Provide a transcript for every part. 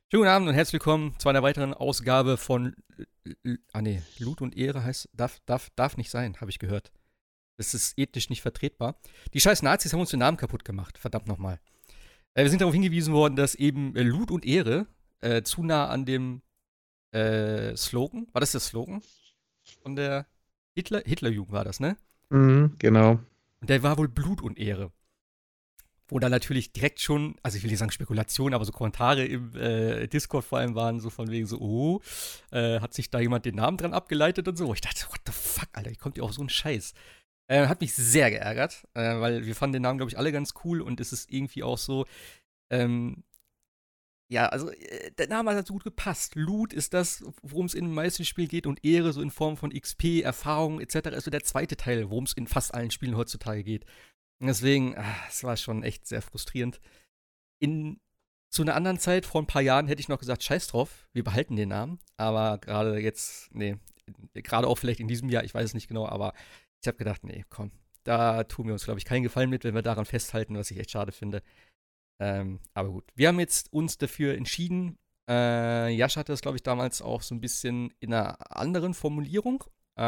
Schönen guten Abend und herzlich willkommen zu einer weiteren Ausgabe von Loot und Ehre heißt, darf nicht sein, habe ich gehört. Das ist ethisch nicht vertretbar. Die scheiß Nazis haben uns den Namen kaputt gemacht, verdammt nochmal. Wir sind darauf hingewiesen worden, dass eben Loot und Ehre zu nah an dem Slogan, war das der Slogan von der Hitlerjugend war das, ne? Mhm, genau. Und der war wohl Blut und Ehre. Wo dann natürlich direkt schon, also ich will nicht sagen Spekulation, aber so Kommentare im Discord vor allem waren so von wegen so, hat sich da jemand den Namen dran abgeleitet und so. Ich dachte, what the fuck, Alter, wie kommt ihr auf so einen Scheiß? Hat mich sehr geärgert, weil wir fanden den Namen, glaube ich, alle ganz cool und es ist irgendwie auch so, ähm, ja, also der Name hat halt so gut gepasst. Loot ist das, worum es in den meisten Spielen geht und Ehre so in Form von XP, Erfahrung etc. ist so der zweite Teil, worum es in fast allen Spielen heutzutage geht. Und deswegen, es war schon echt sehr frustrierend. Zu einer anderen Zeit, vor ein paar Jahren, hätte ich noch gesagt, scheiß drauf, wir behalten den Namen. Aber gerade jetzt, nee, gerade auch vielleicht in diesem Jahr, ich weiß es nicht genau, aber ich habe gedacht, nee, komm, da tun wir uns, glaube ich, keinen Gefallen mit, wenn wir daran festhalten, was ich echt schade finde. Aber gut, wir haben jetzt uns dafür entschieden. Jasch hatte das, glaube ich, damals auch so ein bisschen in einer anderen Formulierung.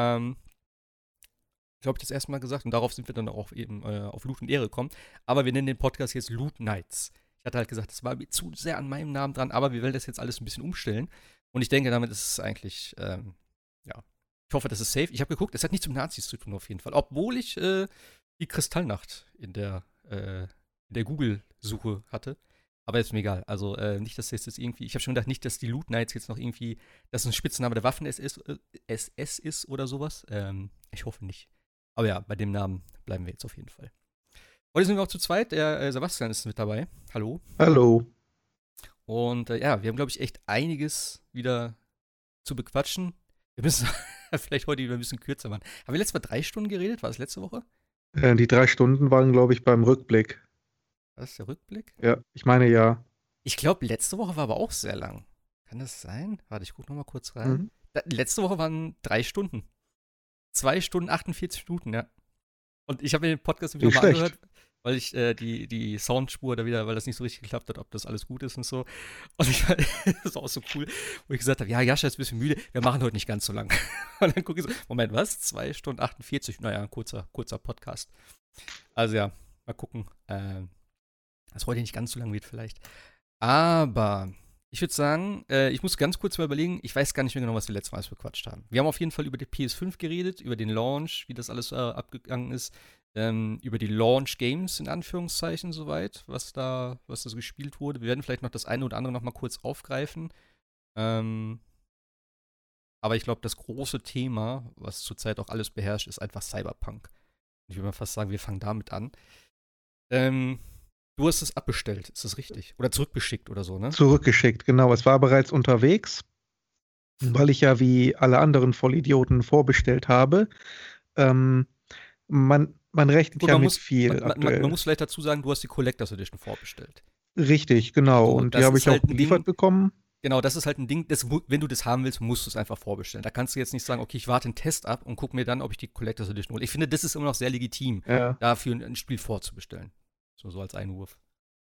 Glaube ich, das erste Mal gesagt und darauf sind wir dann auch eben auf Loot und Ehre gekommen. Aber wir nennen den Podcast jetzt Loot Nights. Ich hatte halt gesagt, das war mir zu sehr an meinem Namen dran, aber wir werden das jetzt alles ein bisschen umstellen. Und ich denke, damit ist es eigentlich, ja. Ich hoffe, das ist safe. Ich habe geguckt, es hat nichts mit Nazis zu tun, auf jeden Fall. Obwohl ich die Kristallnacht in der Google-Suche hatte. Aber ist mir egal. Also nicht, dass das jetzt irgendwie. Ich habe schon gedacht, nicht, dass die Loot Knights jetzt noch irgendwie. Dass es ein Spitzname der Waffen-SS ist oder sowas. Ich hoffe nicht. Aber ja, bei dem Namen bleiben wir jetzt auf jeden Fall. Heute sind wir auch zu zweit. Der Sebastian ist mit dabei. Hallo. Hallo. Und ja, wir haben, glaube ich, echt einiges wieder zu bequatschen. Wir müssen vielleicht heute wieder ein bisschen kürzer machen. Haben wir letztes Mal 3 Stunden geredet? War das letzte Woche? Die 3 Stunden waren, glaube ich, beim Rückblick. War das der Rückblick? Ja, ich meine ja. Ich glaube, letzte Woche war aber auch sehr lang. Kann das sein? Warte, ich gucke noch mal kurz rein. Mhm. Letzte Woche waren 3 Stunden. 2 Stunden 48 Minuten, ja. Und ich habe mir den Podcast nämlich Nicht nochmal schlecht. angehört, weil ich die Soundspur da wieder, weil das nicht so richtig geklappt hat, ob das alles gut ist und so. Und das war auch so cool, wo ich gesagt habe, ja, Jascha ist ein bisschen müde, wir machen heute nicht ganz so lang. Und dann gucke ich so, Moment, was? 2 Stunden 48? Naja, ein kurzer Podcast. Also ja, mal gucken, dass heute nicht ganz so lang wird vielleicht. Aber ich würde sagen, ich muss ganz kurz mal überlegen, ich weiß gar nicht mehr genau, was wir letztes Mal bequatscht haben. Wir haben auf jeden Fall über die PS5 geredet, über den Launch, wie das alles abgegangen ist, über die Launch-Games in Anführungszeichen soweit, was da so gespielt wurde. Wir werden vielleicht noch das eine oder andere noch mal kurz aufgreifen. Ähm, aber ich glaube, das große Thema, was zurzeit auch alles beherrscht, ist einfach Cyberpunk. Ich würde mal fast sagen, wir fangen damit an. Ähm, Du hast es abbestellt, ist das richtig? Oder zurückbeschickt oder so, ne? Zurückgeschickt, genau. Es war bereits unterwegs, weil ich ja wie alle anderen Vollidioten vorbestellt habe. Ähm, man rechnet Gut, ja mit viel man aktuell. muss vielleicht dazu sagen, du hast die Collectors Edition vorbestellt. Richtig, genau. So, Und die das habe ist ich auch halt ein geliefert Ding, bekommen. genau, das ist halt ein Ding, wenn du das haben willst, musst du es einfach vorbestellen. Da kannst du jetzt nicht sagen, okay, ich warte einen Test ab und gucke mir dann, ob ich die Collectors Edition hole. Ich finde, das ist immer noch sehr legitim, Ja, dafür ein Spiel vorzubestellen. So als Einwurf.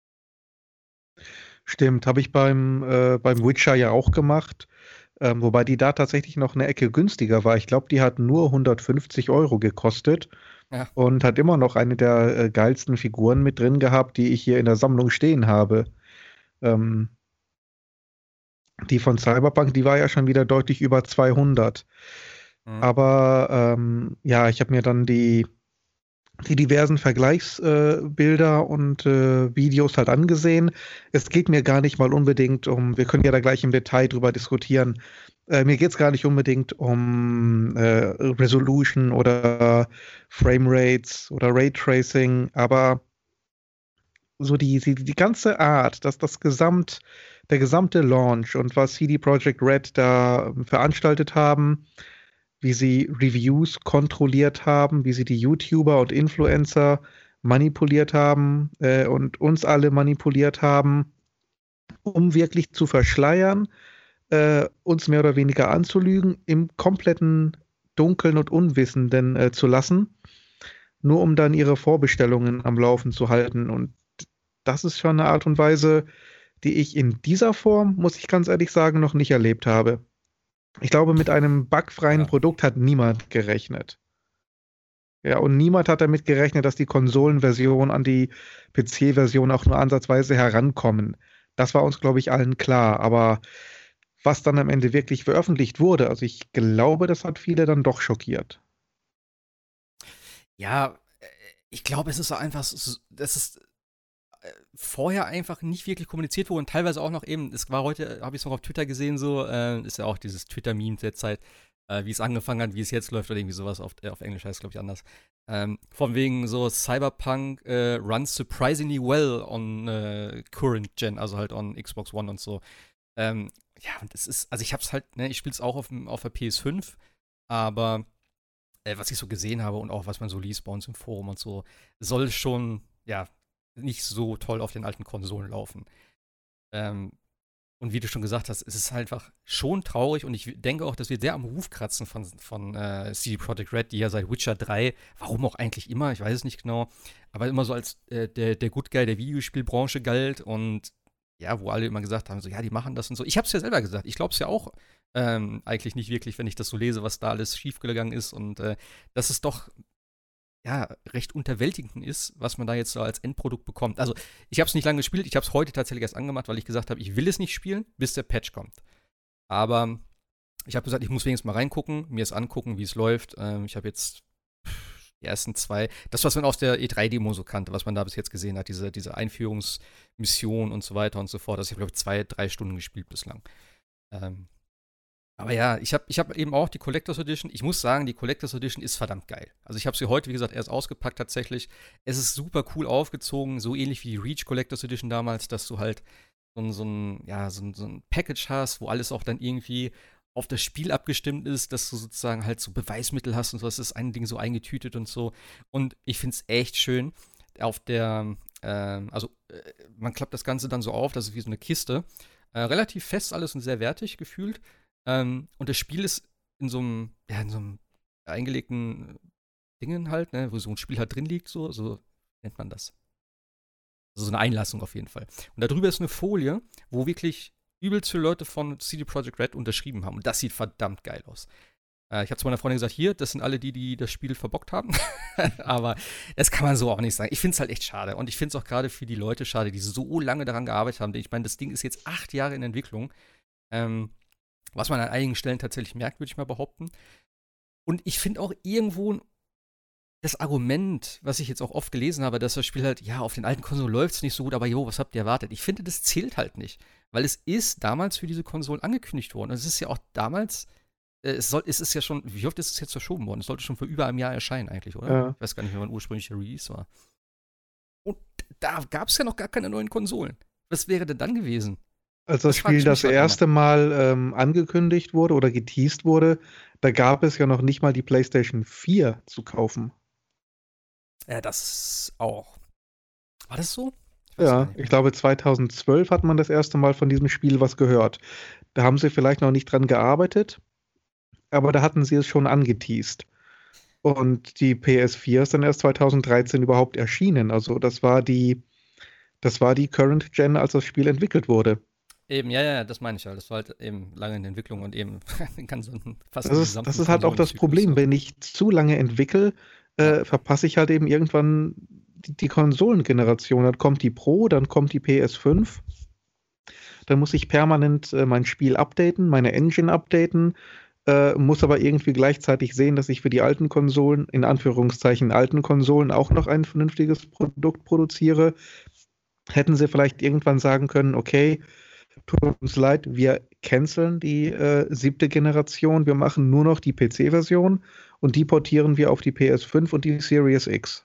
stimmt. Habe ich beim Witcher ja auch gemacht. Wobei die da tatsächlich noch eine Ecke günstiger war. Ich glaube, die hat nur 150 € gekostet. Ja, Und hat immer noch eine der geilsten Figuren mit drin gehabt, die ich hier in der Sammlung stehen habe. Ähm, die von Cyberpunk, die war ja schon wieder deutlich über 200. mhm. Aber ja, ich habe mir dann die diversen Vergleichsbilder und Videos halt angesehen. Es geht mir gar nicht mal unbedingt wir können ja da gleich im Detail drüber diskutieren. Mir geht es gar nicht unbedingt um Resolution oder Framerates oder Raytracing, aber so die ganze Art, der gesamte Launch und was CD Projekt Red da veranstaltet haben, wie sie Reviews kontrolliert haben, wie sie die YouTuber und Influencer manipuliert haben und uns alle manipuliert haben, um wirklich zu verschleiern, uns mehr oder weniger anzulügen, im kompletten Dunkeln und Unwissenden zu lassen, nur um dann ihre Vorbestellungen am Laufen zu halten. Und das ist schon eine Art und Weise, die ich in dieser Form, muss ich ganz ehrlich sagen, noch nicht erlebt habe. Ich glaube, mit einem bugfreien Ja. Produkt hat niemand gerechnet. Ja, und niemand hat damit gerechnet, dass die Konsolenversion an die PC-Version auch nur ansatzweise herankommen. Das war uns, glaube ich, allen klar. Aber was dann am Ende wirklich veröffentlicht wurde, also ich glaube, das hat viele dann doch schockiert. Ja, ich glaube, es ist so einfach, das ist vorher einfach nicht wirklich kommuniziert wurde und teilweise auch noch eben, es war heute, habe ich es noch auf Twitter gesehen, so, ist ja auch dieses Twitter-Meme der Zeit, wie es angefangen hat, wie es jetzt läuft oder irgendwie sowas, auf Englisch heißt es, glaube ich, anders. Von wegen so Cyberpunk runs surprisingly well on current gen, also halt on Xbox One und so. Ja, und es ist, also ich hab's halt, ne, ich spiele es auch auf der PS5, aber was ich so gesehen habe und auch was man so liest bei uns im Forum und so, soll schon, ja, nicht so toll auf den alten Konsolen laufen. Ähm, und wie du schon gesagt hast, es ist halt einfach schon traurig und ich denke auch, dass wir sehr am Ruf kratzen von CD Projekt Red, die ja seit Witcher 3, warum auch eigentlich immer, ich weiß es nicht genau, aber immer so als der Good Guy der Videospielbranche galt und ja, wo alle immer gesagt haben, so, ja, die machen das und so. Ich hab's ja selber gesagt, ich glaub's ja auch eigentlich nicht wirklich, wenn ich das so lese, was da alles schiefgegangen ist und dass es doch ja, recht unterwältigend ist, was man da jetzt so als Endprodukt bekommt. Also, ich habe es nicht lange gespielt, ich habe es heute tatsächlich erst angemacht, weil ich gesagt habe, ich will es nicht spielen, bis der Patch kommt. Aber ich habe gesagt, ich muss wenigstens mal reingucken, mir es angucken, wie es läuft. Ich habe jetzt die ersten zwei, das, was man aus der E3-Demo so kannte, was man da bis jetzt gesehen hat, diese Einführungsmission und so weiter und so fort. Also ich habe, glaube ich, 2-3 Stunden gespielt bislang. Ähm, aber ja, ich hab eben auch die Collectors Edition. Ich muss sagen, die Collectors Edition ist verdammt geil. Also ich habe sie heute, wie gesagt, erst ausgepackt tatsächlich. Es ist super cool aufgezogen, so ähnlich wie die Reach Collectors Edition damals, dass du halt so ein Package hast, wo alles auch dann irgendwie auf das Spiel abgestimmt ist, dass du sozusagen halt so Beweismittel hast und so. Das ist ein Ding so eingetütet und so. Und ich finde es echt schön. Auf der, man klappt das Ganze dann so auf, das ist wie so eine Kiste. Relativ fest alles und sehr wertig gefühlt. Und das Spiel ist in so einem eingelegten Dingen halt, ne, wo so ein Spiel halt drin liegt, so nennt man das. Also so eine Einlassung auf jeden Fall. Und darüber ist eine Folie, wo wirklich übelst viele Leute von CD Projekt Red unterschrieben haben. Und das sieht verdammt geil aus. Ich habe zu meiner Freundin gesagt, hier, das sind alle die das Spiel verbockt haben. Aber das kann man so auch nicht sagen. Ich finde es halt echt schade. Und ich finde es auch gerade für die Leute schade, die so lange daran gearbeitet haben. Ich meine, das Ding ist jetzt 8 Jahre in Entwicklung. Was man an einigen Stellen tatsächlich merkt, würde ich mal behaupten. Und ich finde auch irgendwo das Argument, was ich jetzt auch oft gelesen habe, dass das Spiel halt, ja, auf den alten Konsolen läuft es nicht so gut, aber jo, was habt ihr erwartet? Ich finde, das zählt halt nicht. Weil es ist damals für diese Konsolen angekündigt worden. Und es ist ja auch damals, es ist ja schon, wie oft ist es jetzt verschoben worden? Es sollte schon vor über einem Jahr erscheinen eigentlich, oder? Ja. Ich weiß gar nicht, wie mein ursprünglicher Release war. Und da gab es ja noch gar keine neuen Konsolen. Was wäre denn dann gewesen? Als das Das frage Spiel ich mich das halt immer. erste Mal angekündigt wurde oder geteased wurde, da gab es ja noch nicht mal die PlayStation 4 zu kaufen. Ja, das auch. War das so? Ich weiß gar Ja, nicht ich mehr. glaube 2012 hat man das erste Mal von diesem Spiel was gehört. Da haben sie vielleicht noch nicht dran gearbeitet, aber da hatten sie es schon angeteased. Und die PS4 ist dann erst 2013 überhaupt erschienen. Also das war die Current Gen, als das Spiel entwickelt wurde. Eben, ja, das meine ich ja. Das war halt eben lange in der Entwicklung und eben fast Das den ist, das gesamten ist halt auch das Konsolenzyklus Problem. so. Wenn ich zu lange entwickle, Ja. verpasse ich halt eben irgendwann die Konsolengeneration. Dann kommt die Pro, dann kommt die PS5. Dann muss ich permanent mein Spiel updaten, meine Engine updaten, muss aber irgendwie gleichzeitig sehen, dass ich für die alten Konsolen, in Anführungszeichen alten Konsolen, auch noch ein vernünftiges Produkt produziere. Hätten sie vielleicht irgendwann sagen können, okay, tut uns leid, wir canceln die 7. Generation, wir machen nur noch die PC-Version und die portieren wir auf die PS5 und die Series X.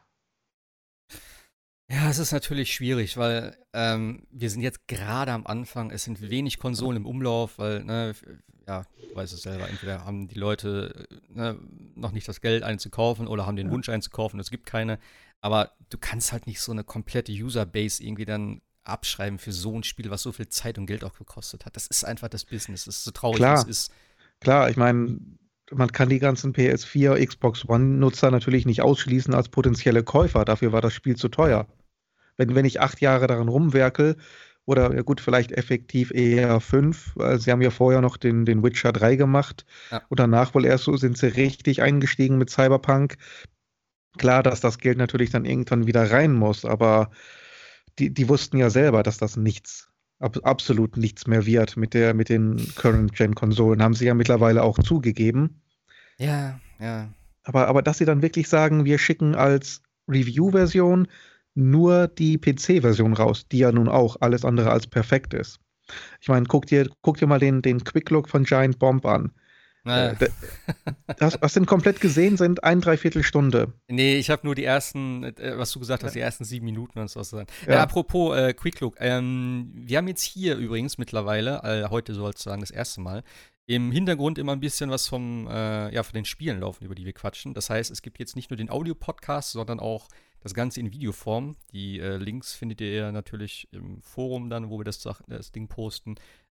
Ja, es ist natürlich schwierig, weil wir sind jetzt gerade am Anfang. Es sind wenig Konsolen im Umlauf, weil, ne, ja, du weißt es selber, entweder haben die Leute ne, noch nicht das Geld, eine zu kaufen oder haben den Ja. Wunsch, eine zu kaufen. Es gibt keine. Aber du kannst halt nicht so eine komplette Userbase irgendwie dann abschreiben für so ein Spiel, was so viel Zeit und Geld auch gekostet hat. Das ist einfach das Business. Das ist so traurig, wie es Klar, ist. klar, ich meine, man kann die ganzen PS4, Xbox One-Nutzer natürlich nicht ausschließen als potenzielle Käufer. Dafür war das Spiel zu Ja. teuer. Wenn ich 8 Jahre daran rumwerkel Oder ja gut, vielleicht effektiv eher 5, weil sie haben ja vorher noch den Witcher 3 gemacht Ja. und danach wohl erst so sind sie richtig eingestiegen mit Cyberpunk. Klar, dass das Geld natürlich dann irgendwann wieder rein muss, aber die wussten ja selber, dass das absolut nichts mehr wird mit den Current-Gen-Konsolen, haben sie ja mittlerweile auch zugegeben. Ja, ja. Aber dass sie dann wirklich sagen, wir schicken als Review-Version nur die PC-Version raus, die ja nun auch alles andere als perfekt ist. Ich meine, guck dir mal den Quick-Look von Giant Bomb an. Naja. Das sind komplett gesehen, sind 1 3/4 Stunde. Nee, ich habe nur die ersten, was du gesagt hast, die ersten 7 Minuten und so sein. Ja. Apropos Quick Look, wir haben jetzt hier übrigens mittlerweile, heute sozusagen das erste Mal, im Hintergrund immer ein bisschen was von den Spielen laufen, über die wir quatschen. Das heißt, es gibt jetzt nicht nur den Audio-Podcast, sondern auch das Ganze in Videoform. Die Links findet ihr natürlich im Forum dann, wo wir das Ding posten.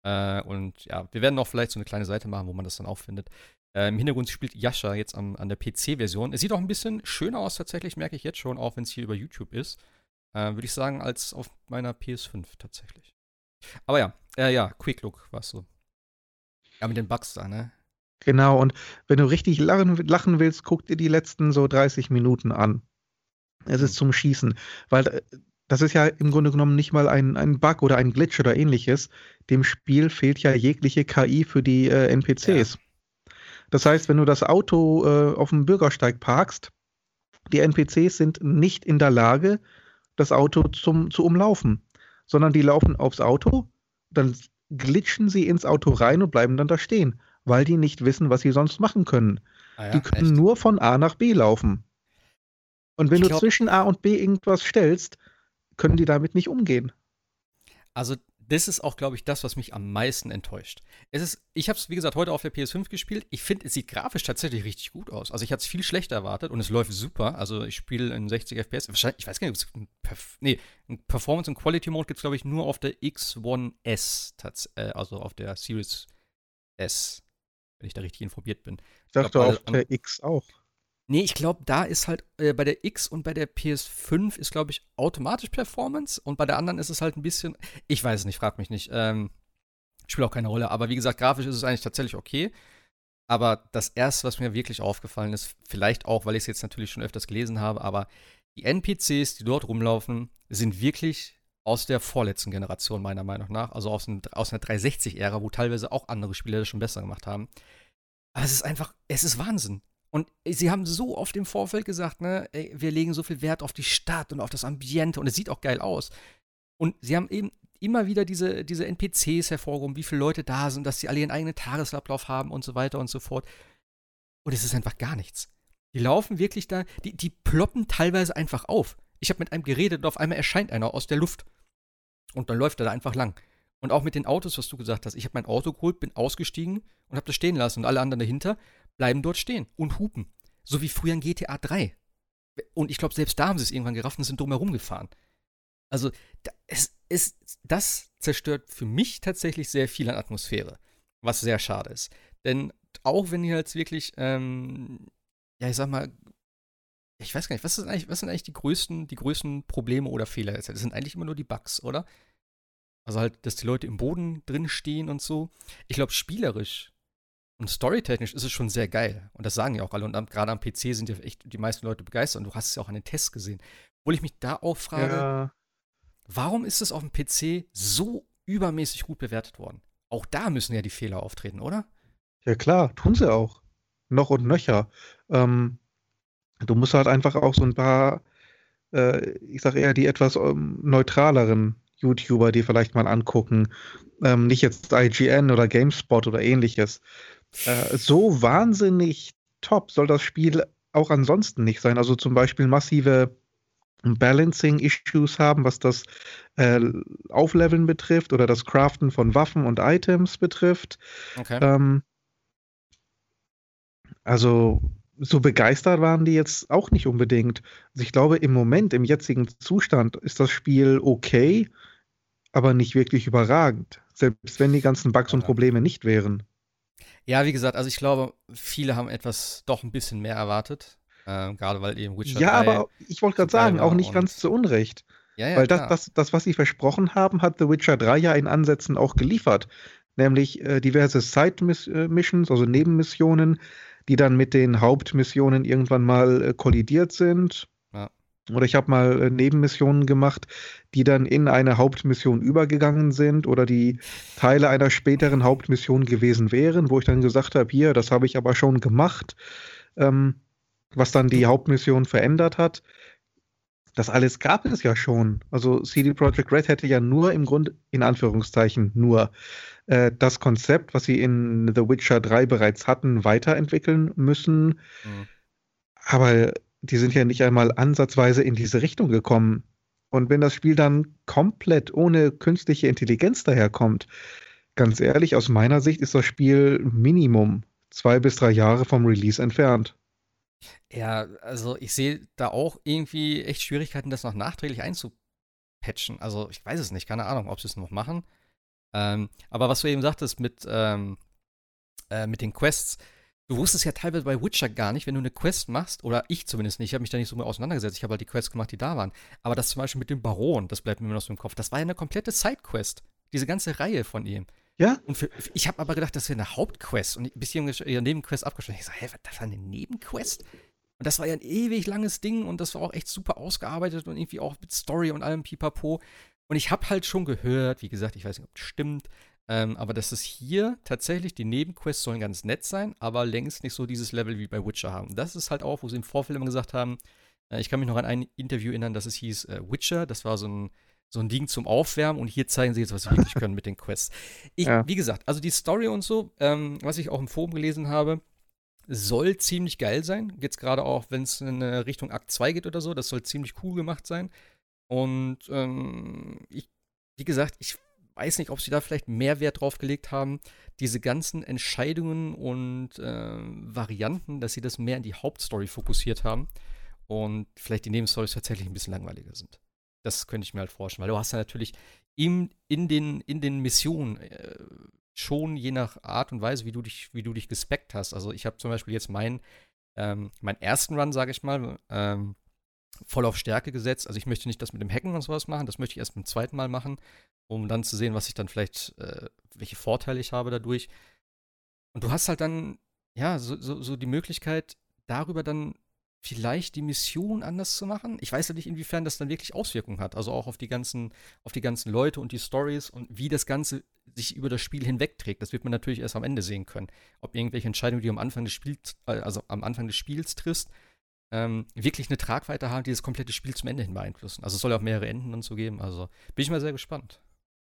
Und ja, wir werden auch vielleicht so eine kleine Seite machen, wo man das dann auch findet. Im Hintergrund spielt Yasha jetzt an der PC-Version. Es sieht auch ein bisschen schöner aus tatsächlich, merke ich jetzt schon, auch wenn es hier über YouTube ist. Würde ich sagen, als auf meiner PS5 tatsächlich. Aber ja, Quick Look war es so. Ja, mit den Bugs da, ne? Genau, und wenn du richtig lachen willst, guck dir die letzten so 30 Minuten an. Es ist zum Schießen, weil das ist ja im Grunde genommen nicht mal ein Bug oder ein Glitch oder ähnliches. Dem Spiel fehlt ja jegliche KI für die NPCs. Ja. Das heißt, wenn du das Auto auf dem Bürgersteig parkst, die NPCs sind nicht in der Lage, das Auto zu umlaufen, sondern die laufen aufs Auto, dann glitschen sie ins Auto rein und bleiben dann da stehen, weil die nicht wissen, was sie sonst machen können. Ah ja, Die können echt? nur von A nach B laufen. Und wenn Ich du glaub, zwischen A und B irgendwas stellst, können die damit nicht umgehen. Also, das ist auch, glaube ich, das, was mich am meisten enttäuscht. Ich habe es, wie gesagt, heute auf der PS5 gespielt. Ich finde, es sieht grafisch tatsächlich richtig gut aus. Also, ich hatte es viel schlechter erwartet und es läuft super. Also, ich spiele in 60 FPS. Wahrscheinlich, ich weiß gar nicht, ob es ein Performance- und Quality-Mode gibt es, glaube ich, nur auf der X1 S, also auf der Series S, wenn ich da richtig informiert bin. Ich dachte auf der X auch. Nee, ich glaube, da ist halt bei der X und bei der PS5 ist, glaube ich, automatisch Performance und bei der anderen ist es halt ein bisschen, ich weiß es nicht, frag mich nicht, spielt auch keine Rolle, aber wie gesagt, grafisch ist es eigentlich tatsächlich okay, aber das erste, was mir wirklich aufgefallen ist, vielleicht auch, weil ich es jetzt natürlich schon öfters gelesen habe, aber die NPCs, die dort rumlaufen, sind wirklich aus der vorletzten Generation meiner Meinung nach, also aus einer 360-Ära, wo teilweise auch andere Spiele das schon besser gemacht haben. Aber es ist Wahnsinn. Und sie haben so oft im Vorfeld gesagt, ne, ey, wir legen so viel Wert auf die Stadt und auf das Ambiente und es sieht auch geil aus. Und sie haben eben immer wieder diese NPCs hervorgehoben, wie viele Leute da sind, dass sie alle ihren eigenen Tagesablauf haben und so weiter und so fort. Und es ist einfach gar nichts. Die laufen wirklich da, die ploppen teilweise einfach auf. Ich habe mit einem geredet und auf einmal erscheint einer aus der Luft. Und dann läuft er da einfach lang. Und auch mit den Autos, was du gesagt hast. Ich habe mein Auto geholt, bin ausgestiegen und habe das stehen lassen. Und alle anderen dahinter bleiben dort stehen und hupen. So wie früher in GTA 3. Und ich glaube, selbst da haben sie es irgendwann gerafft und sind drumherum gefahren. Also, das zerstört für mich tatsächlich sehr viel an Atmosphäre. Was sehr schade ist. Denn auch wenn ihr jetzt wirklich, ich sag mal, ich weiß gar nicht, was sind eigentlich die größten Probleme oder Fehler? Das sind eigentlich immer nur die Bugs, oder? Also halt, dass die Leute im Boden drin stehen und so. Ich glaube, spielerisch und storytechnisch ist es schon sehr geil. Und das sagen ja auch alle. Und gerade am PC sind ja echt die meisten Leute begeistert. Und du hast es ja auch an den Tests gesehen. Obwohl ich mich da auch frage, warum ist es auf dem PC so übermäßig gut bewertet worden? Auch da müssen ja die Fehler auftreten, oder? Ja klar, tun sie auch. Noch und nöcher. Du musst halt einfach auch so ein paar, ich sag eher die etwas neutraleren YouTuber dir vielleicht mal angucken. Nicht jetzt IGN oder GameSpot oder ähnliches. So wahnsinnig top soll das Spiel auch ansonsten nicht sein. Also zum Beispiel massive Balancing-Issues haben, was das Aufleveln betrifft oder das Craften von Waffen und Items betrifft. Okay. Also so begeistert waren die jetzt auch nicht unbedingt. Also ich glaube, im Moment, im jetzigen Zustand, ist das Spiel okay, aber nicht wirklich überragend. Selbst wenn die ganzen Bugs und Probleme nicht wären. Ja, wie gesagt, also ich glaube, viele haben doch ein bisschen mehr erwartet. Gerade weil eben Witcher Ja, 3 aber ich wollte so gerade geil sagen, auch war nicht ganz und zu Unrecht. Ja, ja, Weil das, klar. das, das, was sie versprochen haben, hat The Witcher 3 ja in Ansätzen auch geliefert. Nämlich diverse Side-Missions, also Nebenmissionen, die dann mit den Hauptmissionen irgendwann mal kollidiert sind. Ja. Oder ich habe mal Nebenmissionen gemacht, die dann in eine Hauptmission übergegangen sind oder die Teile einer späteren Hauptmission gewesen wären, wo ich dann gesagt habe, hier, das habe ich aber schon gemacht, ähm, was dann Du, die Hauptmission verändert hat. Das alles gab es ja schon. Also CD Projekt Red hätte ja nur im Grunde, in Anführungszeichen, nur das Konzept, was sie in The Witcher 3 bereits hatten, weiterentwickeln müssen. hm. Aber die sind ja nicht einmal ansatzweise in diese Richtung gekommen. Und wenn das Spiel dann komplett ohne künstliche Intelligenz daherkommt, ganz ehrlich, aus meiner Sicht ist das Spiel Minimum 2 bis 3 Jahre vom Release entfernt. Ja, also ich sehe da auch irgendwie echt Schwierigkeiten, das noch nachträglich einzupatchen. Also ich weiß es nicht, keine Ahnung, ob sie es noch machen. Aber was du eben sagtest mit den Quests, du wusstest ja teilweise bei Witcher gar nicht, wenn du eine Quest machst, oder ich zumindest nicht, ich habe mich da nicht so mit auseinandergesetzt, ich habe halt die Quests gemacht, die da waren. Aber das zum Beispiel mit dem Baron, das bleibt mir immer noch so im Kopf, das war ja eine komplette Sidequest. Diese ganze Reihe von ihm. Ja, Und ich habe aber gedacht, das wäre eine Hauptquest und bis ihre Nebenquest abgeschlossen. Ich so, hä, was, das war eine Nebenquest? Und das war ja ein ewig langes Ding und das war auch echt super ausgearbeitet und irgendwie auch mit Story und allem Pipapo. Und ich habe halt schon gehört, wie gesagt, ich weiß nicht, ob das stimmt, aber dass es hier tatsächlich, die Nebenquests sollen ganz nett sein, aber längst nicht so dieses Level wie bei Witcher haben. Das ist halt auch, wo sie im Vorfeld immer gesagt haben, ich kann mich noch an ein Interview erinnern, dass es hieß Witcher, das war so ein Ding zum Aufwärmen und hier zeigen sie jetzt, was sie wirklich können mit den Quests. ja. Wie gesagt, also die Story und so, was ich auch im Forum gelesen habe, soll ziemlich geil sein. Jetzt gerade auch, wenn es in Richtung Akt 2 geht oder so, das soll ziemlich cool gemacht sein. Und wie gesagt, ich weiß nicht, ob sie da vielleicht mehr Wert drauf gelegt haben, diese ganzen Entscheidungen und Varianten, dass sie das mehr in die Hauptstory fokussiert haben und vielleicht die Nebenstories tatsächlich ein bisschen langweiliger sind. Das könnte ich mir halt vorstellen, weil du hast ja natürlich in den Missionen schon je nach Art und Weise, wie du dich gespeckt hast. Also ich habe zum Beispiel jetzt meinen ersten Run, sage ich mal, voll auf Stärke gesetzt. Also ich möchte nicht das mit dem Hacken und sowas machen, das möchte ich erst beim zweiten Mal machen, um dann zu sehen, was ich dann vielleicht, welche Vorteile ich habe dadurch. Und du hast halt dann, ja, so die Möglichkeit, darüber dann vielleicht die Mission anders zu machen. Ich weiß ja nicht, inwiefern das dann wirklich Auswirkungen hat. Also auch auf die ganzen Leute und die Stories und wie das Ganze sich über das Spiel hinwegträgt. Das wird man natürlich erst am Ende sehen können. Ob irgendwelche Entscheidungen, die du am Anfang des Spiels, also am Anfang des Spiels triffst, wirklich eine Tragweite haben, die das komplette Spiel zum Ende hin beeinflussen. Also es soll ja auch mehrere Enden und so geben. Also bin ich mal sehr gespannt.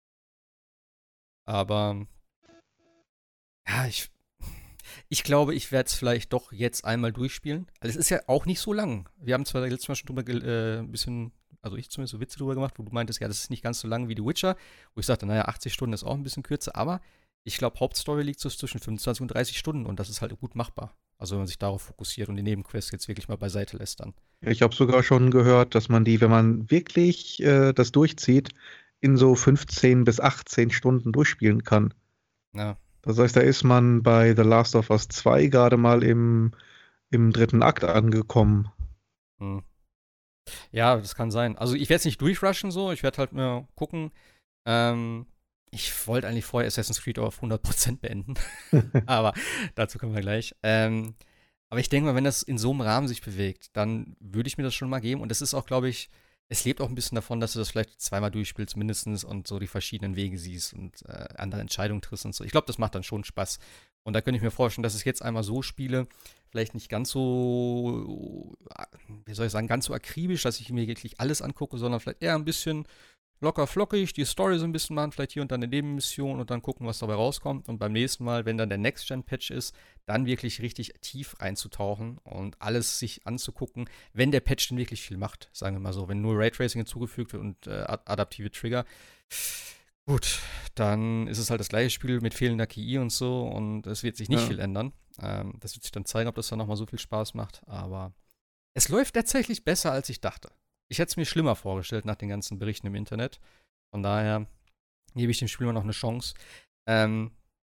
Aber ja, ich glaube, ich werde es vielleicht doch jetzt einmal durchspielen. Also es ist ja auch nicht so lang. Wir haben zwar letztes Mal schon drüber ein bisschen, also ich zumindest so Witze drüber gemacht, wo du meintest, ja, das ist nicht ganz so lang wie The Witcher. Wo ich sagte, naja, 80 Stunden ist auch ein bisschen kürzer, aber ich glaube, Hauptstory liegt so zwischen 25 und 30 Stunden und das ist halt gut machbar. Also wenn man sich darauf fokussiert und die Nebenquests jetzt wirklich mal beiseite lässt dann. Ich habe sogar schon gehört, dass man die, wenn man wirklich das durchzieht, in so 15 bis 18 Stunden durchspielen kann. Ja. Das heißt, da ist man bei The Last of Us 2 gerade mal im dritten Akt angekommen. Hm. Ja, das kann sein. Also ich werde es nicht durchrushen so, ich werde halt mal gucken. Ich wollte eigentlich vorher Assassin's Creed auf 100% beenden, aber dazu kommen wir gleich. Aber ich denke mal, wenn das in so einem Rahmen sich bewegt, dann würde ich mir das schon mal geben. Und das ist auch, glaube ich, es lebt auch ein bisschen davon, dass du das vielleicht zweimal durchspielst mindestens und so die verschiedenen Wege siehst und andere Entscheidungen triffst und so. Ich glaube, das macht dann schon Spaß. Und da könnte ich mir vorstellen, dass ich jetzt einmal so spiele, vielleicht nicht ganz so, wie soll ich sagen, ganz so akribisch, dass ich mir wirklich alles angucke, sondern vielleicht eher ein bisschen locker flockig, die Story so ein bisschen machen, vielleicht hier und dann eine Nebenmission und dann gucken, was dabei rauskommt. Und beim nächsten Mal, wenn dann der Next-Gen-Patch ist, dann wirklich richtig tief einzutauchen und alles sich anzugucken, wenn der Patch denn wirklich viel macht, sagen wir mal so. Wenn nur Raytracing hinzugefügt wird und adaptive Trigger, gut, dann ist es halt das gleiche Spiel mit fehlender KI und so und es wird sich nicht Ja. viel ändern. Das wird sich dann zeigen, ob das dann nochmal so viel Spaß macht, aber es läuft tatsächlich besser, als ich dachte. Ich hätte es mir schlimmer vorgestellt nach den ganzen Berichten im Internet. Von daher gebe ich dem Spiel mal noch eine Chance. Ähm,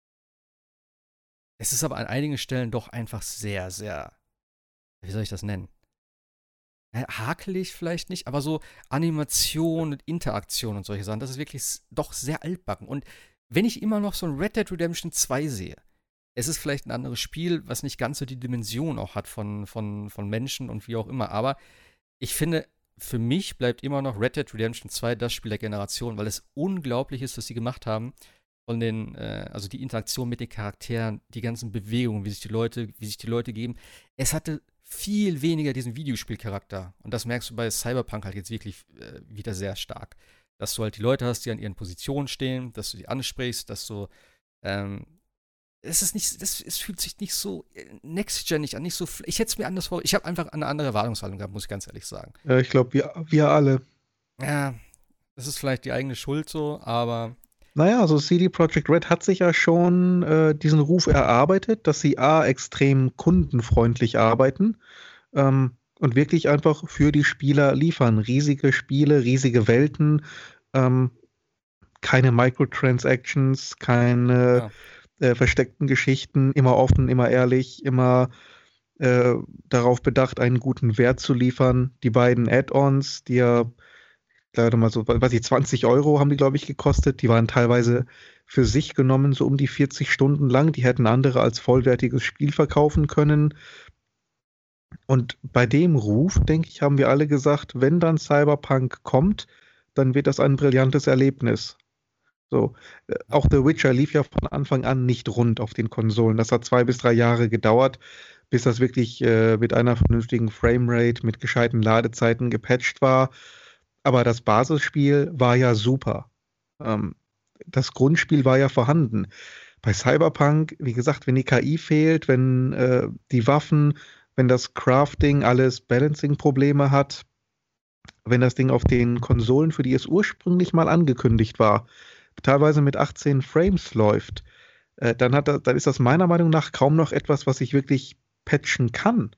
Es ist aber an einigen Stellen doch einfach sehr, sehr, wie soll ich das nennen? hakelig vielleicht nicht, aber so Animation und Interaktion und solche Sachen, das ist wirklich doch sehr altbacken. Und wenn ich immer noch so ein Red Dead Redemption 2 sehe, es ist vielleicht ein anderes Spiel, was nicht ganz so die Dimension auch hat von Menschen und wie auch immer, aber ich finde, für mich bleibt immer noch Red Dead Redemption 2 das Spiel der Generation, weil es unglaublich ist, was sie gemacht haben. Also die Interaktion mit den Charakteren, die ganzen Bewegungen, wie sich die Leute geben. Es hatte viel weniger diesen Videospielcharakter. Und das merkst du bei Cyberpunk halt jetzt wirklich wieder sehr stark. Dass du halt die Leute hast, die an ihren Positionen stehen, dass du die ansprichst, dass du ähm, es fühlt sich nicht so next-genig an, nicht so. Ich hätte es mir anders vor. Ich habe einfach eine andere Erwartungshaltung gehabt, muss ich ganz ehrlich sagen. Ja, ich glaube, wir alle. Ja, das ist vielleicht die eigene Schuld so, aber Naja, also CD Projekt Red hat sich ja schon diesen Ruf erarbeitet, dass sie A, extrem kundenfreundlich arbeiten und wirklich einfach für die Spieler liefern. Riesige Spiele, riesige Welten, ähm, keine Microtransactions, keine ja. versteckten Geschichten, immer offen, immer ehrlich, immer äh, darauf bedacht, einen guten Wert zu liefern. Die beiden Add-ons, die ja leider mal so, weiß ich, 20 Euro haben die, glaube ich, gekostet. Die waren teilweise für sich genommen so um die 40 Stunden lang. Die hätten andere als vollwertiges Spiel verkaufen können. Und bei dem Ruf, denke ich, haben wir alle gesagt, wenn dann Cyberpunk kommt, dann wird das ein brillantes Erlebnis. So, auch The Witcher lief ja von Anfang an nicht rund auf den Konsolen. Das hat 2 bis 3 Jahre gedauert, bis das wirklich mit einer vernünftigen Framerate, mit gescheiten Ladezeiten gepatcht war. Aber das Basisspiel war ja super. Ähm, Das Grundspiel war ja vorhanden. Bei Cyberpunk, wie gesagt, wenn die KI fehlt, wenn die Waffen, wenn das Crafting alles Balancing-Probleme hat, wenn das Ding auf den Konsolen, für die es ursprünglich mal angekündigt war, teilweise mit 18 Frames läuft, dann ist das meiner Meinung nach kaum noch etwas, was ich wirklich patchen kann.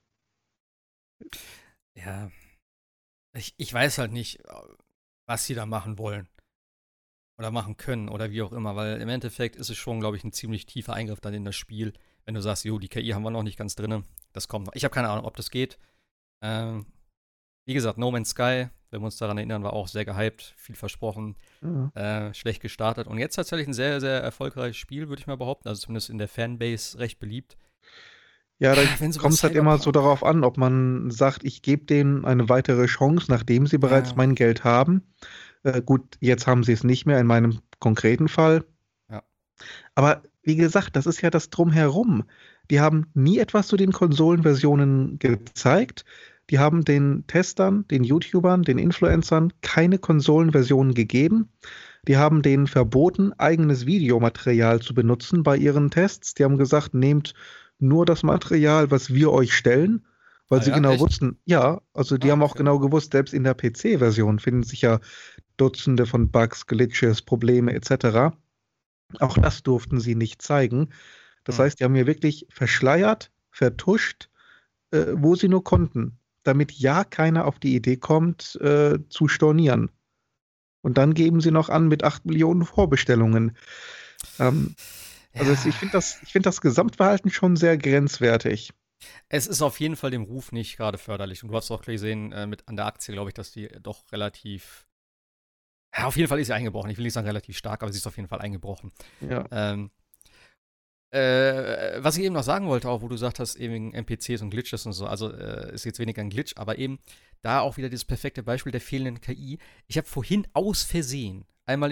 Ja, ich weiß halt nicht, was sie da machen wollen. Oder machen können oder wie auch immer, weil im Endeffekt ist es schon, glaube ich, ein ziemlich tiefer Eingriff dann in das Spiel, wenn du sagst, jo, die KI haben wir noch nicht ganz drin, das kommt noch. Ich habe keine Ahnung, ob das geht. Ähm, Wie gesagt, No Man's Sky, wenn wir uns daran erinnern, war auch sehr gehypt, viel versprochen, Ja. schlecht gestartet und jetzt tatsächlich ein sehr, sehr erfolgreiches Spiel, würde ich mal behaupten, also zumindest in der Fanbase recht beliebt. Ja, da Wenn kommt sowas es halt immer so Cyberpunk, darauf an, ob man sagt, ich gebe denen eine weitere Chance, nachdem sie bereits ja, mein Geld haben. Gut, jetzt haben sie es nicht mehr in meinem konkreten Fall. ja, Aber wie gesagt, das ist ja das Drumherum. Die haben nie etwas zu den Konsolenversionen gezeigt. Die haben den Testern, den YouTubern, den Influencern keine Konsolenversionen gegeben. Die haben denen verboten, eigenes Videomaterial zu benutzen bei ihren Tests. Die haben gesagt, nehmt nur das Material, was wir euch stellen, weil ah sie ja, genau echt? wussten, ja, also die Ah, haben auch okay. genau gewusst, selbst in der PC-Version finden sich ja Dutzende von Bugs, Glitches, Probleme etc. Auch das durften sie nicht zeigen. Das Hm. heißt, die haben mir wirklich verschleiert, vertuscht, wo sie nur konnten, damit ja keiner auf die Idee kommt, zu stornieren. Und dann geben sie noch an mit 8 Millionen Vorbestellungen. Ähm, also ich Ja, finde das Gesamtverhalten schon sehr grenzwertig. es ist auf jeden Fall dem Ruf nicht gerade förderlich und du hast auch gesehen, mit an der Aktie, glaube ich, dass die doch relativ. Ja, auf jeden Fall ist sie eingebrochen. Ich will nicht sagen relativ stark, aber sie ist auf jeden Fall eingebrochen. Ja. Ähm, was ich eben noch sagen wollte, auch wo du gesagt hast, eben wegen NPCs und Glitches und so, also ist jetzt weniger ein Glitch, aber eben da auch wieder dieses perfekte Beispiel der fehlenden KI. Ich habe vorhin aus Versehen einmal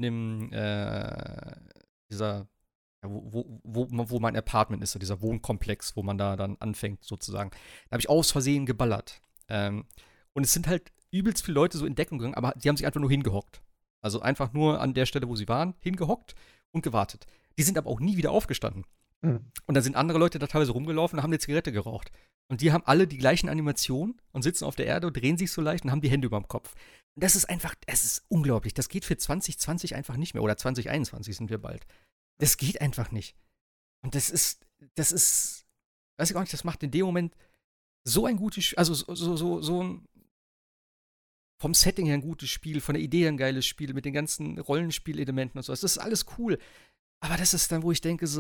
dieser, ja, wo mein Apartment ist, so dieser Wohnkomplex, wo man da dann anfängt sozusagen, da habe ich aus Versehen geballert. Und es sind halt übelst viele Leute so in Deckung gegangen, aber die haben sich einfach nur hingehockt. Also einfach nur an der Stelle, wo sie waren, hingehockt und gewartet. Die sind aber auch nie wieder aufgestanden. Hm. Und dann sind andere Leute da teilweise rumgelaufen und haben eine Zigarette geraucht. Und die haben alle die gleichen Animationen und sitzen auf der Erde und drehen sich so leicht und haben die Hände über dem Kopf. Und das ist einfach, es ist unglaublich. Das geht für 2020 einfach nicht mehr. Oder 2021 sind wir bald. Das geht einfach nicht. Und weiß ich auch nicht, das macht in dem Moment so ein gutes Spiel, also so ein vom Setting her ein gutes Spiel, von der Idee her ein geiles Spiel, mit den ganzen Rollenspielelementen und so. Das ist alles cool. Aber das ist dann, wo ich denke, so,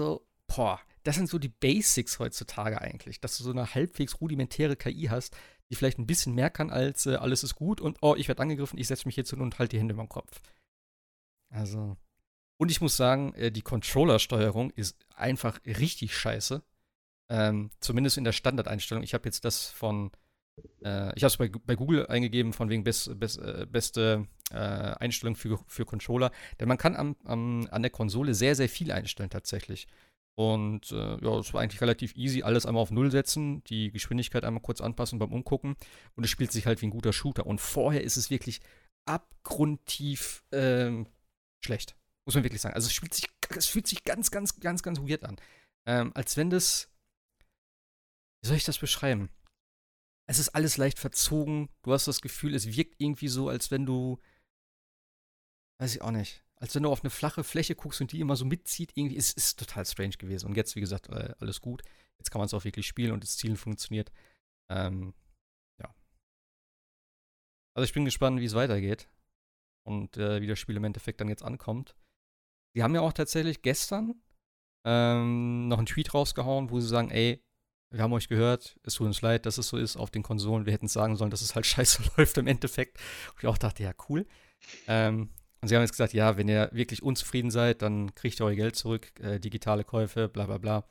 boah, das sind so die Basics heutzutage eigentlich, dass du so eine halbwegs rudimentäre KI hast, die vielleicht ein bisschen mehr kann als alles ist gut und oh, ich werde angegriffen, ich setze mich jetzt hin und halte die Hände über den Kopf. Also, und ich muss sagen, die Controller-Steuerung ist einfach richtig scheiße. Zumindest in der Standardeinstellung. Ich habe jetzt das ich habe es bei Google eingegeben, von wegen beste Einstellung für Controller. Denn man kann an der Konsole sehr, sehr viel einstellen tatsächlich. Und ja, es war eigentlich relativ easy. Alles einmal auf Null setzen, die Geschwindigkeit einmal kurz anpassen beim Umgucken. Und es spielt sich halt wie ein guter Shooter. Und vorher ist es wirklich abgrundtief schlecht. Muss man wirklich sagen. Also es fühlt sich ganz, ganz, ganz, ganz weird an. Als wenn das. Wie soll ich das beschreiben? Es ist alles leicht verzogen. Du hast das Gefühl, es wirkt irgendwie so, als wenn du. Weiß ich auch nicht. Als wenn du auf eine flache Fläche guckst und die immer so mitzieht. Irgendwie ist total strange gewesen. Und jetzt, wie gesagt, alles gut. Jetzt kann man es auch wirklich spielen und das Zielen funktioniert. Ja. Also ich bin gespannt, wie es weitergeht. Und wie das Spiel im Endeffekt dann jetzt ankommt. Die haben ja auch tatsächlich gestern noch einen Tweet rausgehauen, wo sie sagen, ey, wir haben euch gehört, es tut uns leid, dass es so ist auf den Konsolen. Wir hätten es sagen sollen, dass es halt scheiße läuft im Endeffekt. Und ich auch dachte, ja, cool. Und sie haben jetzt gesagt, ja, wenn ihr wirklich unzufrieden seid, dann kriegt ihr euer Geld zurück, digitale Käufe, bla bla bla.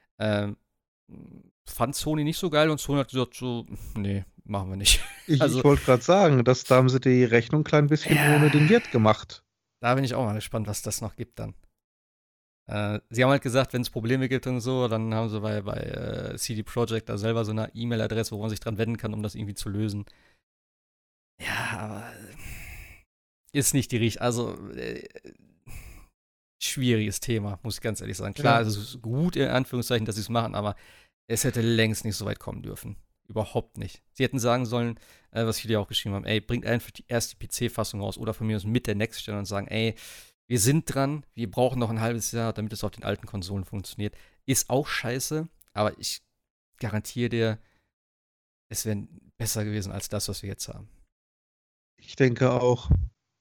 Fand Sony nicht so geil und Sony hat gesagt, so, nee, machen wir nicht. Ich Also, wollte gerade sagen, da haben sie die Rechnung ein klein bisschen ja, ohne den Wirt gemacht. da bin ich auch mal gespannt, was das noch gibt dann. Sie haben halt gesagt, wenn es Probleme gibt und so, dann haben sie bei CD Projekt da selber so eine E-Mail-Adresse, wo man sich dran wenden kann, um das irgendwie zu lösen. Ja, aber ist nicht die richtige, also schwieriges Thema, muss ich ganz ehrlich sagen. Klar, Ja. es ist gut in Anführungszeichen, dass sie es machen, aber es hätte längst nicht so weit kommen dürfen. Überhaupt nicht. Sie hätten sagen sollen, was viele ja auch geschrieben haben, ey, bringt einfach die erste PC-Fassung raus oder von mir aus mit der Next-Gen und sagen, ey, wir sind dran, wir brauchen noch ein halbes Jahr, damit es auf den alten Konsolen funktioniert. Ist auch scheiße, aber ich garantiere dir, es wäre besser gewesen als das, was wir jetzt haben. Ich denke auch.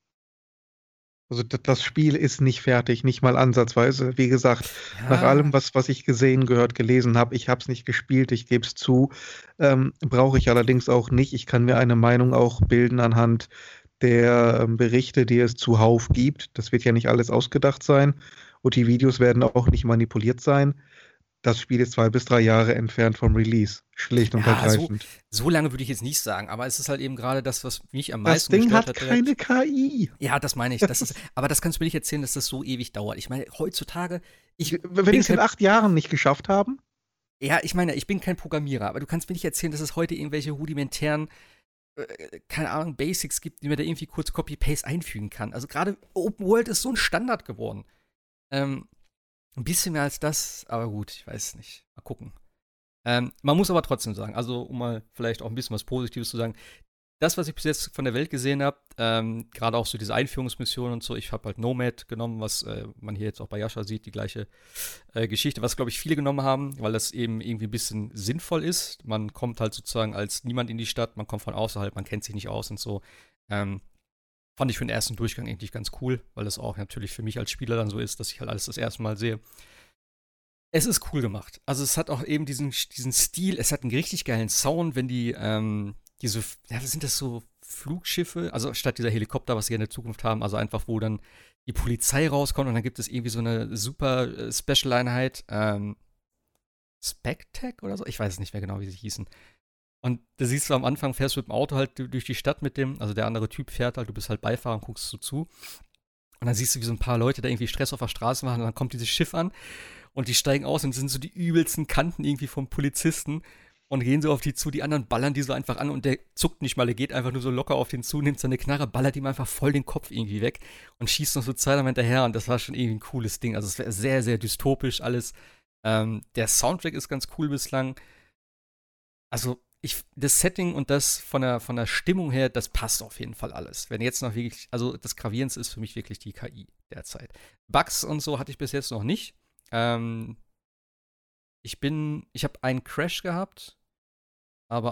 Also das Spiel ist nicht fertig, nicht mal ansatzweise. Wie gesagt, nach allem, Ja, was ich gesehen, gehört, gelesen habe, ich habe es nicht gespielt, ich gebe es zu. Brauche ich allerdings auch nicht. Ich kann mir eine Meinung auch bilden anhand der Berichte, die es zuhauf gibt. Das wird ja nicht alles ausgedacht sein und die Videos werden auch nicht manipuliert sein. Das Spiel ist 2 bis 3 Jahre entfernt vom Release, schlicht und ja, ergreifend. so lange würde ich jetzt nicht sagen, aber es ist halt eben gerade das, was mich am Das meisten Ding gestört hat hat keine direkt. KI. Ja, das meine ich. Aber das kannst du mir nicht erzählen, dass das so ewig dauert. Ich meine, heutzutage, ich Wenn die bin es in kein, 8 Jahren nicht geschafft haben, ja, ich meine, ich bin kein Programmierer, aber du kannst mir nicht erzählen, dass es heute irgendwelche rudimentären, keine Ahnung, Basics gibt, die man da irgendwie kurz Copy-Paste einfügen kann. Also gerade Open World ist so ein Standard geworden. Ähm, ein bisschen mehr als das, aber gut, ich weiß nicht. Mal gucken. Man muss aber trotzdem sagen, also um mal vielleicht auch ein bisschen was Positives zu sagen, das, was ich bis jetzt von der Welt gesehen habe, gerade auch so diese Einführungsmissionen und so, ich habe halt Nomad genommen, was man hier jetzt auch bei Yasha sieht, die gleiche Geschichte, was, glaube ich, viele genommen haben, weil das eben irgendwie ein bisschen sinnvoll ist. Man kommt halt sozusagen als niemand in die Stadt, man kommt von außerhalb, man kennt sich nicht aus und so. Fand ich für den ersten Durchgang eigentlich ganz cool, weil das auch natürlich für mich als Spieler dann so ist, dass ich halt alles das erste Mal sehe. Es ist cool gemacht. Also es hat auch eben diesen Stil, es hat einen richtig geilen Sound, wenn die, diese, ja, was sind das so Flugschiffe? Also statt dieser Helikopter, was sie in der Zukunft haben, also einfach, wo dann die Polizei rauskommt und dann gibt es irgendwie so eine super Special-Einheit, Spectac oder so? Ich weiß es nicht mehr genau, wie sie hießen. Und da siehst du am Anfang, fährst du mit dem Auto halt durch die Stadt mit dem, also der andere Typ fährt halt, du bist halt Beifahrer und guckst so zu. Und dann siehst du, wie so ein paar Leute da irgendwie Stress auf der Straße machen und dann kommt dieses Schiff an und die steigen aus und sind so die übelsten Kanten irgendwie vom Polizisten und gehen so auf die zu, die anderen ballern die so einfach an und der zuckt nicht mal, der geht einfach nur so locker auf den zu, nimmt seine Knarre, ballert ihm einfach voll den Kopf irgendwie weg und schießt noch so zweimal hinterher und das war schon irgendwie ein cooles Ding. Also es wäre sehr, sehr dystopisch alles. Der Soundtrack ist ganz cool bislang. Also das Setting und das von der Stimmung her, das passt auf jeden Fall alles. Wenn jetzt noch wirklich, also das Gravierendste ist für mich wirklich die KI derzeit. Bugs und so hatte ich bis jetzt noch nicht. Ich habe einen Crash gehabt, aber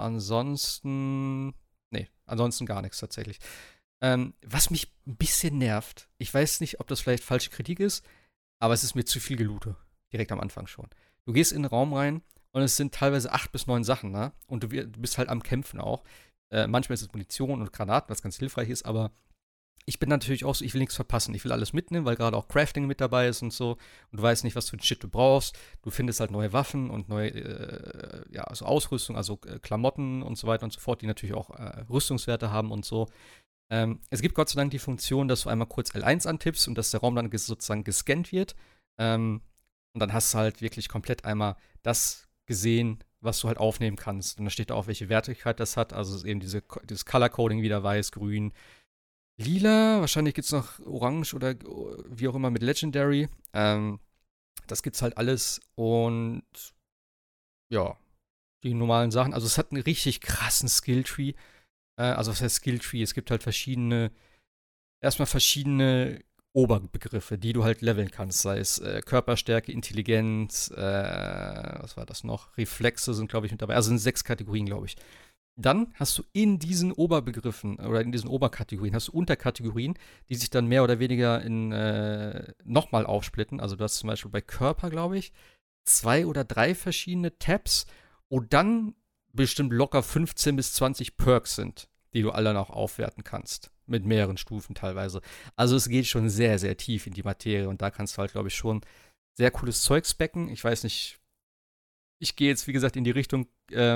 ansonsten gar nichts tatsächlich. Was mich ein bisschen nervt, ich weiß nicht, ob das vielleicht falsche Kritik ist, aber es ist mir zu viel Geloote. direkt am Anfang schon. Du gehst in den Raum rein und es sind teilweise 8 bis 9 Sachen, ne? Und du bist halt am Kämpfen auch. Manchmal ist es Munition und Granaten, was ganz hilfreich ist, aber ich bin natürlich auch so, ich will nichts verpassen. Ich will alles mitnehmen, weil gerade auch Crafting mit dabei ist und so. Und du weißt nicht, was für ein Shit du brauchst. Du findest halt neue Waffen und neue, also Ausrüstung, also Klamotten und so weiter und so fort, die natürlich auch Rüstungswerte haben und so. Es gibt Gott sei Dank die Funktion, dass du einmal kurz L1 antippst und dass der Raum dann sozusagen gescannt wird. Und dann hast du halt wirklich komplett einmal das gesehen, was du halt aufnehmen kannst. Und da steht auch, welche Wertigkeit das hat. Also es ist eben dieses Color-Coding wieder weiß, grün, lila. Wahrscheinlich gibt es noch orange oder wie auch immer mit Legendary. Das gibt's halt alles. Und ja, die normalen Sachen. Also es hat einen richtig krassen Skilltree. Also was heißt Skilltree? Es gibt halt erstmal verschiedene Oberbegriffe, die du halt leveln kannst, sei es Körperstärke, Intelligenz, was war das noch? Reflexe sind, glaube ich, mit dabei. Also sind 6 Kategorien, glaube ich. Dann hast du in diesen Oberbegriffen oder in diesen Oberkategorien hast du Unterkategorien, die sich dann mehr oder weniger in nochmal aufsplitten. Also du hast zum Beispiel bei Körper, glaube ich, 2 oder 3 verschiedene Tabs, wo dann bestimmt locker 15 bis 20 Perks sind, die du alle noch aufwerten kannst. Mit mehreren Stufen teilweise. Also es geht schon sehr, sehr tief in die Materie und da kannst du halt, glaube ich, schon sehr cooles Zeug specken. Ich weiß nicht, ich gehe jetzt, wie gesagt, in die Richtung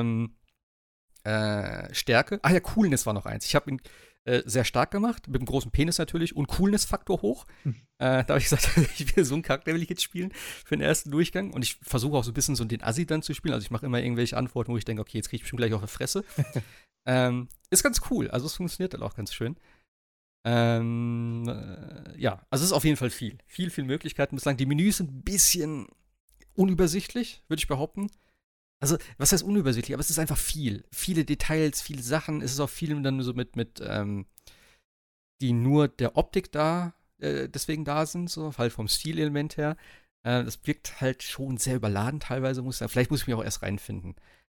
Stärke. Ach ja, Coolness war noch eins. Ich habe ihn sehr stark gemacht, mit einem großen Penis natürlich und Coolness-Faktor hoch. Da habe ich gesagt, ich will so einen Charakter will ich jetzt spielen für den ersten Durchgang. Und ich versuche auch so ein bisschen so den Assi dann zu spielen. Also ich mache immer irgendwelche Antworten, wo ich denke, okay, jetzt kriege ich bestimmt gleich auf die Fresse. Ist ganz cool. Also es funktioniert dann auch ganz schön. Ja, also es ist auf jeden Fall viel. Viel Möglichkeiten bislang. Die Menüs sind ein bisschen unübersichtlich, würde ich behaupten. Also, was heißt unübersichtlich? Aber es ist einfach viel. Viele Details, viele Sachen. Es ist auch viel dann so mit die nur der Optik deswegen da sind, so, halt vom Stilelement her. Das wirkt halt schon sehr überladen teilweise. Vielleicht muss ich mich auch erst reinfinden.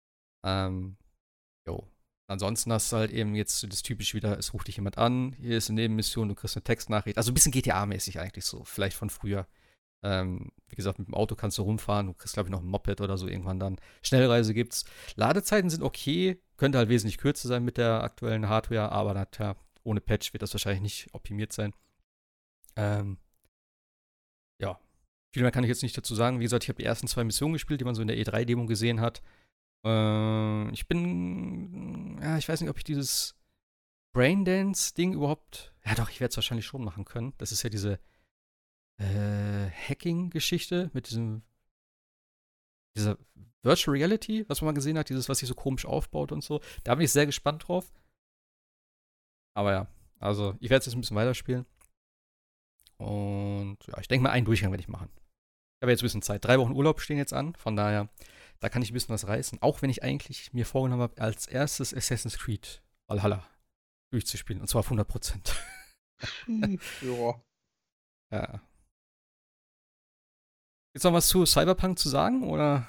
Jo. Ansonsten hast du halt eben jetzt das typisch wieder, es ruft dich jemand an, hier ist eine Nebenmission, du kriegst eine Textnachricht. Also ein bisschen GTA-mäßig eigentlich so, vielleicht von früher. Wie gesagt, mit dem Auto kannst du rumfahren, du kriegst, glaube ich, noch ein Moped oder so irgendwann dann. Schnellreise gibt's. Ladezeiten sind okay, könnte halt wesentlich kürzer sein mit der aktuellen Hardware, aber ohne Patch wird das wahrscheinlich nicht optimiert sein. Ja, viel mehr kann ich jetzt nicht dazu sagen. Wie gesagt, ich habe die ersten 2 Missionen gespielt, die man so in der E3-Demo gesehen hat. Ich weiß nicht, ob ich dieses Braindance-Ding überhaupt. Ja, doch, ich werde es wahrscheinlich schon machen können. Das ist ja diese Hacking-Geschichte mit dieser Virtual Reality, was man mal gesehen hat, was sich so komisch aufbaut und so. Da bin ich sehr gespannt drauf. Aber ja, also ich werde es jetzt ein bisschen weiterspielen. Und ja, ich denke mal, einen Durchgang werde ich machen. Ich habe jetzt ein bisschen Zeit. 3 Wochen Urlaub stehen jetzt an, von daher, da kann ich ein bisschen was reißen. Auch wenn ich eigentlich mir vorgenommen habe, als erstes Assassin's Creed Valhalla durchzuspielen. Und zwar auf 100%. Ja. Ja. Gibt's noch was zu Cyberpunk zu sagen, oder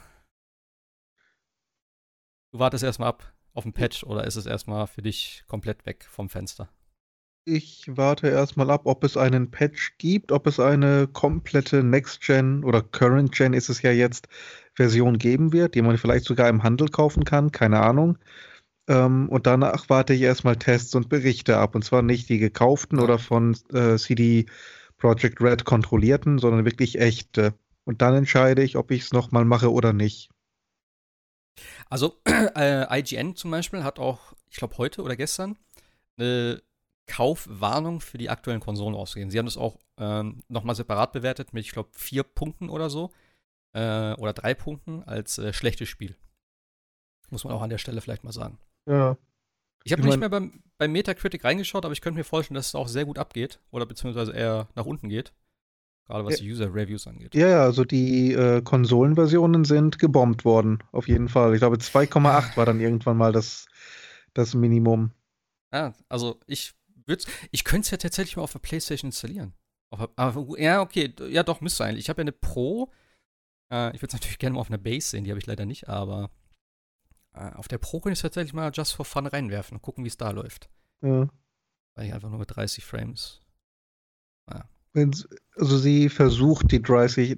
du wartest erstmal ab auf den Patch, oder ist es erstmal für dich komplett weg vom Fenster? Ich warte erstmal ab, ob es einen Patch gibt, ob es eine komplette Next-Gen oder Current-Gen ist es ja jetzt Version geben wird, die man vielleicht sogar im Handel kaufen kann, keine Ahnung. Und danach warte ich erstmal Tests und Berichte ab. Und zwar nicht die gekauften oder von CD Projekt Red kontrollierten, sondern wirklich echte. Und dann entscheide ich, ob ich es nochmal mache oder nicht. Also, IGN zum Beispiel hat auch, ich glaube, heute oder gestern eine Kaufwarnung für die aktuellen Konsolen ausgegeben. Sie haben das auch nochmal separat bewertet mit, ich glaube, 4 Punkten oder so. Oder 3 Punkten als schlechtes Spiel. Muss man auch an der Stelle vielleicht mal sagen. Ja. Ich habe nicht mehr beim Metacritic reingeschaut, aber ich könnte mir vorstellen, dass es auch sehr gut abgeht. Oder beziehungsweise eher nach unten geht. Gerade was die User-Reviews angeht. Ja, also die Konsolenversionen sind gebombt worden, auf jeden Fall. Ich glaube, 2,8 war dann irgendwann mal das Minimum. Ja, also ich könnte es ja tatsächlich mal auf der PlayStation installieren. Ja, okay, ja doch, müsste eigentlich. Ich habe ja eine Pro. Ich würde es natürlich gerne mal auf einer Base sehen, die habe ich leider nicht, aber auf der Pro könnte ich es tatsächlich mal just for fun reinwerfen und gucken, wie es da läuft. Ja. Weil ich einfach nur mit 30 Frames. Also sie versucht, die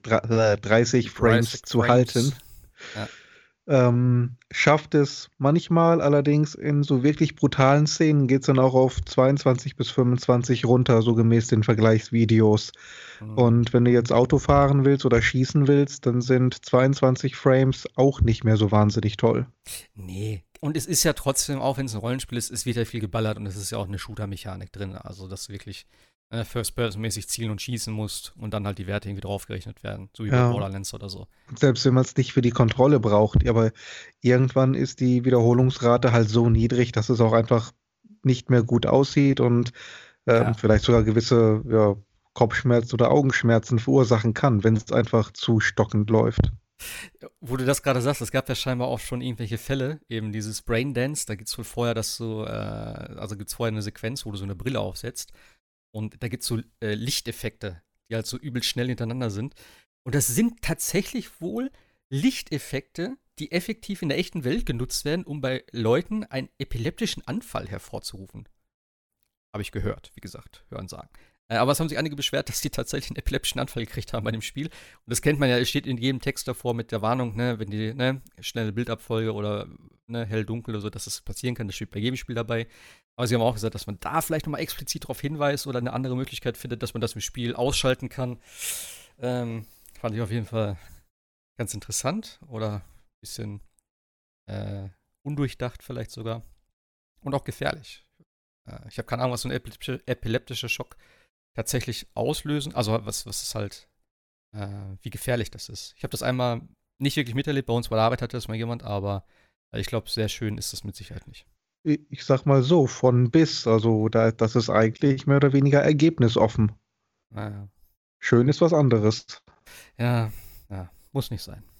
30 Frames Jurassic zu halten. Frames. Ja. Schafft es manchmal, allerdings in so wirklich brutalen Szenen geht es dann auch auf 22 bis 25 runter, so gemäß den Vergleichsvideos. Hm. Und wenn du jetzt Auto fahren willst oder schießen willst, dann sind 22 Frames auch nicht mehr so wahnsinnig toll. Nee. Und es ist ja trotzdem, auch wenn es ein Rollenspiel ist, es wird ja viel geballert und es ist ja auch eine Shooter-Mechanik drin. Also, dass du wirklich First-Person-mäßig zielen und schießen musst und dann halt die Werte irgendwie draufgerechnet werden. So wie bei Ja, Borderlands oder so. selbst wenn man es nicht für die Kontrolle braucht, aber irgendwann ist die Wiederholungsrate halt so niedrig, dass es auch einfach nicht mehr gut aussieht und Ja. vielleicht sogar gewisse Kopfschmerzen oder Augenschmerzen verursachen kann, wenn es einfach zu stockend läuft. Wo du das gerade sagst, es gab ja scheinbar auch schon irgendwelche Fälle, eben dieses Braindance, da gibt es wohl vorher, dass du, also gibt es vorher eine Sequenz, wo du so eine Brille aufsetzt und da gibt es so Lichteffekte, die halt so übel schnell hintereinander sind. Und das sind tatsächlich wohl Lichteffekte, die effektiv in der echten Welt genutzt werden, um bei Leuten einen epileptischen Anfall hervorzurufen. Habe ich gehört, wie gesagt, hören sagen. Aber es haben sich einige beschwert, dass die tatsächlich einen epileptischen Anfall gekriegt haben bei dem Spiel. Und das kennt man ja, es steht in jedem Text davor mit der Warnung, ne, wenn die, ne, schnelle Bildabfolge oder ne, hell-dunkel oder so, dass das passieren kann. Das steht bei jedem Spiel dabei. Aber sie haben auch gesagt, dass man da vielleicht nochmal explizit darauf hinweist oder eine andere Möglichkeit findet, dass man das im Spiel ausschalten kann. Fand ich auf jeden Fall ganz interessant oder ein bisschen undurchdacht vielleicht sogar. Und auch gefährlich. Ich habe keine Ahnung, was so ein epileptischer Schock tatsächlich auslösen. Also was ist halt, wie gefährlich das ist. Ich habe das einmal nicht wirklich miterlebt. Bei uns bei der Arbeit hatte das mal jemand, aber ich glaube, sehr schön ist das mit Sicherheit nicht. Ich sag mal so, von bis, also das ist eigentlich mehr oder weniger ergebnisoffen. Naja. Schön ist was anderes. Ja, ja, muss nicht sein.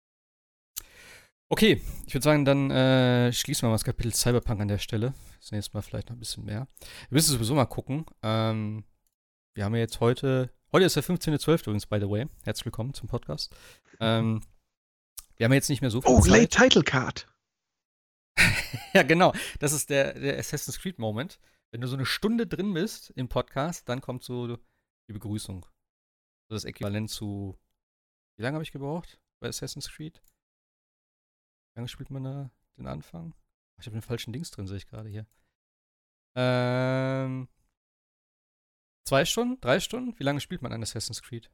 Okay, ich würde sagen, dann schließen wir mal das Kapitel Cyberpunk an der Stelle. Das nächste Mal vielleicht noch ein bisschen mehr. Wir müssen sowieso mal gucken. Wir haben ja jetzt heute ist der 15.12. übrigens, by the way. Herzlich willkommen zum Podcast. Wir haben jetzt nicht mehr so viel Oh, Late Zeit. Title Card. Ja, genau. Das ist der Assassin's Creed Moment. Wenn du so eine Stunde drin bist im Podcast, dann kommt so die Begrüßung. Das Äquivalent zu. Wie lange habe ich gebraucht bei Assassin's Creed? Wie lange spielt man da den Anfang? Ich habe den falschen Dings drin, sehe ich gerade hier. 2 Stunden? 3 Stunden? Wie lange spielt man an Assassin's Creed?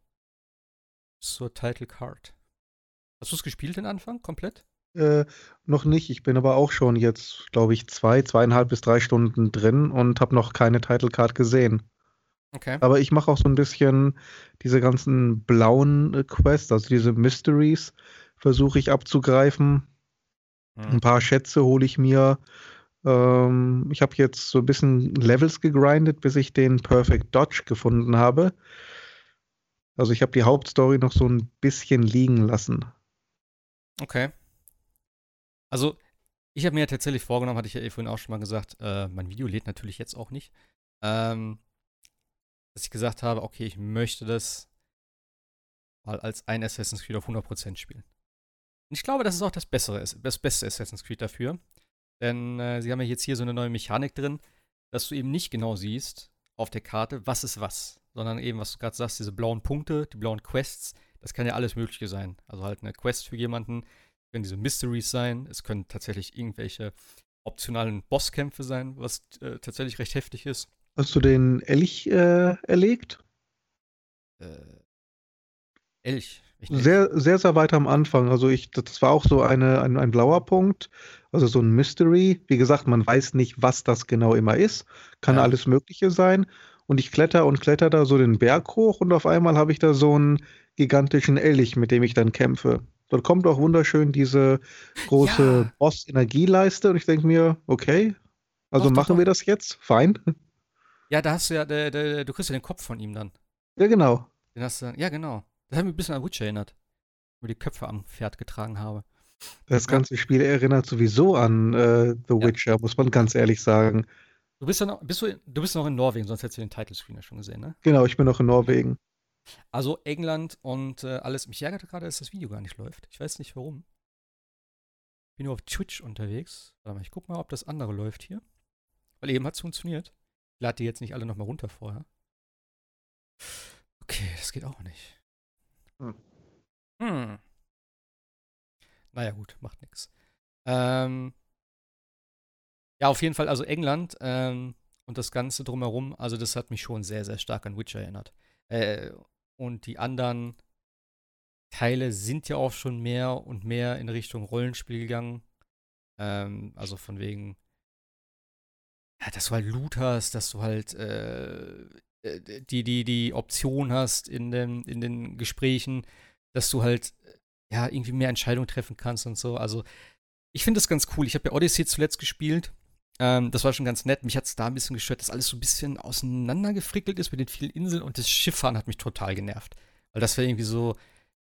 Zur Title Card. Hast du es gespielt, den Anfang, komplett? Noch nicht. Ich bin aber auch schon jetzt, glaube ich, 2,5 bis 3 Stunden drin und habe noch keine Title Card gesehen. Okay. Aber ich mache auch so ein bisschen diese ganzen blauen Quests, also diese Mysteries, versuche ich abzugreifen. Ein paar Schätze hole ich mir. Ich habe jetzt so ein bisschen Levels gegrindet, bis ich den Perfect Dodge gefunden habe. Also ich habe die Hauptstory noch so ein bisschen liegen lassen. Okay. Also, ich habe mir ja tatsächlich vorgenommen, hatte ich ja vorhin auch schon mal gesagt, mein Video lädt natürlich jetzt auch nicht, dass ich gesagt habe, okay, ich möchte das mal als ein Assassin's Creed auf 100% spielen. Und ich glaube, das ist auch das beste Assassin's Creed dafür. Denn sie haben ja jetzt hier so eine neue Mechanik drin, dass du eben nicht genau siehst auf der Karte, was ist was. Sondern eben, was du gerade sagst, diese blauen Punkte, die blauen Quests, das kann ja alles Mögliche sein. Also halt eine Quest für jemanden, können diese Mysteries sein, es können tatsächlich irgendwelche optionalen Bosskämpfe sein, was tatsächlich recht heftig ist. Hast du den Elch erlegt? Äh, Elch. Welchen Elch? Sehr, sehr, sehr weit am Anfang. Also das war auch so ein blauer Punkt, also so ein Mystery. Wie gesagt, man weiß nicht, was das genau immer ist. Kann Ja. alles Mögliche sein. Und ich kletter und kletter da so den Berg hoch und auf einmal habe ich da so einen gigantischen Elch, mit dem ich dann kämpfe. Dort kommt auch wunderschön diese große Ja, Boss-Energieleiste und ich denke mir, okay, also doch, doch, machen wir doch. das jetzt? Fein. Ja, da hast du ja, du kriegst ja den Kopf von ihm dann. Ja, genau. Den hast du dann, ja, genau. Das hat mich ein bisschen an Witcher erinnert, wo ich die Köpfe am Pferd getragen habe. Das Ja, ganze Spiel erinnert sowieso an The ja, Witcher, muss man ja. ganz ehrlich sagen. Du bist ja noch, du bist noch in Norwegen, sonst hättest du den Title-Screen ja schon gesehen, ne? Genau, ich bin noch in Norwegen. Also England und alles. Mich ärgert gerade, dass das Video gar nicht läuft. Ich weiß nicht warum. Ich bin nur auf Twitch unterwegs. Warte mal, ich guck mal, ob das andere läuft hier. Weil eben hat es funktioniert. Ich lade die jetzt nicht alle nochmal runter vorher. Okay, das geht auch nicht. Hm. Hm. Naja, gut, macht nix. Ja, auf jeden Fall, also England und das Ganze drumherum, also das hat mich schon sehr, sehr stark an Witcher erinnert. Äh, und die anderen Teile sind ja auch schon mehr und mehr in Richtung Rollenspiel gegangen. Also von wegen, ja, dass du halt Loot hast, dass du halt die Option hast in den Gesprächen, dass du halt ja irgendwie mehr Entscheidungen treffen kannst und so. Also ich finde das ganz cool. Ich habe ja Odyssey zuletzt gespielt. Das war schon ganz nett. Mich hat es da ein bisschen gestört, dass alles so ein bisschen auseinandergefrickelt ist mit den vielen Inseln und das Schifffahren hat mich total genervt. Weil das wäre irgendwie so,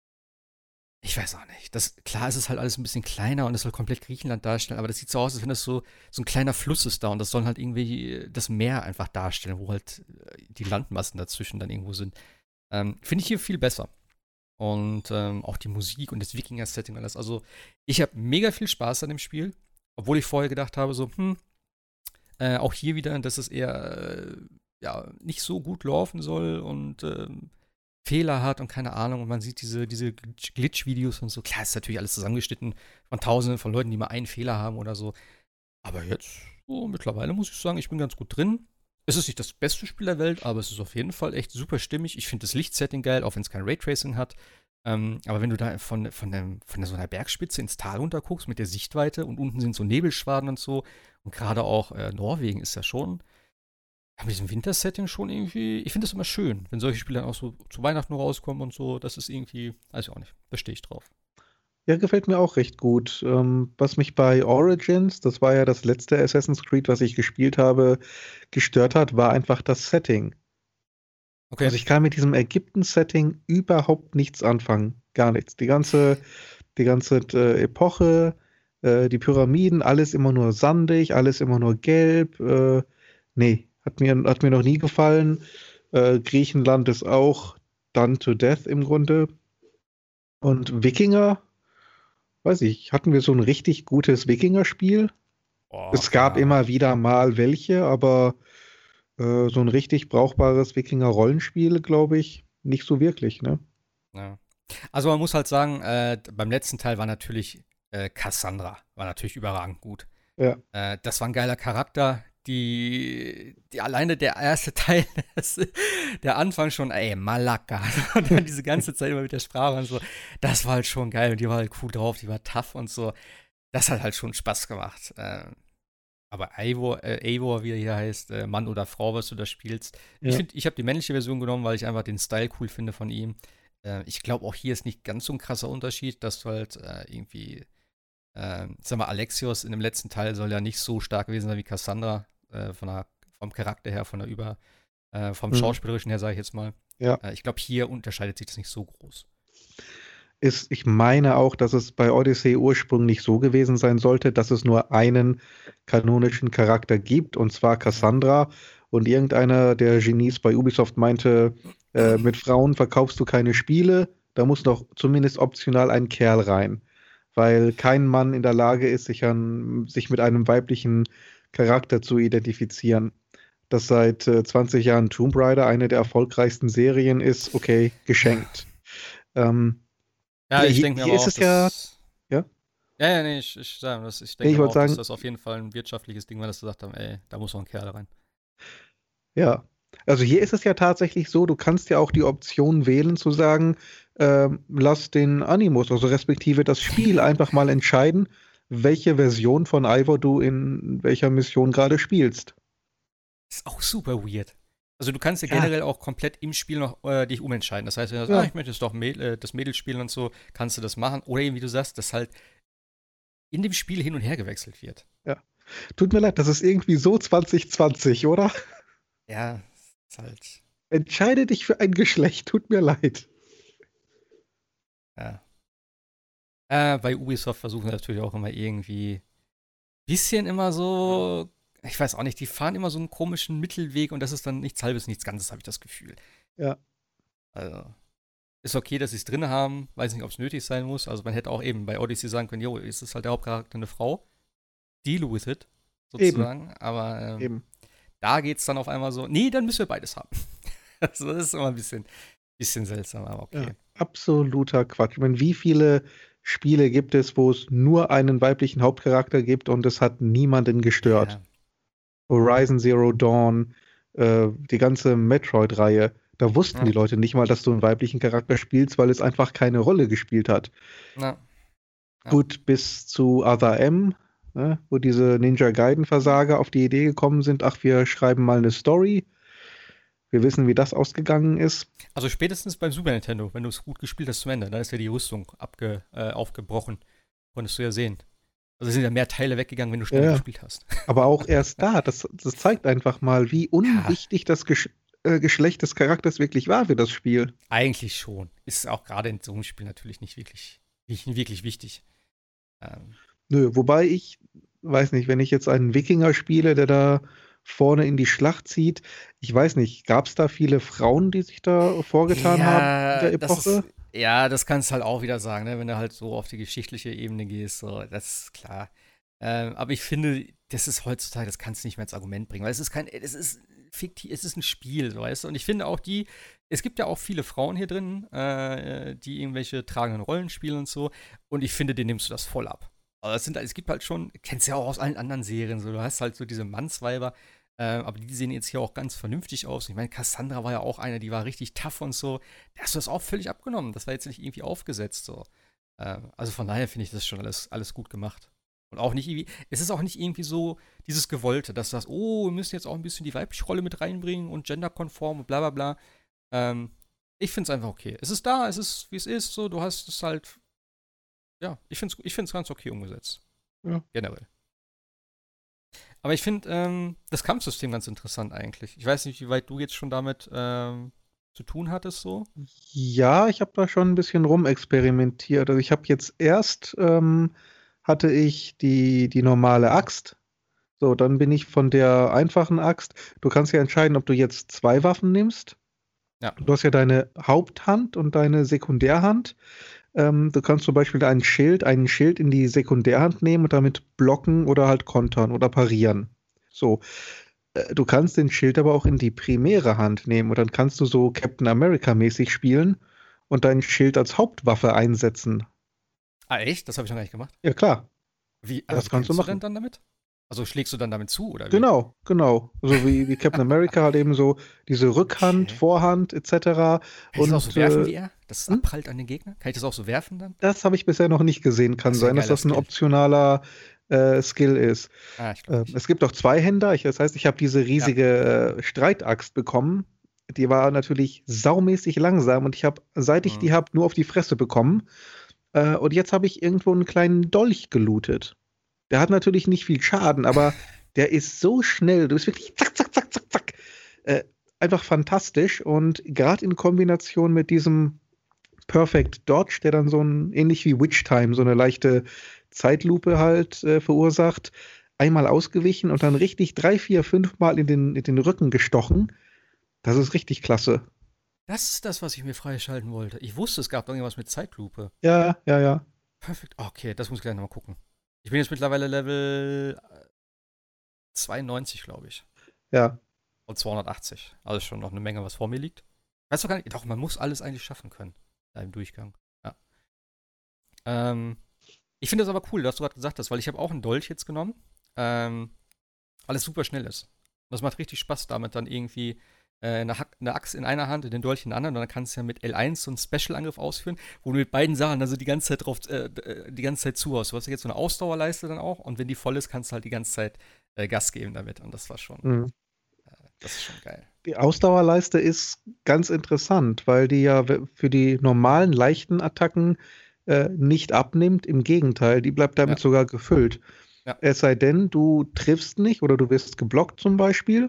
ich weiß auch nicht. Klar ist es halt alles ein bisschen kleiner und es soll komplett Griechenland darstellen, aber das sieht so aus, als wenn das so ein kleiner Fluss ist da und das soll halt irgendwie das Meer einfach darstellen, wo halt die Landmassen dazwischen dann irgendwo sind. Finde ich hier viel besser. Und auch die Musik und das Wikinger-Setting und alles. Also, ich habe mega viel Spaß an dem Spiel, obwohl ich vorher gedacht habe, so, auch hier wieder, dass es eher ja, nicht so gut laufen soll und Fehler hat und keine Ahnung. Und man sieht diese Glitch-Videos und so. Klar, ist natürlich alles zusammengeschnitten von Tausenden von Leuten, die mal einen Fehler haben oder so. Aber jetzt, so mittlerweile muss ich sagen, ich bin ganz gut drin. Es ist nicht das beste Spiel der Welt, aber es ist auf jeden Fall echt super stimmig. Ich finde das Lichtsetting geil, auch wenn es kein Raytracing hat. Aber wenn du da von so einer Bergspitze ins Tal runter guckst mit der Sichtweite und unten sind so Nebelschwaden und so. Und gerade auch Norwegen ist ja schon mit diesem Wintersetting schon irgendwie, ich finde das immer schön, wenn solche Spiele dann auch so zu Weihnachten rauskommen und so. Das ist irgendwie, weiß ich auch nicht, da stehe ich drauf. Ja, gefällt mir auch recht gut. Was mich bei Origins, das war ja das letzte Assassin's Creed, was ich gespielt habe, gestört hat, war einfach das Setting. Okay. Also ich kann mit diesem Ägypten-Setting überhaupt nichts anfangen. Gar nichts. Die ganze Epoche, die Pyramiden, alles immer nur sandig, alles immer nur gelb. Nee, hat mir noch nie gefallen. Griechenland ist auch done to death im Grunde. Und Wikinger, weiß ich, hatten wir so ein richtig gutes Wikinger-Spiel? Es Och, gab ja. immer wieder mal welche, aber so ein richtig brauchbares Wikinger-Rollenspiel, glaube ich, nicht so wirklich, ne? Ja. Also man muss halt sagen, beim letzten Teil war natürlich Cassandra, war natürlich überragend gut. Ja. Das war ein geiler Charakter. Die alleine der erste Teil, der Anfang schon, ey, Malaka. Und dann diese ganze Zeit immer mit der Sprache und so. Das war halt schon geil und die war halt cool drauf, die war tough und so. Das hat halt schon Spaß gemacht. Aber Eivor, wie er hier heißt, Mann oder Frau, was du da spielst. Ja. Ich habe die männliche Version genommen, weil ich einfach den Style cool finde von ihm. Ich glaube, auch hier ist nicht ganz so ein krasser Unterschied, dass du halt irgendwie ich sag mal, Alexios in dem letzten Teil soll ja nicht so stark gewesen sein wie Cassandra, vom Charakter her, vom Schauspielerischen her, sage ich jetzt mal. Ja. Ich glaube, hier unterscheidet sich das nicht so groß. Ich meine auch, dass es bei Odyssey ursprünglich so gewesen sein sollte, dass es nur einen kanonischen Charakter gibt, und zwar Cassandra. Und irgendeiner der Genies bei Ubisoft meinte, mit Frauen verkaufst du keine Spiele, da muss doch zumindest optional ein Kerl rein. Weil kein Mann in der Lage ist, sich mit einem weiblichen Charakter zu identifizieren. Dass seit 20 Jahren Tomb Raider eine der erfolgreichsten Serien ist, okay, geschenkt. Ja, ich Hier, denke mir hier aber ist auch, es ja, dass. ja, Ja, nee, ich nee, denke ich aber wollte auch, dass sagen, das auf jeden Fall ein wirtschaftliches Ding war, dass sie gesagt haben, ey, da muss noch ein Kerl rein. ja. Also hier ist es ja tatsächlich so, du kannst ja auch die Option wählen zu sagen, lass den Animus, also respektive das Spiel einfach mal entscheiden, welche Version von Ivor du in welcher Mission gerade spielst. Ist auch super weird. Also du kannst ja Ja, generell auch komplett im Spiel noch dich umentscheiden. Das heißt, wenn du sagst, ja, ich möchte jetzt doch das Mädel spielen und so, kannst du das machen. Oder eben, wie du sagst, dass halt in dem Spiel hin und her gewechselt wird. ja. Tut mir leid, das ist irgendwie so 2020, oder? Ja, ist halt, Entscheide dich für ein Geschlecht, tut mir leid. ja. Bei Ubisoft versuchen sie natürlich auch immer irgendwie bisschen immer so, ich weiß auch nicht, die fahren immer so einen komischen Mittelweg und das ist dann nichts Halbes, nichts Ganzes, habe ich das Gefühl. Ja, Also, ist okay, dass sie es drin haben, weiß nicht, ob es nötig sein muss. Also man hätte auch eben bei Odyssey sagen können, jo, ist es halt der Hauptcharakter eine Frau. Deal with it, eben, sozusagen. Aber eben. da geht's dann auf einmal so, nee, dann müssen wir beides haben. Also das ist immer ein bisschen Bisschen seltsam, aber Ja, okay. absoluter Quatsch. Ich meine, wie viele Spiele gibt es, wo es nur einen weiblichen Hauptcharakter gibt und es hat niemanden gestört? Ja, Horizon Zero Dawn, die ganze Metroid-Reihe. Da wussten die ja, Leute nicht mal, dass du einen weiblichen Charakter spielst, weil es einfach keine Rolle gespielt hat. ja, ja. Gut, bis zu Other M, ne, wo diese Ninja Gaiden-Versager auf die Idee gekommen sind, ach, wir schreiben mal eine Story. Wir wissen, wie das ausgegangen ist. Also spätestens beim Super Nintendo, wenn du es gut gespielt hast zum Ende, da ist ja die Rüstung aufgebrochen. Konntest du ja sehen. Also sind ja mehr Teile weggegangen, wenn du Ja, schneller ja. gespielt hast. Aber auch erst da, das zeigt einfach mal, wie Ja, unwichtig das Geschlecht des Charakters wirklich war für das Spiel. eigentlich schon. Ist auch gerade in so einem Spiel natürlich nicht wirklich wichtig. Ähm, Nö, wobei ich, weiß nicht, wenn ich jetzt einen Wikinger spiele, der da vorne in die Schlacht zieht, ich weiß nicht, gab es da viele Frauen, die sich da vorgetan haben in der Epoche? das kannst du halt auch wieder sagen, ne? Wenn du halt so auf die geschichtliche Ebene gehst, so, das ist klar. Aber ich finde, das ist heutzutage, das kannst du nicht mehr als Argument bringen, weil es ist fiktiv, es ist ein Spiel, so, weißt du? Und ich finde auch es gibt ja auch viele Frauen hier drin, die irgendwelche tragenden Rollen spielen und so. Und ich finde, denen nimmst du das voll ab. Also es gibt halt schon, kennst du ja auch aus allen anderen Serien, so, du hast halt so diese Mannsweiber, aber die sehen jetzt hier auch ganz vernünftig aus. Ich meine, Cassandra war ja auch eine, die war richtig tough und so. Da hast du das auch völlig abgenommen. Das war jetzt nicht irgendwie aufgesetzt so. Also von daher finde ich das schon alles gut gemacht. Und auch nicht irgendwie, es ist auch nicht irgendwie so dieses Gewollte, dass du sagst, oh, wir müssen jetzt auch ein bisschen die weibliche Rolle mit reinbringen und genderkonform und bla bla bla. Ich finde es einfach okay. Es ist da, es ist, wie es ist, so, du hast es halt, ja, ich find's ganz okay umgesetzt. Ja. Generell. Aber ich finde das Kampfsystem ganz interessant eigentlich. Ich weiß nicht, wie weit du jetzt schon damit zu tun hattest so. Ja, ich habe da schon ein bisschen rumexperimentiert. Also ich habe jetzt erst, hatte ich die normale Axt. So, dann bin ich von der einfachen Axt. Du kannst ja entscheiden, ob du jetzt zwei Waffen nimmst. Ja. Du hast ja deine Haupthand und deine Sekundärhand. Du kannst zum Beispiel einen Schild in die Sekundärhand nehmen und damit blocken oder halt kontern oder parieren. So, du kannst den Schild aber auch in die primäre Hand nehmen und dann kannst du so Captain America-mäßig spielen und dein Schild als Hauptwaffe einsetzen. Ah, echt? Das habe ich noch gar nicht gemacht. Ja, klar, Aber das wie kannst du kämpfst du denn machen. dann damit? Also schlägst du dann damit zu oder wie? Genau, genau. So wie Captain America halt eben so diese Rückhand, Okay. Vorhand etc. Kann ich das auch so Und werfen wie er? Dass es hm? abprallt an den Gegner? Kann ich das auch so werfen dann? Das habe ich bisher noch nicht gesehen. Kann Das wäre ein sein, dass geiler das ein Skill. optionaler Skill ist. Ah, ich glaube nicht. Es gibt auch Zweihänder. Das heißt, ich habe diese Ja. riesige Streitaxt bekommen. Die war natürlich saumäßig langsam und seit ich Mhm. die habe, nur auf die Fresse bekommen. Und jetzt habe ich irgendwo einen kleinen Dolch gelootet. Der hat natürlich nicht viel Schaden, aber der ist so schnell. Du bist wirklich zack, zack, zack, zack, zack. Äh, einfach fantastisch. Und gerade in Kombination mit diesem Perfect Dodge, der dann so ein, ähnlich wie Witch Time, so eine leichte Zeitlupe halt verursacht, einmal ausgewichen und dann richtig 3, 4, 5 Mal in den Rücken gestochen. Das ist richtig klasse. Das ist das, was ich mir freischalten wollte. Ich wusste, es gab irgendwas mit Zeitlupe. Ja, ja, ja. Perfekt. Okay, das muss ich gleich nochmal gucken. Ich bin jetzt mittlerweile Level 92, glaube ich. Ja. Und 280. Also schon noch eine Menge, was vor mir liegt. Weißt du gar nicht? Doch, man muss alles eigentlich schaffen können. Da im Durchgang. Ja. Ähm, ich finde das aber cool, dass du gerade gesagt hast, weil ich habe auch einen Dolch jetzt genommen. Weil es super schnell ist. Und das macht richtig Spaß, damit dann irgendwie eine Axt in einer Hand und den Dolch in der anderen. Und dann kannst du ja mit L1 so einen Special-Angriff ausführen, wo du mit beiden Sachen also die ganze Zeit die ganze Zeit zuhaust. Du hast ja jetzt so eine Ausdauerleiste dann auch. Und wenn die voll ist, kannst du halt die ganze Zeit Gas geben damit. Und Mhm. das ist schon geil. Die Ausdauerleiste ist ganz interessant, weil die ja für die normalen leichten Attacken nicht abnimmt. Im Gegenteil, die bleibt damit Ja, sogar gefüllt. ja. Es sei denn, du triffst nicht oder du wirst geblockt zum Beispiel.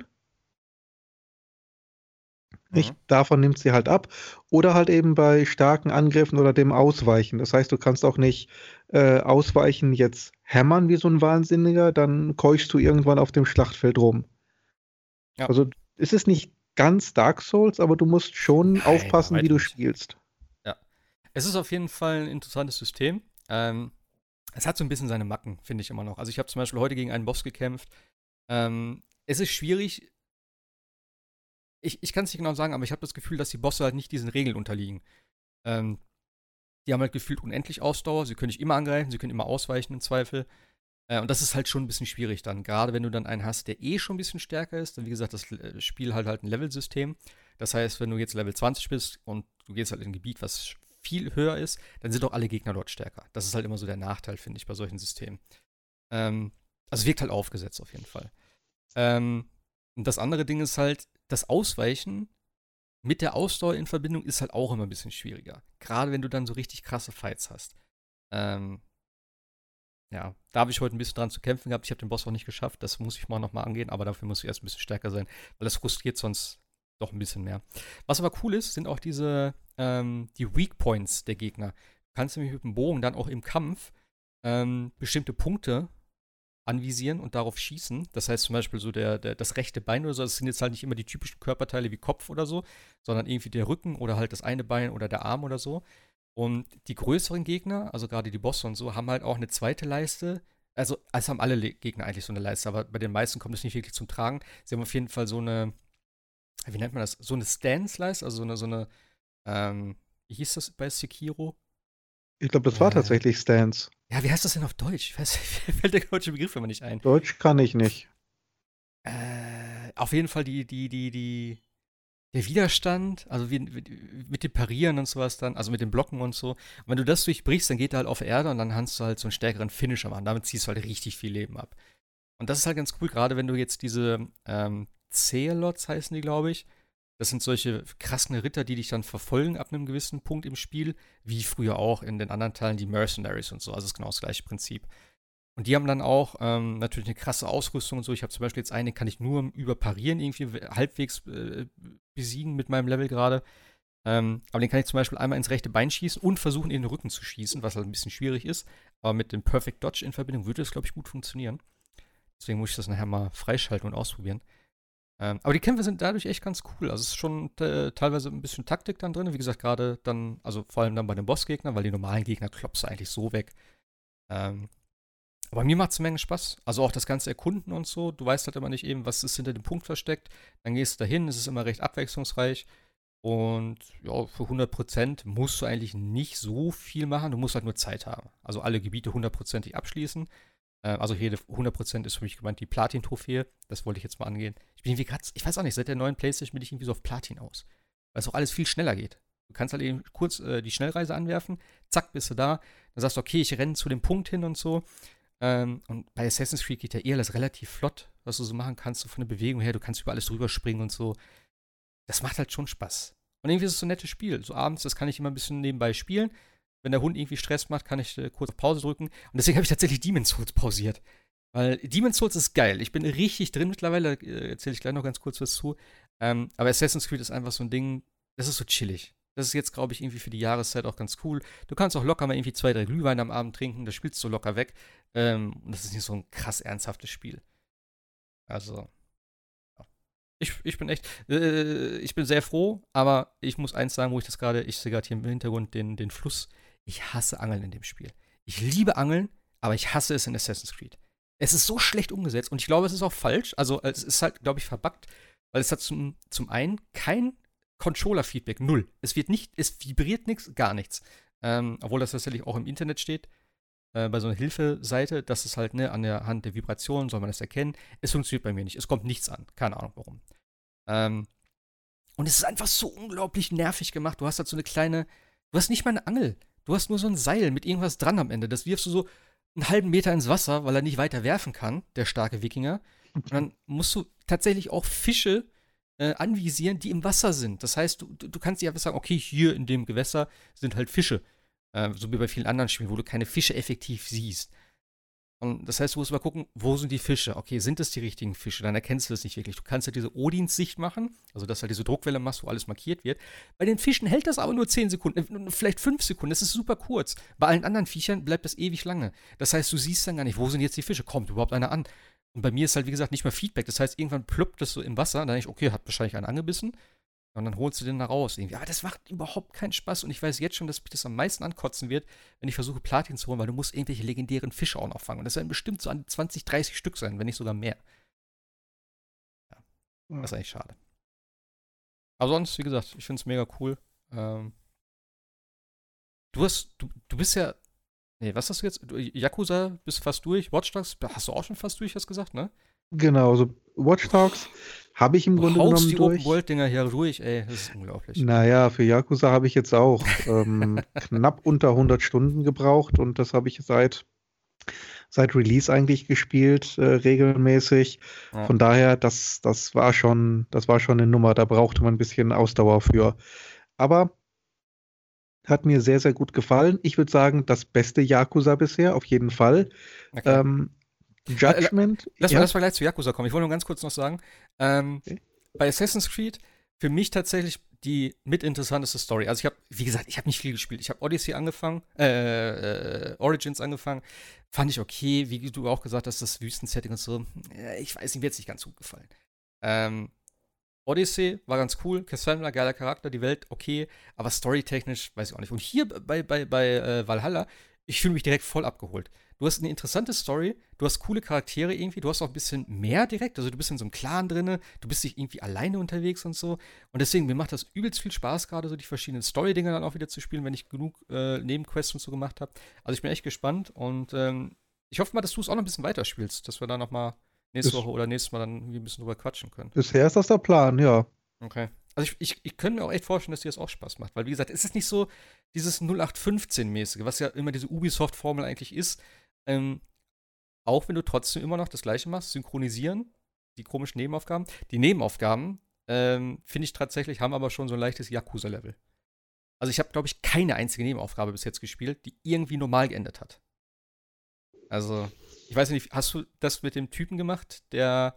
Mhm. Nicht? Davon nimmt sie halt ab. Oder halt eben bei starken Angriffen oder dem Ausweichen. Das heißt, du kannst auch nicht ausweichen, jetzt hämmern wie so ein Wahnsinniger, dann keuchst du irgendwann auf dem Schlachtfeld rum. Ja. Also es ist nicht ganz Dark Souls, aber du musst schon Nein, bei aufpassen, wie weitem du nicht. spielst. Ja. Es ist auf jeden Fall ein interessantes System. Es hat so ein bisschen seine Macken, finde ich immer noch. Also ich habe zum Beispiel heute gegen einen Boss gekämpft. Es ist schwierig, Ich kann es nicht genau sagen, aber ich habe das Gefühl, dass die Bosse halt nicht diesen Regeln unterliegen. Ähm, Die haben halt gefühlt unendlich Ausdauer, sie können nicht immer angreifen, sie können immer ausweichen im Zweifel. Und das ist halt schon ein bisschen schwierig dann. Gerade wenn du dann einen hast, der schon ein bisschen stärker ist. Dann, wie gesagt, das Spiel halt ein Level-System. Das heißt, wenn du jetzt Level 20 bist und du gehst halt in ein Gebiet, was viel höher ist, dann sind auch alle Gegner dort stärker. Das ist halt immer so der Nachteil, finde ich, bei solchen Systemen. Also wirkt halt aufgesetzt auf jeden Fall. Und das andere Ding ist halt, das Ausweichen mit der Ausdauer in Verbindung ist halt auch immer ein bisschen schwieriger. Gerade wenn du dann so richtig krasse Fights hast. Ähm, ja, da habe ich heute ein bisschen dran zu kämpfen gehabt. Ich habe den Boss auch nicht geschafft. Das muss ich mal nochmal angehen, aber dafür muss ich erst ein bisschen stärker sein, weil das frustriert sonst doch ein bisschen mehr. Was aber cool ist, sind auch die Weak Points der Gegner. Du kannst nämlich mit dem Bogen dann auch im Kampf bestimmte Punkte anvisieren und darauf schießen. Das heißt zum Beispiel so das rechte Bein oder so, das sind jetzt halt nicht immer die typischen Körperteile wie Kopf oder so, sondern irgendwie der Rücken oder halt das eine Bein oder der Arm oder so. Und die größeren Gegner, also gerade die Bosse und so, haben halt auch eine zweite Leiste. Also, es haben alle Gegner eigentlich so eine Leiste, aber bei den meisten kommt es nicht wirklich zum Tragen. Sie haben auf jeden Fall so eine, wie nennt man das? So eine Stance-Leiste, also wie hieß das bei Sekiro? Ich glaube, das war tatsächlich Stance. Ja, wie heißt das denn auf Deutsch? Mir fällt der deutsche Begriff immer nicht ein. Deutsch kann ich nicht. Auf jeden Fall der Widerstand, also mit dem Parieren und sowas dann, also mit dem Blocken und so. Und wenn du das durchbrichst, dann geht er halt auf Erde und dann kannst du halt so einen stärkeren Finisher machen. Damit ziehst du halt richtig viel Leben ab. Und das ist halt ganz cool, gerade wenn du jetzt diese Zealots heißen die, glaube ich. Das sind solche krassen Ritter, die dich dann verfolgen ab einem gewissen Punkt im Spiel, wie früher auch in den anderen Teilen die Mercenaries und so. Also es ist genau das gleiche Prinzip. Und die haben dann auch natürlich eine krasse Ausrüstung und so. Ich habe zum Beispiel jetzt eine, kann ich nur über Parieren irgendwie halbwegs besiegen mit meinem Level gerade. Aber den kann ich zum Beispiel einmal ins rechte Bein schießen und versuchen, in den Rücken zu schießen, was halt ein bisschen schwierig ist. Aber mit dem Perfect Dodge in Verbindung würde das, glaube ich, gut funktionieren. Deswegen muss ich das nachher mal freischalten und ausprobieren. Aber die Kämpfe sind dadurch echt ganz cool. Also es ist schon teilweise ein bisschen Taktik dann drin. Wie gesagt, gerade dann, also vor allem dann bei den Bossgegnern, weil die normalen Gegner klopfst du eigentlich so weg. Aber mir macht es eine Menge Spaß. Also auch das ganze Erkunden und so. Du weißt halt immer nicht eben, was ist hinter dem Punkt versteckt. Dann gehst du dahin, es ist immer recht abwechslungsreich. Und ja, für 100% musst du eigentlich nicht so viel machen. Du musst halt nur Zeit haben. Also alle Gebiete 100%ig abschließen. Also jede 100% ist für mich gemeint die Platin-Trophäe. Das wollte ich jetzt mal angehen. Ich bin irgendwie gerade, ich weiß auch nicht, seit der neuen PlayStation bin ich irgendwie so auf Platin aus. Weil es auch alles viel schneller geht. Du kannst halt eben kurz die Schnellreise anwerfen. Zack, bist du da. Dann sagst du, okay, ich renne zu dem Punkt hin und so. Und bei Assassin's Creed geht ja eher alles relativ flott, was du so machen kannst, so von der Bewegung her. Du kannst über alles drüber springen und so. Das macht halt schon Spaß. Und irgendwie ist es so ein nettes Spiel. So abends, das kann ich immer ein bisschen nebenbei spielen. Wenn der Hund irgendwie Stress macht, kann ich kurz auf Pause drücken. Und deswegen habe ich tatsächlich Demon's Souls pausiert. Weil Demon's Souls ist geil. Ich bin richtig drin mittlerweile. Da erzähle ich gleich noch ganz kurz was zu. Aber Assassin's Creed ist einfach so ein Ding, das ist so chillig. Das ist jetzt, glaube ich, irgendwie für die Jahreszeit auch ganz cool. Du kannst auch locker mal irgendwie 2, 3 Glühwein am Abend trinken. Das spielst du locker weg. Und das ist nicht so ein krass ernsthaftes Spiel. Also, ja. Ich bin echt, ich bin sehr froh, aber ich muss eins sagen, ich sehe gerade hier im Hintergrund den Fluss. Ich hasse Angeln in dem Spiel. Ich liebe Angeln, aber ich hasse es in Assassin's Creed. Es ist so schlecht umgesetzt und ich glaube, es ist auch falsch. Also, es ist halt, glaube ich, verbuggt, weil es hat zum einen kein Controller-Feedback, null. Es vibriert nichts, gar nichts. Obwohl das tatsächlich auch im Internet steht, bei so einer Hilfeseite, dass es halt, ne, an der Hand der Vibration soll man das erkennen. Es funktioniert bei mir nicht. Es kommt nichts an. Keine Ahnung warum. Und es ist einfach so unglaublich nervig gemacht. Du hast halt so eine kleine, du hast nicht mal eine Angel. Du hast nur so ein Seil mit irgendwas dran am Ende. Das wirfst du so einen halben Meter ins Wasser, weil er nicht weiter werfen kann, der starke Wikinger. Und dann musst du tatsächlich auch Fische anvisieren, die im Wasser sind. Das heißt, du kannst dir einfach sagen, okay, hier in dem Gewässer sind halt Fische. So wie bei vielen anderen Spielen, wo du keine Fische effektiv siehst. Und das heißt, du musst mal gucken, wo sind die Fische? Okay, sind das die richtigen Fische? Dann erkennst du das nicht wirklich. Du kannst ja diese Odins-Sicht machen, also dass du halt diese Druckwelle machst, wo alles markiert wird. Bei den Fischen hält das aber nur 10 Sekunden, vielleicht 5 Sekunden. Das ist super kurz. Bei allen anderen Viechern bleibt das ewig lange. Das heißt, du siehst dann gar nicht, wo sind jetzt die Fische? Kommt überhaupt einer an? Und bei mir ist halt, wie gesagt, nicht mehr Feedback. Das heißt, irgendwann ploppt das so im Wasser. Dann denke ich, okay, hat wahrscheinlich einen angebissen. Und dann holst du den da raus irgendwie. Aber das macht überhaupt keinen Spaß. Und ich weiß jetzt schon, dass mich das am meisten ankotzen wird, wenn ich versuche, Platin zu holen, weil du musst irgendwelche legendären Fische auch noch fangen. Und das werden bestimmt so an 20, 30 Stück sein, wenn nicht sogar mehr. Ja, das ist eigentlich schade. Aber sonst, wie gesagt, ich finde es mega cool. Ähm, du bist ja, nee, was hast du jetzt? Yakuza bist fast durch. Watch Dogs hast du auch schon fast durch, hast gesagt, ne? Genau, so Watch Dogs habe ich im Du Grunde haust genommen die durch. Open-World-Dinger hier durch, ey, das ist unglaublich. Naja, für Yakuza habe ich jetzt auch knapp unter 100 Stunden gebraucht und das habe ich seit Release eigentlich gespielt, regelmäßig. Ja. Von daher, das war schon eine Nummer, da brauchte man ein bisschen Ausdauer für. Aber hat mir sehr, sehr gut gefallen. Ich würde sagen, das beste Yakuza bisher, auf jeden Fall. Okay. Ähm, Judgment, ja. Lass mal gleich zu Yakuza kommen. Ich wollte nur ganz kurz noch sagen, ähm, Okay. bei Assassin's Creed für mich tatsächlich die mitinteressanteste Story. Also ich habe, wie gesagt, ich habe nicht viel gespielt. Ich habe Odyssey angefangen, Origins angefangen. Fand ich okay, wie du auch gesagt hast, das Wüstensetting und so. Ich weiß nicht, mir hat es nicht ganz gut gefallen. Ähm, Odyssey war ganz cool, Cassandra, geiler Charakter, die Welt okay, aber storytechnisch weiß ich auch nicht. Und hier bei Valhalla, ich fühle mich direkt voll abgeholt. Du hast eine interessante Story, du hast coole Charaktere irgendwie, du hast auch ein bisschen mehr direkt, also du bist in so einem Clan drinne, du bist nicht irgendwie alleine unterwegs und so. Und deswegen, mir macht das übelst viel Spaß, gerade so die verschiedenen Story-Dinger dann auch wieder zu spielen, wenn ich genug Nebenquests und so gemacht habe. Also ich bin echt gespannt und ich hoffe mal, dass du es auch noch ein bisschen weiterspielst, dass wir da noch mal nächste Bis, Woche oder nächstes Mal dann irgendwie ein bisschen drüber quatschen können. bisher ist das der Plan, ja. Okay. Also ich könnte mir auch echt vorstellen, dass dir das auch Spaß macht. Weil, wie gesagt, es ist nicht so dieses 0815-mäßige, was ja immer diese Ubisoft-Formel eigentlich ist. Ähm, auch wenn du trotzdem immer noch das Gleiche machst, synchronisieren, die komischen Nebenaufgaben. Die Nebenaufgaben, finde ich tatsächlich, haben aber schon so ein leichtes Yakuza-Level. Also ich habe, glaube ich, keine einzige Nebenaufgabe bis jetzt gespielt, die irgendwie normal geendet hat. Also, ich weiß nicht, hast du das mit dem Typen gemacht, der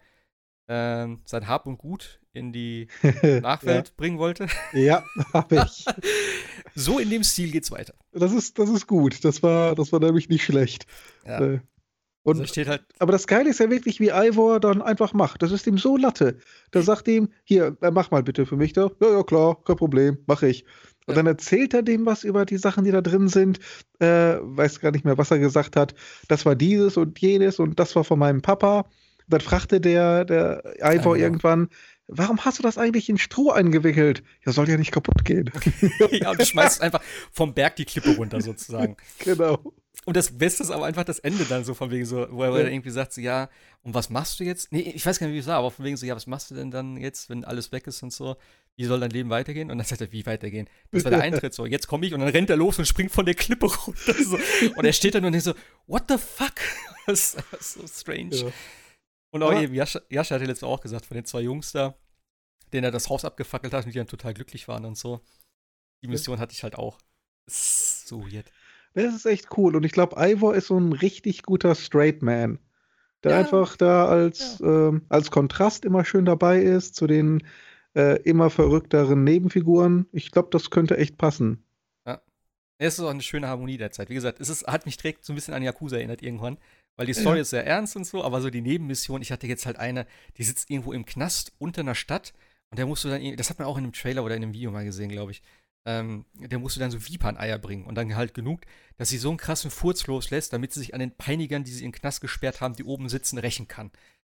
sein Hab und Gut in die Ja, Nachwelt bringen wollte? ja, habe ich. So in dem Stil geht's weiter. Das ist gut. Das war nämlich nicht schlecht. Ja. Äh, Also da Und, steht halt, aber das Geile ist ja wirklich, wie Ivor dann einfach macht. Das ist ihm so Latte. Da sagt ihm, hier, mach mal bitte für mich da. Ja, ja, klar, kein Problem, mach ich. Und ja, dann erzählt er dem was über die Sachen, die da drin sind. Weiß gar nicht mehr, was er gesagt hat. Das war dieses und jenes und das war von meinem Papa. Dann fragte der ja, Ivor genau. irgendwann, warum hast du das eigentlich in Stroh eingewickelt? Ja, soll ja nicht kaputt gehen. Ja, und du schmeißt einfach vom Berg die Klippe runter sozusagen. Genau. Und das Beste ist aber einfach das Ende dann so von wegen so, wo er Ja. dann irgendwie sagt so, ja, und was machst du jetzt? Nee, ich weiß gar nicht, wie es war, aber von wegen so, ja, was machst du denn dann jetzt, wenn alles weg ist und so? Wie soll dein Leben weitergehen? Und dann sagt er, wie weitergehen? Das war der Eintritt so, jetzt komme ich und dann rennt er los und springt von der Klippe runter. So. Und er steht dann und denkt so, what the fuck? Das ist so strange. Ja. Und auch Aber eben, Jascha hatte letztes Mal auch gesagt, von den zwei Jungs da, denen er das Haus abgefackelt hat und die dann total glücklich waren und so. Die Mission hatte ich halt auch. Das ist so weird. das ist echt cool. Und ich glaube, Ivor ist so ein richtig guter Straight Man, der Ja, einfach da ja. als Kontrast immer schön dabei ist zu den immer verrückteren Nebenfiguren. Ich glaube, das könnte echt passen. Ja. Es ist auch eine schöne Harmonie der Zeit. Wie gesagt, hat mich direkt so ein bisschen an Yakuza erinnert irgendwann, weil die Story Ja. ist sehr ernst und so, aber so die Nebenmission, ich hatte jetzt halt eine, die sitzt irgendwo im Knast unter einer Stadt und der musst du dann, das hat man auch in einem Trailer oder in einem Video mal gesehen, glaube ich. Der musst du dann so Vipern-Eier bringen und dann halt genug, dass sie so einen krassen Furz loslässt, damit sie sich an den Peinigern, die sie in den Knast gesperrt haben, die oben sitzen, rächen kann.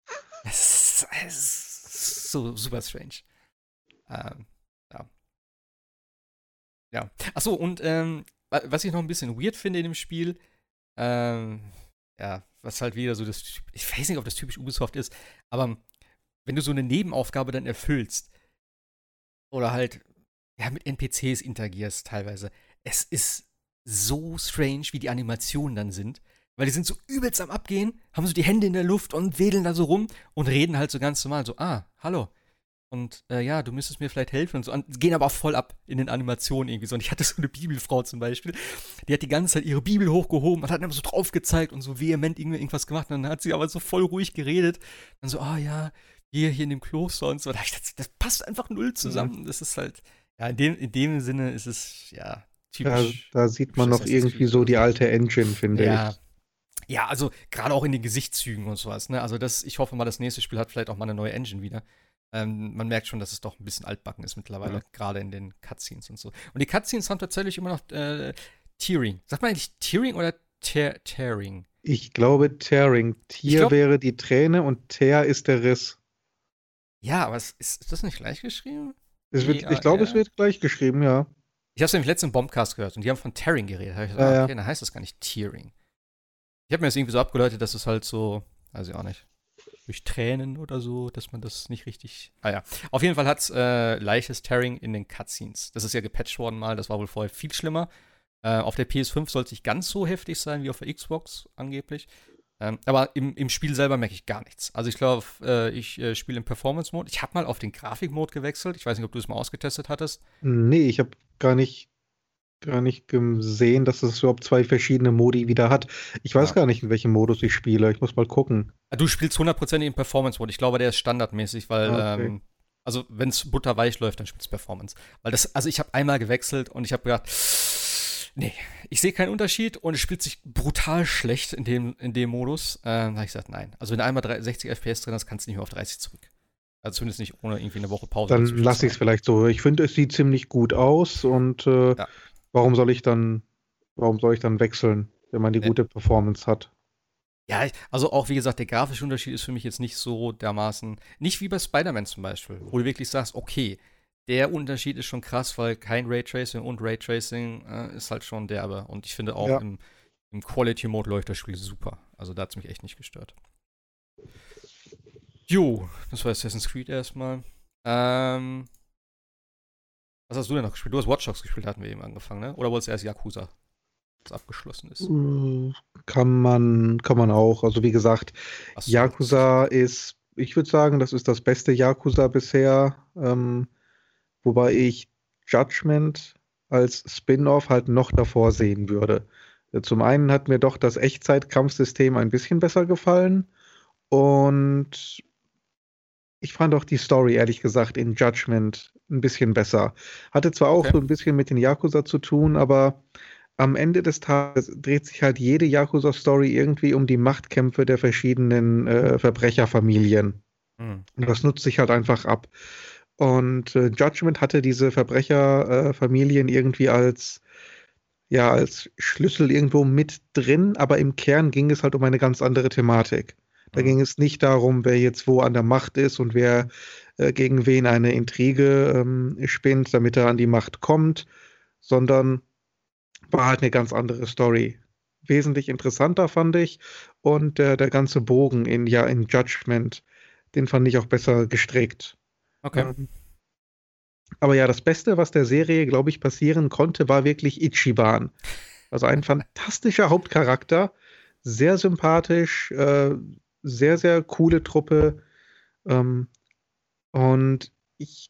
Das ist so super strange. Ähm, ja. Ja. Achso, und was ich noch ein bisschen weird finde in dem Spiel, ähm, ja, was halt wieder so das, ich weiß nicht, ob das typisch Ubisoft ist, aber wenn du so eine Nebenaufgabe dann erfüllst oder halt ja, mit NPCs interagierst teilweise, es ist so strange, wie die Animationen dann sind, weil die sind so übelst am Abgehen, haben so die Hände in der Luft und wedeln da so rum und reden halt so ganz normal, so, hallo, und ja, du müsstest mir vielleicht helfen und so. Und gehen aber auch voll ab in den Animationen irgendwie so. Und ich hatte so eine Bibelfrau zum Beispiel, die hat die ganze Zeit ihre Bibel hochgehoben und hat immer so drauf gezeigt und so vehement irgendwas gemacht. Und dann hat sie aber so voll ruhig geredet. Und so, ja, wir hier in dem Kloster und so. Da das passt einfach null Mhm. zusammen. Das ist halt, ja, in dem Sinne ist es, ja, Da, typisch, da sieht typisch man noch Assassin's irgendwie Creed so oder die so. alte Engine, finde Ja, ich. ja, also gerade auch in den Gesichtszügen und sowas, ne? Also ich hoffe mal, das nächste Spiel hat vielleicht auch mal eine neue Engine wieder. Man merkt schon, dass es doch ein bisschen altbacken ist Ja. mittlerweile, gerade in den Cutscenes und so. Und die Cutscenes haben tatsächlich immer noch Tearing. Sagt man eigentlich Tearing oder Tearing? Ich glaube, Tearing. Ich Tier glaube, wäre die Träne und Tear ist der Riss. ja, aber ist das nicht gleich geschrieben? Ich glaube, es wird gleich geschrieben, ja. Ich habe es nämlich letzten Bombcast gehört und die haben von Tearing geredet. Da hab ich gesagt, Ja, ja. okay, dann heißt das gar nicht Tearing. Ich habe mir das irgendwie so abgeleitet, dass es halt so, weiß ich auch nicht, durch Tränen oder so, dass man das nicht richtig. Ah ja. Auf jeden Fall hat es leichtes Tearing in den Cutscenes. Das ist ja gepatcht worden mal, das war wohl vorher viel schlimmer. Auf der PS5 soll es nicht ganz so heftig sein wie auf der Xbox angeblich. Aber im Spiel selber merke ich gar nichts. Also ich glaube, ich spiele im Performance-Mode. Ich habe mal auf den Grafik-Mode gewechselt. Ich weiß nicht, ob du es mal ausgetestet hattest. Nee, ich habe gar nicht gesehen, dass es überhaupt zwei verschiedene Modi wieder hat. Ich weiß Ja. gar nicht, in welchem Modus ich spiele. Ich muss mal gucken. Du spielst 100% im Performance-Mode. Ich glaube, der ist standardmäßig, weil, Okay. also wenn es butterweich läuft, dann spielst du Performance. Weil also ich habe einmal gewechselt und ich habe gedacht, nee, ich sehe keinen Unterschied und es spielt sich brutal schlecht in dem Modus. Da habe ich gesagt, nein. Also wenn du einmal 60 FPS drin hast, kannst du nicht mehr auf 30 zurück. Also zumindest nicht ohne irgendwie eine Woche Pause Dann dazwischen zu lasse ich es haben. vielleicht so. Ich finde, es sieht ziemlich gut aus und Ja, warum soll ich dann wechseln, wenn man die ne. gute Performance hat? Ja, also auch wie gesagt, der grafische Unterschied ist für mich jetzt nicht so dermaßen, nicht wie bei Spider-Man zum Beispiel, wo du wirklich sagst, okay, der Unterschied ist schon krass, weil kein Raytracing und Raytracing ist halt schon derbe. Und ich finde auch Ja. im Quality-Mode läuft das Spiel super. Also da hat es mich echt nicht gestört. Jo, das war Assassin's Creed erstmal. Was hast du denn noch gespielt? Du hast Watch Dogs gespielt, hatten wir eben angefangen, ne? Oder wolltest du erst Yakuza, das abgeschlossen ist? Kann man auch. Also wie gesagt, Was soll's. Yakuza ist, ich würde sagen, das ist das beste Yakuza bisher. Wobei ich Judgment als Spin-off halt noch davor sehen würde. Zum einen hat mir doch das Echtzeitkampfsystem ein bisschen besser gefallen und ich fand auch die Story, ehrlich gesagt, in Judgment ein bisschen besser. Hatte zwar auch Okay. so ein bisschen mit den Yakuza zu tun, aber am Ende des Tages dreht sich halt jede Yakuza-Story irgendwie um die Machtkämpfe der verschiedenen Verbrecherfamilien. Hm. Und das nutzt sich halt einfach ab. Und Judgment hatte diese Verbrecherfamilien irgendwie als Schlüssel irgendwo mit drin, aber im Kern ging es halt um eine ganz andere Thematik. Da Hm. ging es nicht darum, wer jetzt wo an der Macht ist und wer gegen wen eine Intrige spinnt, damit er an die Macht kommt, sondern war halt eine ganz andere Story. Wesentlich interessanter fand ich und der ganze Bogen in Judgment, den fand ich auch besser gestrickt. Okay. Ähm, aber ja, das Beste, was der Serie, glaube ich, passieren konnte, war wirklich Ichiban. Also ein fantastischer Hauptcharakter, sehr sympathisch, sehr, sehr coole Truppe. Ähm, und ich,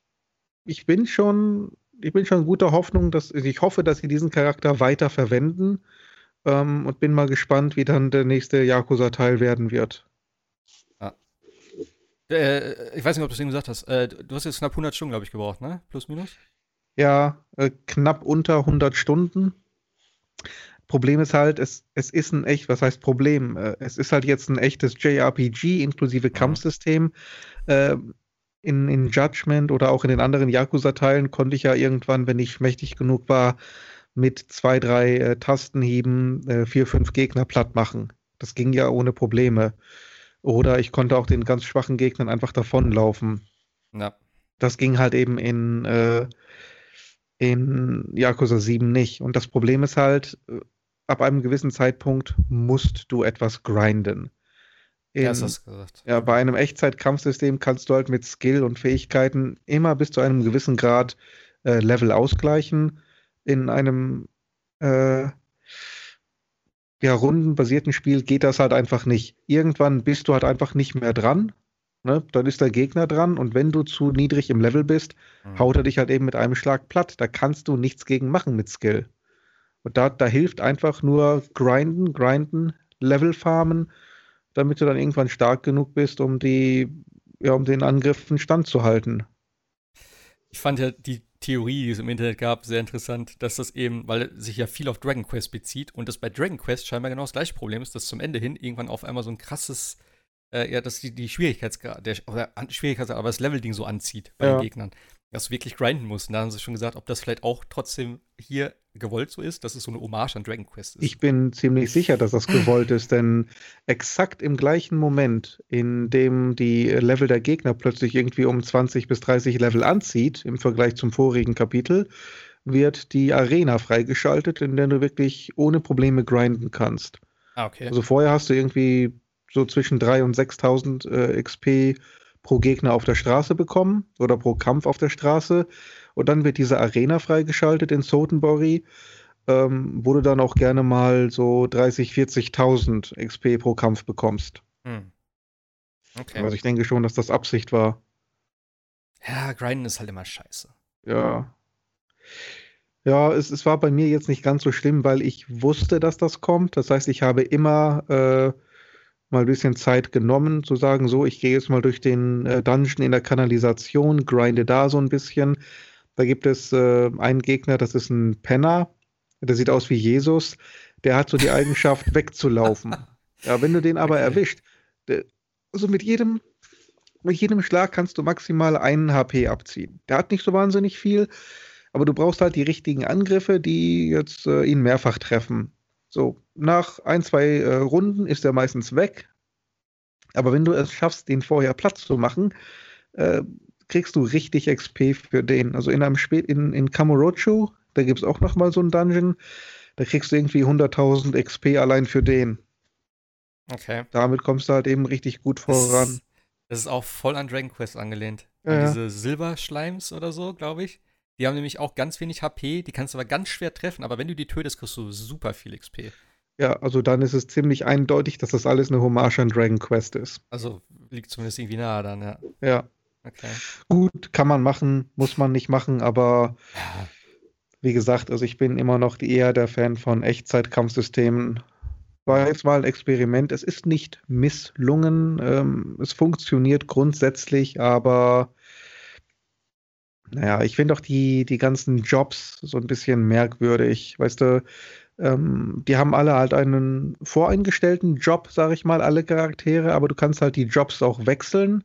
ich bin schon guter Hoffnung, ich hoffe, dass sie diesen Charakter weiter verwenden. Und bin mal gespannt, wie dann der nächste Yakuza-Teil werden wird. Ja. Ich weiß nicht, ob du es eben gesagt hast. Du hast jetzt knapp 100 Stunden, glaube ich, gebraucht, ne? Plus, minus? Ja, knapp unter 100 Stunden. Problem ist halt, es ist ein echt, was heißt Problem? Es ist halt jetzt ein echtes JRPG inklusive Mhm. Kampfsystem. Äh, in Judgment oder auch in den anderen Yakuza-Teilen konnte ich ja irgendwann, wenn ich mächtig genug war, mit zwei, drei Tastenhieben 4, 5 Gegner platt machen. Das ging ja ohne Probleme. Oder ich konnte auch den ganz schwachen Gegnern einfach davonlaufen. Ja. Das ging halt eben in Yakuza 7 nicht. Und das Problem ist halt, ab einem gewissen Zeitpunkt musst du etwas grinden. Ja, das In, hast du gesagt. ja, bei einem Echtzeitkampfsystem kannst du halt mit Skill und Fähigkeiten immer bis zu einem gewissen Grad Level ausgleichen. In einem äh, ja, rundenbasierten Spiel geht das halt einfach nicht. Irgendwann bist du halt einfach nicht mehr dran. Ne? Dann ist der Gegner dran und wenn du zu niedrig im Level bist, Mhm. haut er dich halt eben mit einem Schlag platt. Da kannst du nichts gegen machen mit Skill. Und da hilft einfach nur grinden, Level farmen, damit du dann irgendwann stark genug bist, um den Angriffen standzuhalten. Ich fand ja die Theorie, die es im Internet gab, sehr interessant, dass das eben, weil sich ja viel auf Dragon Quest bezieht und das bei Dragon Quest scheinbar genau das gleiche Problem ist, dass zum Ende hin irgendwann auf einmal so ein krasses, ja, dass die Schwierigkeitsgrad, Schwierigkeitsgrad, aber das Level-Ding so anzieht bei den Ja. Gegnern. Dass du wirklich grinden musst. Und da haben sie schon gesagt, ob das vielleicht auch trotzdem hier gewollt so ist, dass es so eine Hommage an Dragon Quest ist. Ich bin ziemlich sicher, dass das gewollt ist, denn exakt im gleichen Moment, in dem die Level der Gegner plötzlich irgendwie um 20 bis 30 Level anzieht, im Vergleich zum vorigen Kapitel, wird die Arena freigeschaltet, in der du wirklich ohne Probleme grinden kannst. Okay. Also vorher hast du irgendwie so zwischen 3.000 und 6.000 XP pro Gegner auf der Straße bekommen oder pro Kampf auf der Straße. Und dann wird diese Arena freigeschaltet in Sotenbori, wo du dann auch gerne mal so 30.000, 40.000 XP pro Kampf bekommst. Okay. Also ich denke schon, dass das Absicht war. Ja, Grinden ist halt immer scheiße. Ja. Ja, es war bei mir jetzt nicht ganz so schlimm, weil ich wusste, dass das kommt. Das heißt, ich habe immer mal ein bisschen Zeit genommen, zu sagen, so, ich gehe jetzt mal durch den Dungeon in der Kanalisation, grinde da so ein bisschen. Da gibt es einen Gegner, das ist ein Penner, der sieht aus wie Jesus, der hat so die Eigenschaft, wegzulaufen. Ja, wenn du den aber Okay. erwischt, also mit jedem Schlag kannst du maximal einen HP abziehen. Der hat nicht so wahnsinnig viel, aber du brauchst halt die richtigen Angriffe, die jetzt ihn mehrfach treffen. So, nach 1, 2 Runden ist er meistens weg. Aber wenn du es schaffst, den vorher Platz zu machen, kriegst du richtig XP für den. Also in Kamurocho, da gibt es auch noch mal so einen Dungeon, da kriegst du irgendwie 100.000 XP allein für den. Okay. Damit kommst du halt eben richtig gut voran. Das ist auch voll an Dragon Quest angelehnt. Ja, An ja. diese Silberschleims oder so, glaube ich. Die haben nämlich auch ganz wenig HP, die kannst du aber ganz schwer treffen, aber wenn du die tötest, kriegst du super viel XP. Ja, also dann ist es ziemlich eindeutig, dass das alles eine Hommage an Dragon Quest ist. Also liegt zumindest irgendwie nahe dann, ja. Ja, Okay. gut, kann man machen, muss man nicht machen, aber Ja, wie gesagt, also ich bin immer noch eher der Fan von Echtzeitkampfsystemen. War jetzt mal ein Experiment. Es ist nicht misslungen. Es funktioniert grundsätzlich, aber naja, ich finde auch die ganzen Jobs so ein bisschen merkwürdig. Weißt du, die haben alle halt einen voreingestellten Job, sage ich mal, alle Charaktere, aber du kannst halt die Jobs auch wechseln.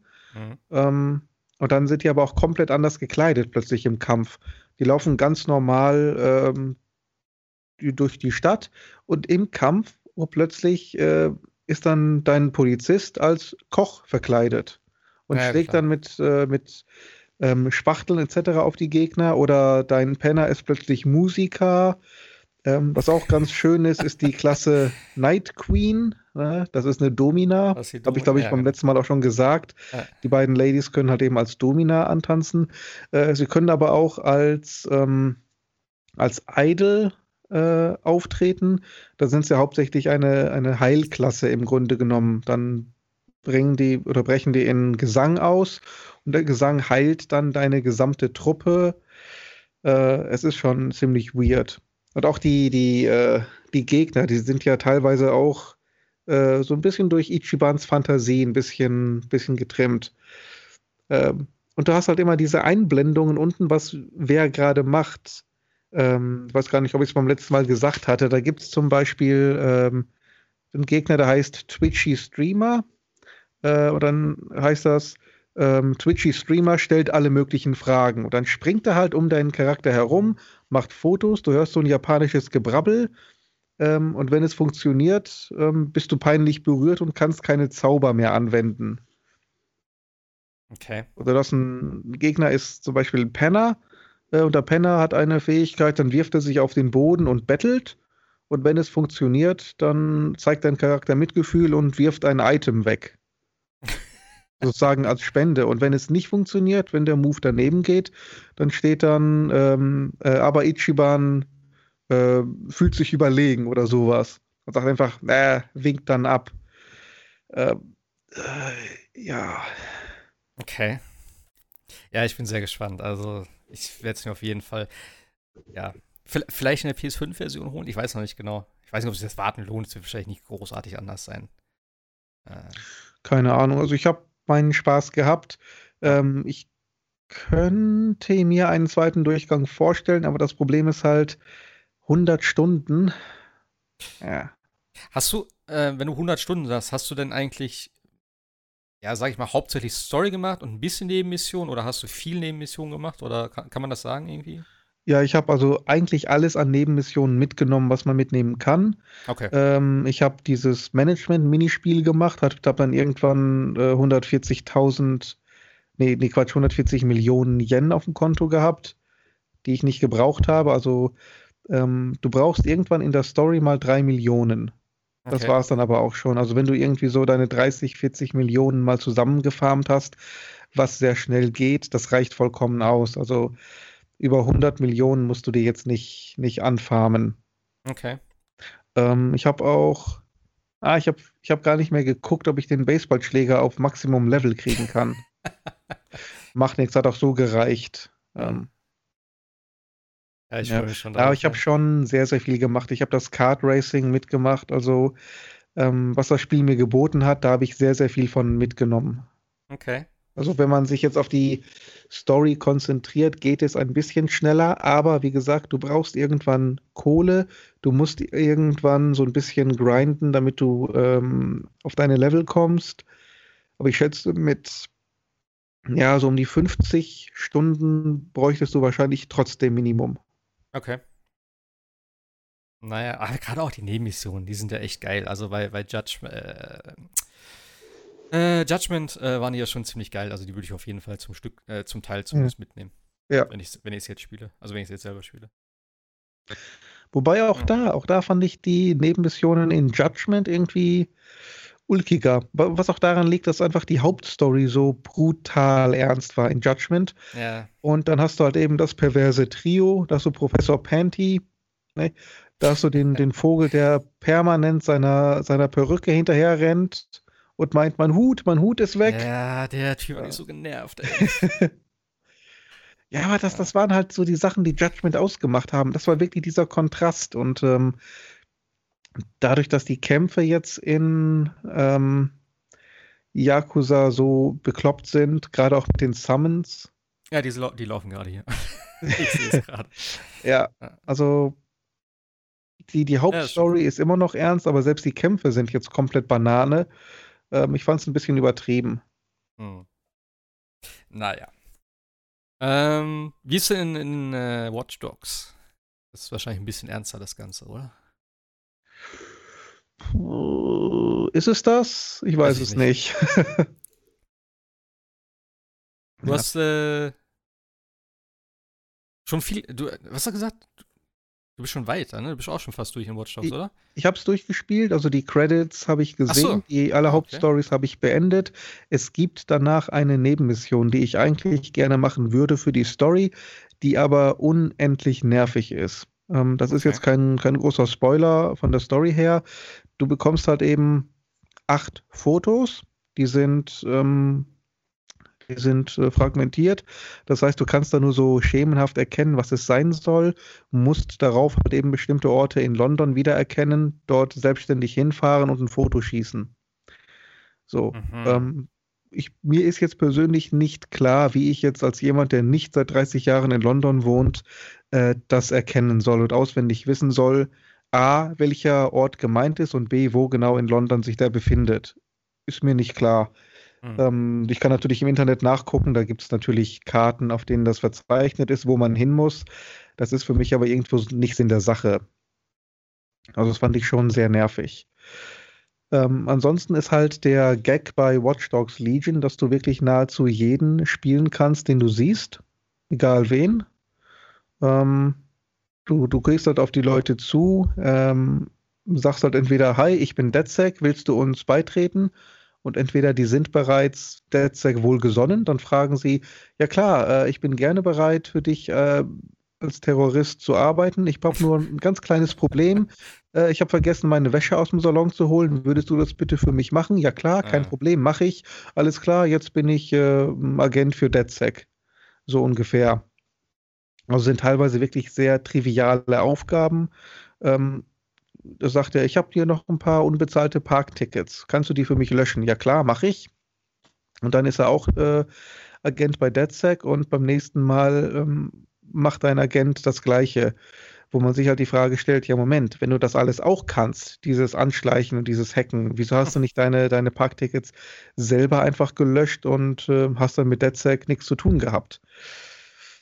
Und dann sind die aber auch komplett anders gekleidet plötzlich im Kampf. Die laufen ganz normal durch die Stadt und im Kampf plötzlich ist dann dein Polizist als Koch verkleidet und Ja, schlägt klar. dann mit Spachteln etc. auf die Gegner oder dein Penner ist plötzlich Musiker. Was auch ganz schön ist, ist die Klasse Night Queen. Das ist eine Domina. Was die Habe ich, glaube ich, ja, beim genau. letzten Mal auch schon gesagt. Ja. Die beiden Ladies können halt eben als Domina antanzen. Sie können aber auch als Idol auftreten. Da sind sie hauptsächlich eine Heilklasse im Grunde genommen. Dann brechen die in Gesang aus und der Gesang heilt dann deine gesamte Truppe. Es ist schon ziemlich weird. Und auch die Gegner, die sind ja teilweise auch so ein bisschen durch Ichibans Fantasie ein bisschen getrimmt. Und du hast halt immer diese Einblendungen unten, was wer gerade macht. Ich weiß gar nicht, ob ich es beim letzten Mal gesagt hatte. Da gibt es zum Beispiel einen Gegner, der heißt Twitchy Streamer. Und dann heißt das, Twitchy Streamer stellt alle möglichen Fragen. Und dann springt er halt um deinen Charakter herum, macht Fotos, du hörst so ein japanisches Gebrabbel. Und wenn es funktioniert, bist du peinlich berührt und kannst keine Zauber mehr anwenden. Okay. Oder dass ein Gegner ist zum Beispiel ein Penner und der Penner hat eine Fähigkeit, dann wirft er sich auf den Boden und bettelt. Und wenn es funktioniert, dann zeigt dein Charakter Mitgefühl und wirft ein Item weg. Sozusagen als Spende. Und wenn es nicht funktioniert, wenn der Move daneben geht, dann steht dann, aber Ichiban fühlt sich überlegen oder sowas. Und sagt einfach, winkt dann ab. Ja. Okay. Ja, ich bin sehr gespannt. Also, ich werde es mir auf jeden Fall, ja, vielleicht in der PS5-Version holen. Ich weiß noch nicht genau. Ich weiß nicht, ob sich das Warten lohnt. Es wird wahrscheinlich nicht großartig anders sein. Keine Ahnung. Also ich habe meinen Spaß gehabt. Ich könnte mir einen zweiten Durchgang vorstellen, aber das Problem ist halt 100 Stunden. Ja. Hast du, wenn du 100 Stunden hast du denn eigentlich, ja, sag ich mal, hauptsächlich Story gemacht und ein bisschen Nebenmission oder hast du viel Nebenmission gemacht oder kann man das sagen irgendwie? Ja, ich habe also eigentlich alles an Nebenmissionen mitgenommen, was man mitnehmen kann. Okay. Ich habe dieses Management-Minispiel gemacht, habe dann irgendwann 140.000, nee, Quatsch, 140 Millionen Yen auf dem Konto gehabt, die ich nicht gebraucht habe. Also du brauchst irgendwann in der Story mal 3 Millionen. Das Okay. war es dann aber auch schon. Also wenn du irgendwie so deine 30, 40 Millionen mal zusammengefarmt hast, was sehr schnell geht, das reicht vollkommen aus. Also über 100 Millionen musst du dir jetzt nicht anfarmen. Okay. Ich habe auch, ich hab gar nicht mehr geguckt, ob ich den Baseballschläger auf Maximum Level kriegen kann. Macht nichts, hat auch so gereicht. Hm. Ja, ich Ja. freue mich schon Aber drauf, ich habe ja. schon sehr, sehr viel gemacht. Ich habe das Kart Racing mitgemacht. Also was das Spiel mir geboten hat, da habe ich sehr, sehr viel von mitgenommen. Okay. Also wenn man sich jetzt auf die Story konzentriert, geht es ein bisschen schneller, aber wie gesagt, du brauchst irgendwann Kohle, du musst irgendwann so ein bisschen grinden, damit du auf deine Level kommst. Aber ich schätze, mit ja, so um die 50 Stunden bräuchtest du wahrscheinlich trotzdem Minimum. Okay. Naja, aber gerade auch die Nebenmissionen, die sind ja echt geil. Also bei Judgment waren die ja schon ziemlich geil. Also die würde ich auf jeden Fall zum Teil Ja. zumindest mitnehmen, Ja. wenn ich es jetzt spiele. Also wenn ich es jetzt selber spiele. Wobei Ja. auch da fand ich die Nebenmissionen in Judgment irgendwie ulkiger. Was auch daran liegt, dass einfach die Hauptstory so brutal ernst war in Judgment. Ja, Und dann hast du halt eben das perverse Trio, da hast du Professor Panty, ne? Da hast du den Vogel, der permanent seiner Perücke hinterher rennt und meint, mein Hut ist weg. ja, der Typ hat mich Ja. so genervt, ey. Ja, aber Ja. das waren halt so die Sachen, die Judgment ausgemacht haben. Das war wirklich dieser Kontrast. Und dadurch, dass die Kämpfe jetzt in Yakuza so bekloppt sind, gerade auch mit den Summons. Ja, die laufen gerade hier. Ich sehe es gerade. Ja, Ja. also die Ja, ist schon Hauptstory cool. ist immer noch ernst, aber selbst die Kämpfe sind jetzt komplett Banane. Ich fand es ein bisschen übertrieben. Hm. Naja. Wie ist denn in Watch Dogs? Das ist wahrscheinlich ein bisschen ernster, das Ganze, oder? Ist es das? Ich Weiß weiß ich es nicht. nicht. Du Ja. hast schon viel. Was hast du gesagt? Du bist schon weiter, ne? Du bist auch schon fast durch in Watch Dogs, Ich, oder? ich habe es durchgespielt, also die Credits habe ich Ach so. gesehen, alle Ah, okay. Hauptstories habe ich beendet. Es gibt danach eine Nebenmission, die ich eigentlich gerne machen würde für die Story, die aber unendlich nervig ist. Das ist Okay. jetzt kein großer Spoiler von der Story her. Du bekommst halt eben 8 Fotos, die sind fragmentiert. Das heißt, du kannst da nur so schemenhaft erkennen, was es sein soll, musst darauf halt eben bestimmte Orte in London wiedererkennen, dort selbstständig hinfahren und ein Foto schießen. So. Mhm. Mir ist jetzt persönlich nicht klar, wie ich jetzt als jemand, der nicht seit 30 Jahren in London wohnt, das erkennen soll und auswendig wissen soll, A, welcher Ort gemeint ist und B, wo genau in London sich der befindet. Ist mir nicht klar. Hm. Ich kann natürlich im Internet nachgucken, da gibt es natürlich Karten, auf denen das verzeichnet ist, wo man hin muss. Das ist für mich aber irgendwo nicht Sinn der Sache. Also das fand ich schon sehr nervig. Ansonsten ist halt der Gag bei Watch Dogs Legion, dass du wirklich nahezu jeden spielen kannst, den du siehst, egal wen. Ähm, du gehst halt auf die Leute zu, sagst halt entweder, hi, ich bin DedSec, willst du uns beitreten? Und entweder die sind bereits DedSec wohlgesonnen, dann fragen sie, ja klar, ich bin gerne bereit für dich als Terrorist zu arbeiten. Ich habe nur ein ganz kleines Problem. Ich habe vergessen, meine Wäsche aus dem Salon zu holen. Würdest du das bitte für mich machen? Ja klar, kein Ah, Problem, mache ich. Alles klar, jetzt bin ich Agent für DedSec. So ungefähr. Also sind teilweise wirklich sehr triviale Aufgaben. Ähm, Da sagt er, ich habe hier noch ein paar unbezahlte Parktickets. Kannst du die für mich löschen? Ja klar, mache ich. Und dann ist er auch Agent bei DedSec und beim nächsten Mal macht ein Agent das Gleiche, wo man sich halt die Frage stellt, ja Moment, wenn du das alles auch kannst, dieses Anschleichen und dieses Hacken, wieso hast du nicht deine Parktickets selber einfach gelöscht und hast dann mit DedSec nichts zu tun gehabt?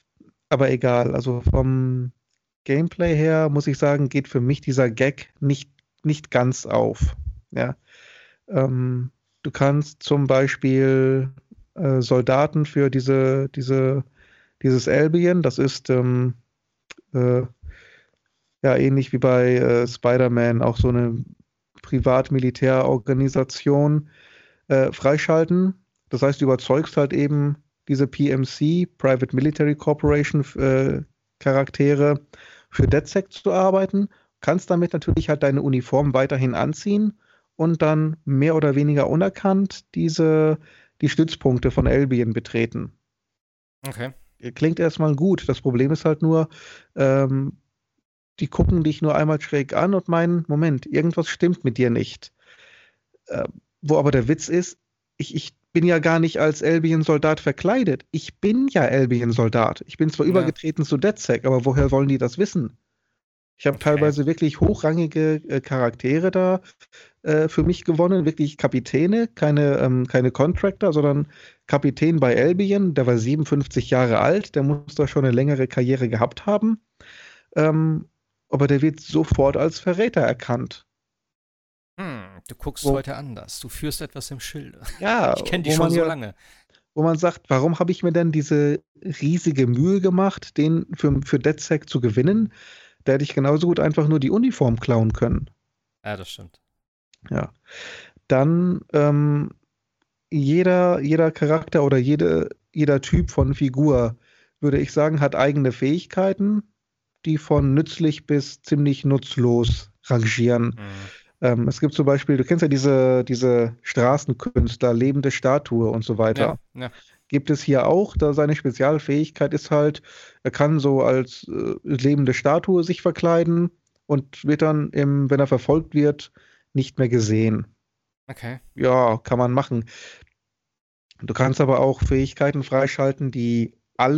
Aber egal, also vom Gameplay her muss ich sagen, geht für mich dieser Gag nicht ganz auf. Ja. Du kannst zum Beispiel Soldaten für dieses Albion, das ist äh, ja ähnlich wie bei Spider-Man auch so eine Privat-Militärorganisation freischalten. Das heißt, du überzeugst halt eben diese PMC, Private Military Corporation, Charaktere für DedSec zu arbeiten, kannst damit natürlich halt deine Uniform weiterhin anziehen und dann mehr oder weniger unerkannt die Stützpunkte von Albion betreten. Okay. Klingt erstmal gut. Das Problem ist halt nur, ähm, die gucken dich nur einmal schräg an und meinen, Moment, irgendwas stimmt mit dir nicht. Wo aber der Witz ist, ich bin ja gar nicht als Albion-Soldat verkleidet. Ich bin ja Albion-Soldat. Ich bin zwar Ja, übergetreten zu DedSec, aber woher wollen die das wissen? Ich habe okay. teilweise wirklich hochrangige Charaktere da für mich gewonnen, wirklich Kapitäne, keine Contractor, sondern Kapitän bei Albion, der war 57 Jahre alt, der muss da schon eine längere Karriere gehabt haben. Aber der wird sofort als Verräter erkannt. Du guckst Wo, heute anders. Du führst etwas im Schilde. ja, Ich kenne dich wo schon man so ja, lange. wo man sagt, warum habe ich mir denn diese riesige Mühe gemacht, den für DedSec zu gewinnen? Da hätte ich genauso gut einfach nur die Uniform klauen können. Ja, das stimmt. Ja. Dann jeder Charakter oder jeder Typ von Figur, würde ich sagen, hat eigene Fähigkeiten, die von nützlich bis ziemlich nutzlos rangieren. Es gibt zum Beispiel, du kennst ja diese Straßenkünstler, lebende Statue und so weiter. Ja. Gibt es hier auch, da seine Spezialfähigkeit ist halt, er kann so als lebende Statue sich verkleiden und wird dann, wenn er verfolgt wird, nicht mehr gesehen. Okay. Ja, kann man machen. Du kannst aber auch Fähigkeiten freischalten, die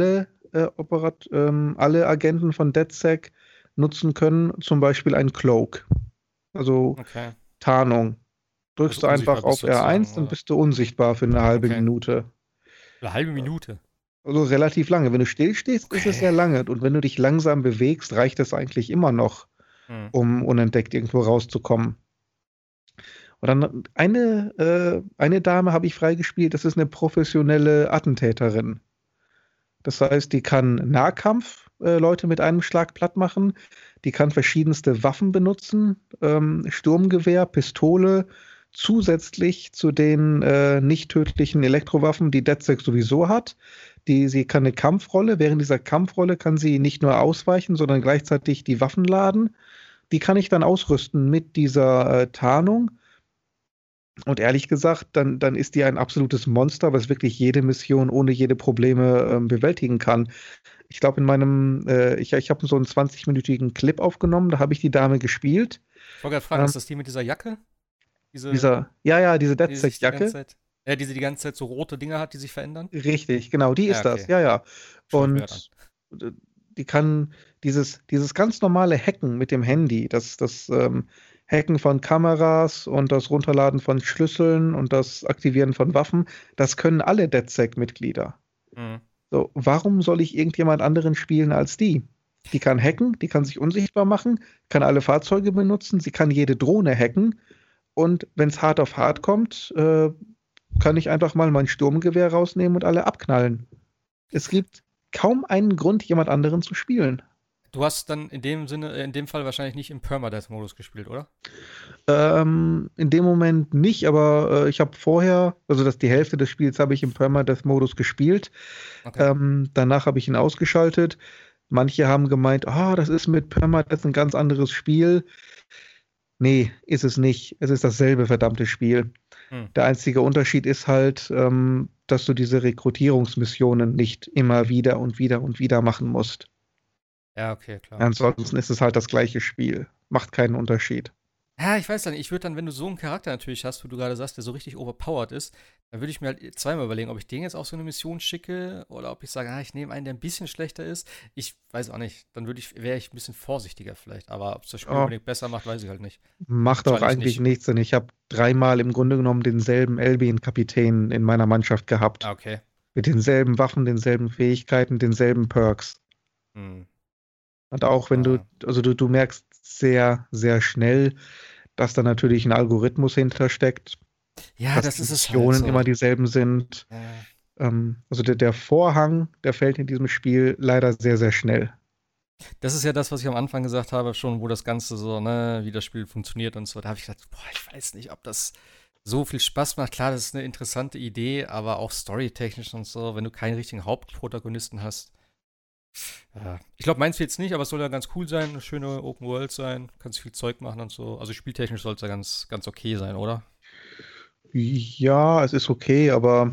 alle Agenten von DedSec nutzen können, zum Beispiel ein Cloak, also Okay. Tarnung. Also Drückst du einfach unsichtbar bist auf sozusagen, R1, dann oder? bist du unsichtbar für eine halbe Okay. Minute. Eine halbe Minute. Also relativ lange. Wenn du stillstehst, ist es Okay. sehr lange. Und wenn du dich langsam bewegst, reicht es eigentlich immer noch, Hm. um unentdeckt irgendwo rauszukommen. Und dann eine Dame habe ich freigespielt, das ist eine professionelle Attentäterin. Das heißt, die kann Nahkampf Leute mit einem Schlag platt machen. Die kann verschiedenste Waffen benutzen, Sturmgewehr, Pistole, zusätzlich zu den nicht tödlichen Elektrowaffen, die DedSec sowieso hat. Sie kann eine Kampfrolle. Während dieser Kampfrolle kann sie nicht nur ausweichen, sondern gleichzeitig die Waffen laden. Die kann ich dann ausrüsten mit dieser Tarnung. Und ehrlich gesagt, dann ist die ein absolutes Monster, was wirklich jede Mission ohne jede Probleme bewältigen kann. Ich glaube, ich habe so einen 20-minütigen Clip aufgenommen, da habe ich die Dame gespielt. Ich wollte gerade fragen, Ähm, ist das die mit dieser Jacke? Diese diese die sich die ganze DedSec-Jacke. Zeit, die ganze Zeit so rote Dinge hat, die sich verändern? Richtig, genau, die Ja, ist das. okay. Ja, ja. Schau ich mir grad an. Und die kann dieses ganz normale Hacken mit dem Handy, das Hacken von Kameras und das Runterladen von Schlüsseln und das Aktivieren von Waffen, das können alle DedSec-Mitglieder. Mhm. So, warum soll ich irgendjemand anderen spielen als die? Die kann hacken, die kann sich unsichtbar machen, kann alle Fahrzeuge benutzen, sie kann jede Drohne hacken und wenn es hart auf hart kommt, kann ich einfach mal mein Sturmgewehr rausnehmen und alle abknallen. Es gibt kaum einen Grund, jemand anderen zu spielen. Du hast dann in dem Fall wahrscheinlich nicht im Permadeath-Modus gespielt, oder? In dem Moment nicht, aber ich habe vorher, also die Hälfte des Spiels habe ich im Permadeath-Modus gespielt. Okay. Danach habe ich ihn ausgeschaltet. Manche haben gemeint, das ist mit Permadeath ein ganz anderes Spiel. Nee, ist es nicht. Es ist dasselbe verdammte Spiel. Hm. Der einzige Unterschied ist halt, dass du diese Rekrutierungsmissionen nicht immer wieder und wieder und wieder machen musst. Ja, okay, klar. Ansonsten ist es halt das gleiche Spiel. Macht keinen Unterschied. Ja, ich weiß dann, ich würde dann, wenn du so einen Charakter natürlich hast, wie du gerade sagst, der so richtig overpowered ist, dann würde ich mir halt zweimal überlegen, ob ich den jetzt auf so eine Mission schicke oder ob ich sage, ich nehme einen, der ein bisschen schlechter ist. Ich weiß auch nicht. Dann wäre ich ein bisschen vorsichtiger vielleicht. Aber ob es das Spiel Oh, unbedingt besser macht, weiß ich halt nicht. macht auch Wahrscheinlich eigentlich nicht. nichts, denn ich habe dreimal im Grunde genommen denselben Albion-Kapitän in meiner Mannschaft gehabt. Okay. Mit denselben Waffen, denselben Fähigkeiten, denselben Perks. Hm. Und auch wenn Ah. du merkst sehr, sehr schnell, dass da natürlich ein Algorithmus hintersteckt, Ja, dass das die ist es halt Missionen so. immer dieselben sind. Ja. Also der Vorhang, der fällt in diesem Spiel leider sehr, sehr schnell. Das ist ja das, was ich am Anfang gesagt habe, schon, wo das Ganze so, ne, wie das Spiel funktioniert und so. Da habe ich gedacht, boah, ich weiß nicht, ob das so viel Spaß macht. Klar, das ist eine interessante Idee, aber auch storytechnisch und so, wenn du keinen richtigen Hauptprotagonisten hast. Ja. Ich glaube, meins jetzt nicht, aber es soll ja ganz cool sein, eine schöne Open World sein, kannst viel Zeug machen und so. Also spieltechnisch soll es ja ganz, ganz okay sein, oder? Ja, es ist okay, aber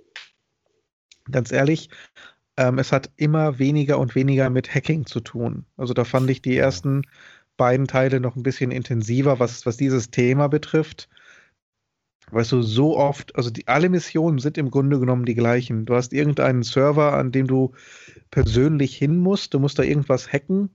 ganz ehrlich, es hat immer weniger und weniger mit Hacking zu tun. Also da fand ich die Ja. ersten beiden Teile noch ein bisschen intensiver, was dieses Thema betrifft. Weißt du, so oft, also alle Missionen sind im Grunde genommen die gleichen. Du hast irgendeinen Server, an dem du persönlich hin musst. Du musst da irgendwas hacken.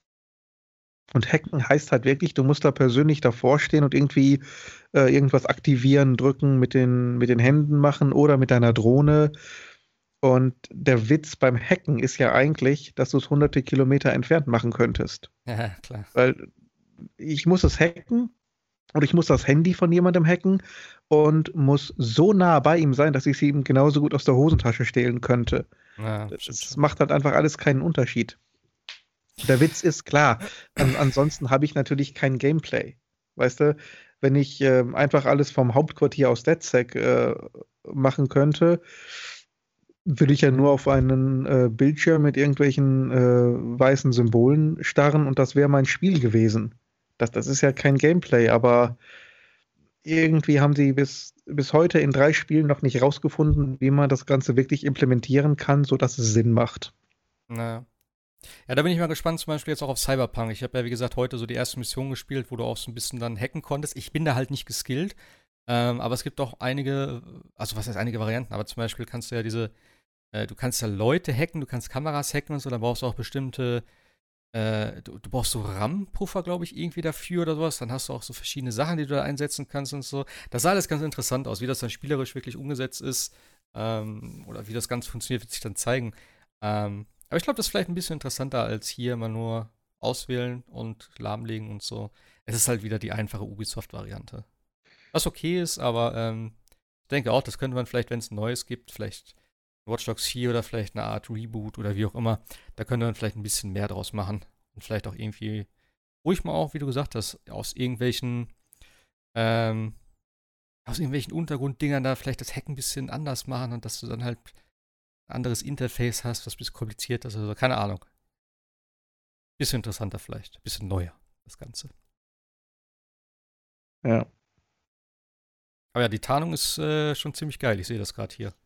Und hacken heißt halt wirklich, du musst da persönlich davor stehen und irgendwie irgendwas aktivieren, drücken, mit den Händen machen oder mit deiner Drohne. Und der Witz beim Hacken ist ja eigentlich, dass du es hunderte Kilometer entfernt machen könntest. Ja, klar. Weil ich muss es hacken und ich muss das Handy von jemandem hacken und muss so nah bei ihm sein, dass ich sie ihm genauso gut aus der Hosentasche stehlen könnte. Ja, stimmt Es schon. macht halt einfach alles keinen Unterschied. Der Witz ist klar. Ansonsten habe ich natürlich kein Gameplay. Weißt du, wenn ich einfach alles vom Hauptquartier aus DedSec machen könnte, würde ich ja nur auf einen Bildschirm mit irgendwelchen weißen Symbolen starren und das wäre mein Spiel gewesen. Das ist ja kein Gameplay, aber irgendwie haben sie bis heute in 3 Spielen noch nicht rausgefunden, wie man das Ganze wirklich implementieren kann, sodass es Sinn macht. Ja. Ja, da bin ich mal gespannt, zum Beispiel jetzt auch auf Cyberpunk. Ich habe ja, wie gesagt, heute so die erste Mission gespielt, wo du auch so ein bisschen dann hacken konntest. Ich bin da halt nicht geskillt, aber es gibt auch einige, also was heißt einige Varianten, aber zum Beispiel kannst du ja du kannst ja Leute hacken, du kannst Kameras hacken und so, da brauchst du auch bestimmte, du brauchst so RAM-Puffer, glaube ich, irgendwie dafür oder sowas. Dann hast du auch so verschiedene Sachen, die du da einsetzen kannst und so. Das sah alles ganz interessant aus, wie das dann spielerisch wirklich umgesetzt ist, oder wie das Ganze funktioniert, wird sich dann zeigen. Aber ich glaube, das ist vielleicht ein bisschen interessanter als hier mal nur auswählen und lahmlegen und so. Es ist halt wieder die einfache Ubisoft-Variante. Was okay ist, aber ich denke auch, das könnte man vielleicht, wenn es ein neues gibt, vielleicht Watch Dogs 4 oder vielleicht eine Art Reboot oder wie auch immer, da könnte man vielleicht ein bisschen mehr draus machen. Und vielleicht auch irgendwie ruhig mal auch, wie du gesagt hast, ähm, aus irgendwelchen Untergrunddingern da vielleicht das Hack ein bisschen anders machen und dass du dann halt ein anderes Interface hast, was ein bisschen kompliziert ist. Also keine Ahnung. Bisschen interessanter vielleicht. Bisschen neuer, das Ganze. Ja. Aber ja, die Tarnung ist schon ziemlich geil. Ich sehe das gerade hier.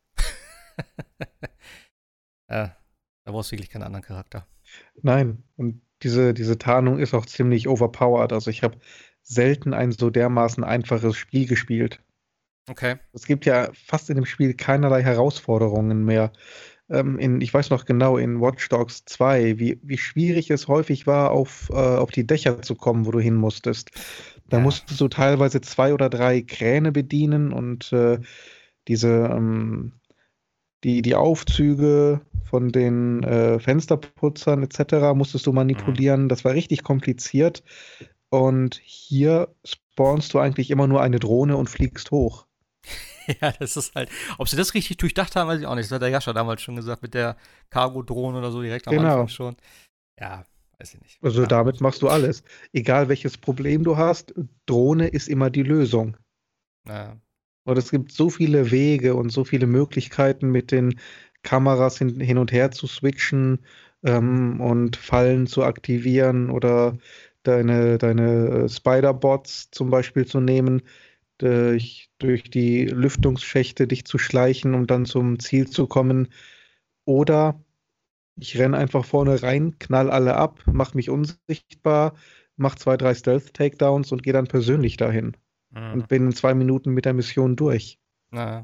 Da brauchst du wirklich keinen anderen Charakter. Nein, und diese Tarnung ist auch ziemlich overpowered. Also ich habe selten ein so dermaßen einfaches Spiel gespielt. Okay. Es gibt ja fast in dem Spiel keinerlei Herausforderungen mehr. Ich weiß noch genau, in Watch Dogs 2, wie schwierig es häufig war, auf die Dächer zu kommen, wo du hin musstest. Da Ja. musstest du teilweise 2 oder 3 Kräne bedienen und diese, die Aufzüge von den Fensterputzern etc. musstest du Mhm. manipulieren. Das war richtig kompliziert. Und hier spawnst du eigentlich immer nur eine Drohne und fliegst hoch. Ja, das ist halt. Ob sie das richtig durchdacht haben, weiß ich auch nicht. Das hat der Jascha damals schon gesagt, mit der Cargo-Drohne oder so direkt am Anfang Genau. schon. Ja, weiß ich nicht. Also Ja, damit machst du alles. Egal welches Problem du hast, Drohne ist immer die Lösung. ja. Und es gibt so viele Wege und so viele Möglichkeiten, mit den Kameras hin und her zu switchen und Fallen zu aktivieren oder deine Spider-Bots zum Beispiel zu nehmen, durch die Lüftungsschächte dich zu schleichen, um dann zum Ziel zu kommen. Oder ich renne einfach vorne rein, knall alle ab, mach mich unsichtbar, mach 2, 3 Stealth-Takedowns und gehe dann persönlich dahin. Mhm. Und bin in 2 Minuten mit der Mission durch. Ja.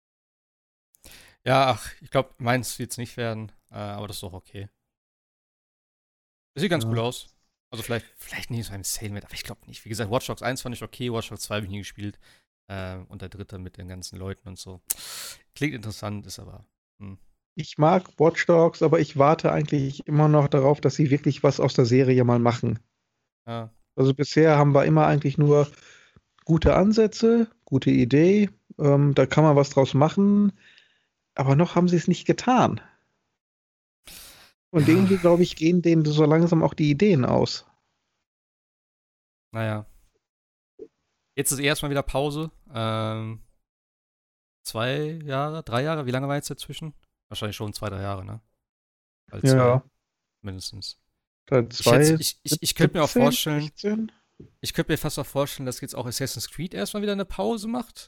Ja, ach, ich glaube, meins wird es nicht werden, aber das ist doch okay. Das sieht ganz cool Ja. aus. Also vielleicht nicht so ein Sale mit, aber ich glaube nicht. Wie gesagt, Watch Dogs 1 fand ich okay, Watch Dogs 2 habe ich nie gespielt. Und der dritte mit den ganzen Leuten und so. Klingt interessant, ist aber. Hm. Ich mag Watch Dogs, aber ich warte eigentlich immer noch darauf, dass sie wirklich was aus der Serie mal machen. Ja. Also bisher haben wir immer eigentlich nur gute Ansätze, gute Idee, da kann man was draus machen, aber noch haben sie es nicht getan. Und Ja, irgendwie, glaube ich, gehen denen so langsam auch die Ideen aus. naja. Jetzt ist erstmal wieder Pause. 2 Jahre, 3 Jahre, wie lange war jetzt dazwischen? Wahrscheinlich schon 2, 3 Jahre, ne? Bald zwei, Ja, mindestens. seit Ich schätze, ich könnte mir auch 2017, vorstellen, 16? ich könnte mir fast auch vorstellen, dass jetzt auch Assassin's Creed erstmal wieder eine Pause macht.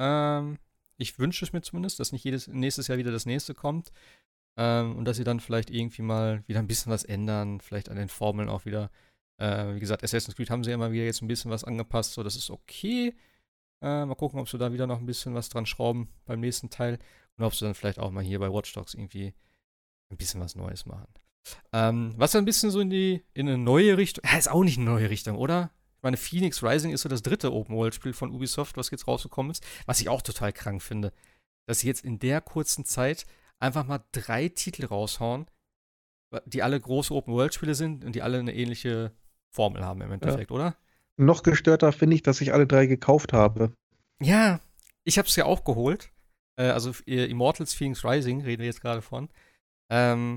Ich wünsche es mir zumindest, dass nicht nächstes Jahr wieder das nächste kommt. Und dass sie dann vielleicht irgendwie mal wieder ein bisschen was ändern, vielleicht an den Formeln auch wieder. Wie gesagt, Assassin's Creed haben sie ja immer wieder jetzt ein bisschen was angepasst, so das ist okay. Mal gucken, ob sie da wieder noch ein bisschen was dran schrauben beim nächsten Teil. Und ob sie dann vielleicht auch mal hier bei Watch Dogs irgendwie ein bisschen was Neues machen. Was ja ein bisschen so in eine neue Richtung. Ist auch nicht eine neue Richtung, oder? Ich meine, Phoenix Rising ist so das dritte Open-World-Spiel von Ubisoft, was jetzt rausgekommen ist. Was ich auch total krank finde. Dass sie jetzt in der kurzen Zeit einfach mal 3 Titel raushauen, die alle große Open-World-Spiele sind und die alle eine ähnliche Formel haben im Ja. Endeffekt, oder? Noch gestörter finde ich, dass ich alle 3 gekauft habe. Ja, ich habe es ja auch geholt. Also Immortals Phoenix Rising reden wir jetzt gerade von. Ähm,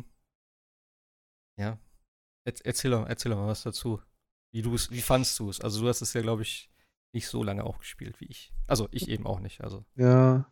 ja, erzähl doch mal was dazu. Wie fandst du es? Also du hast es ja, glaube ich, nicht so lange auch gespielt wie ich. Also ich eben auch nicht. Also. Ja,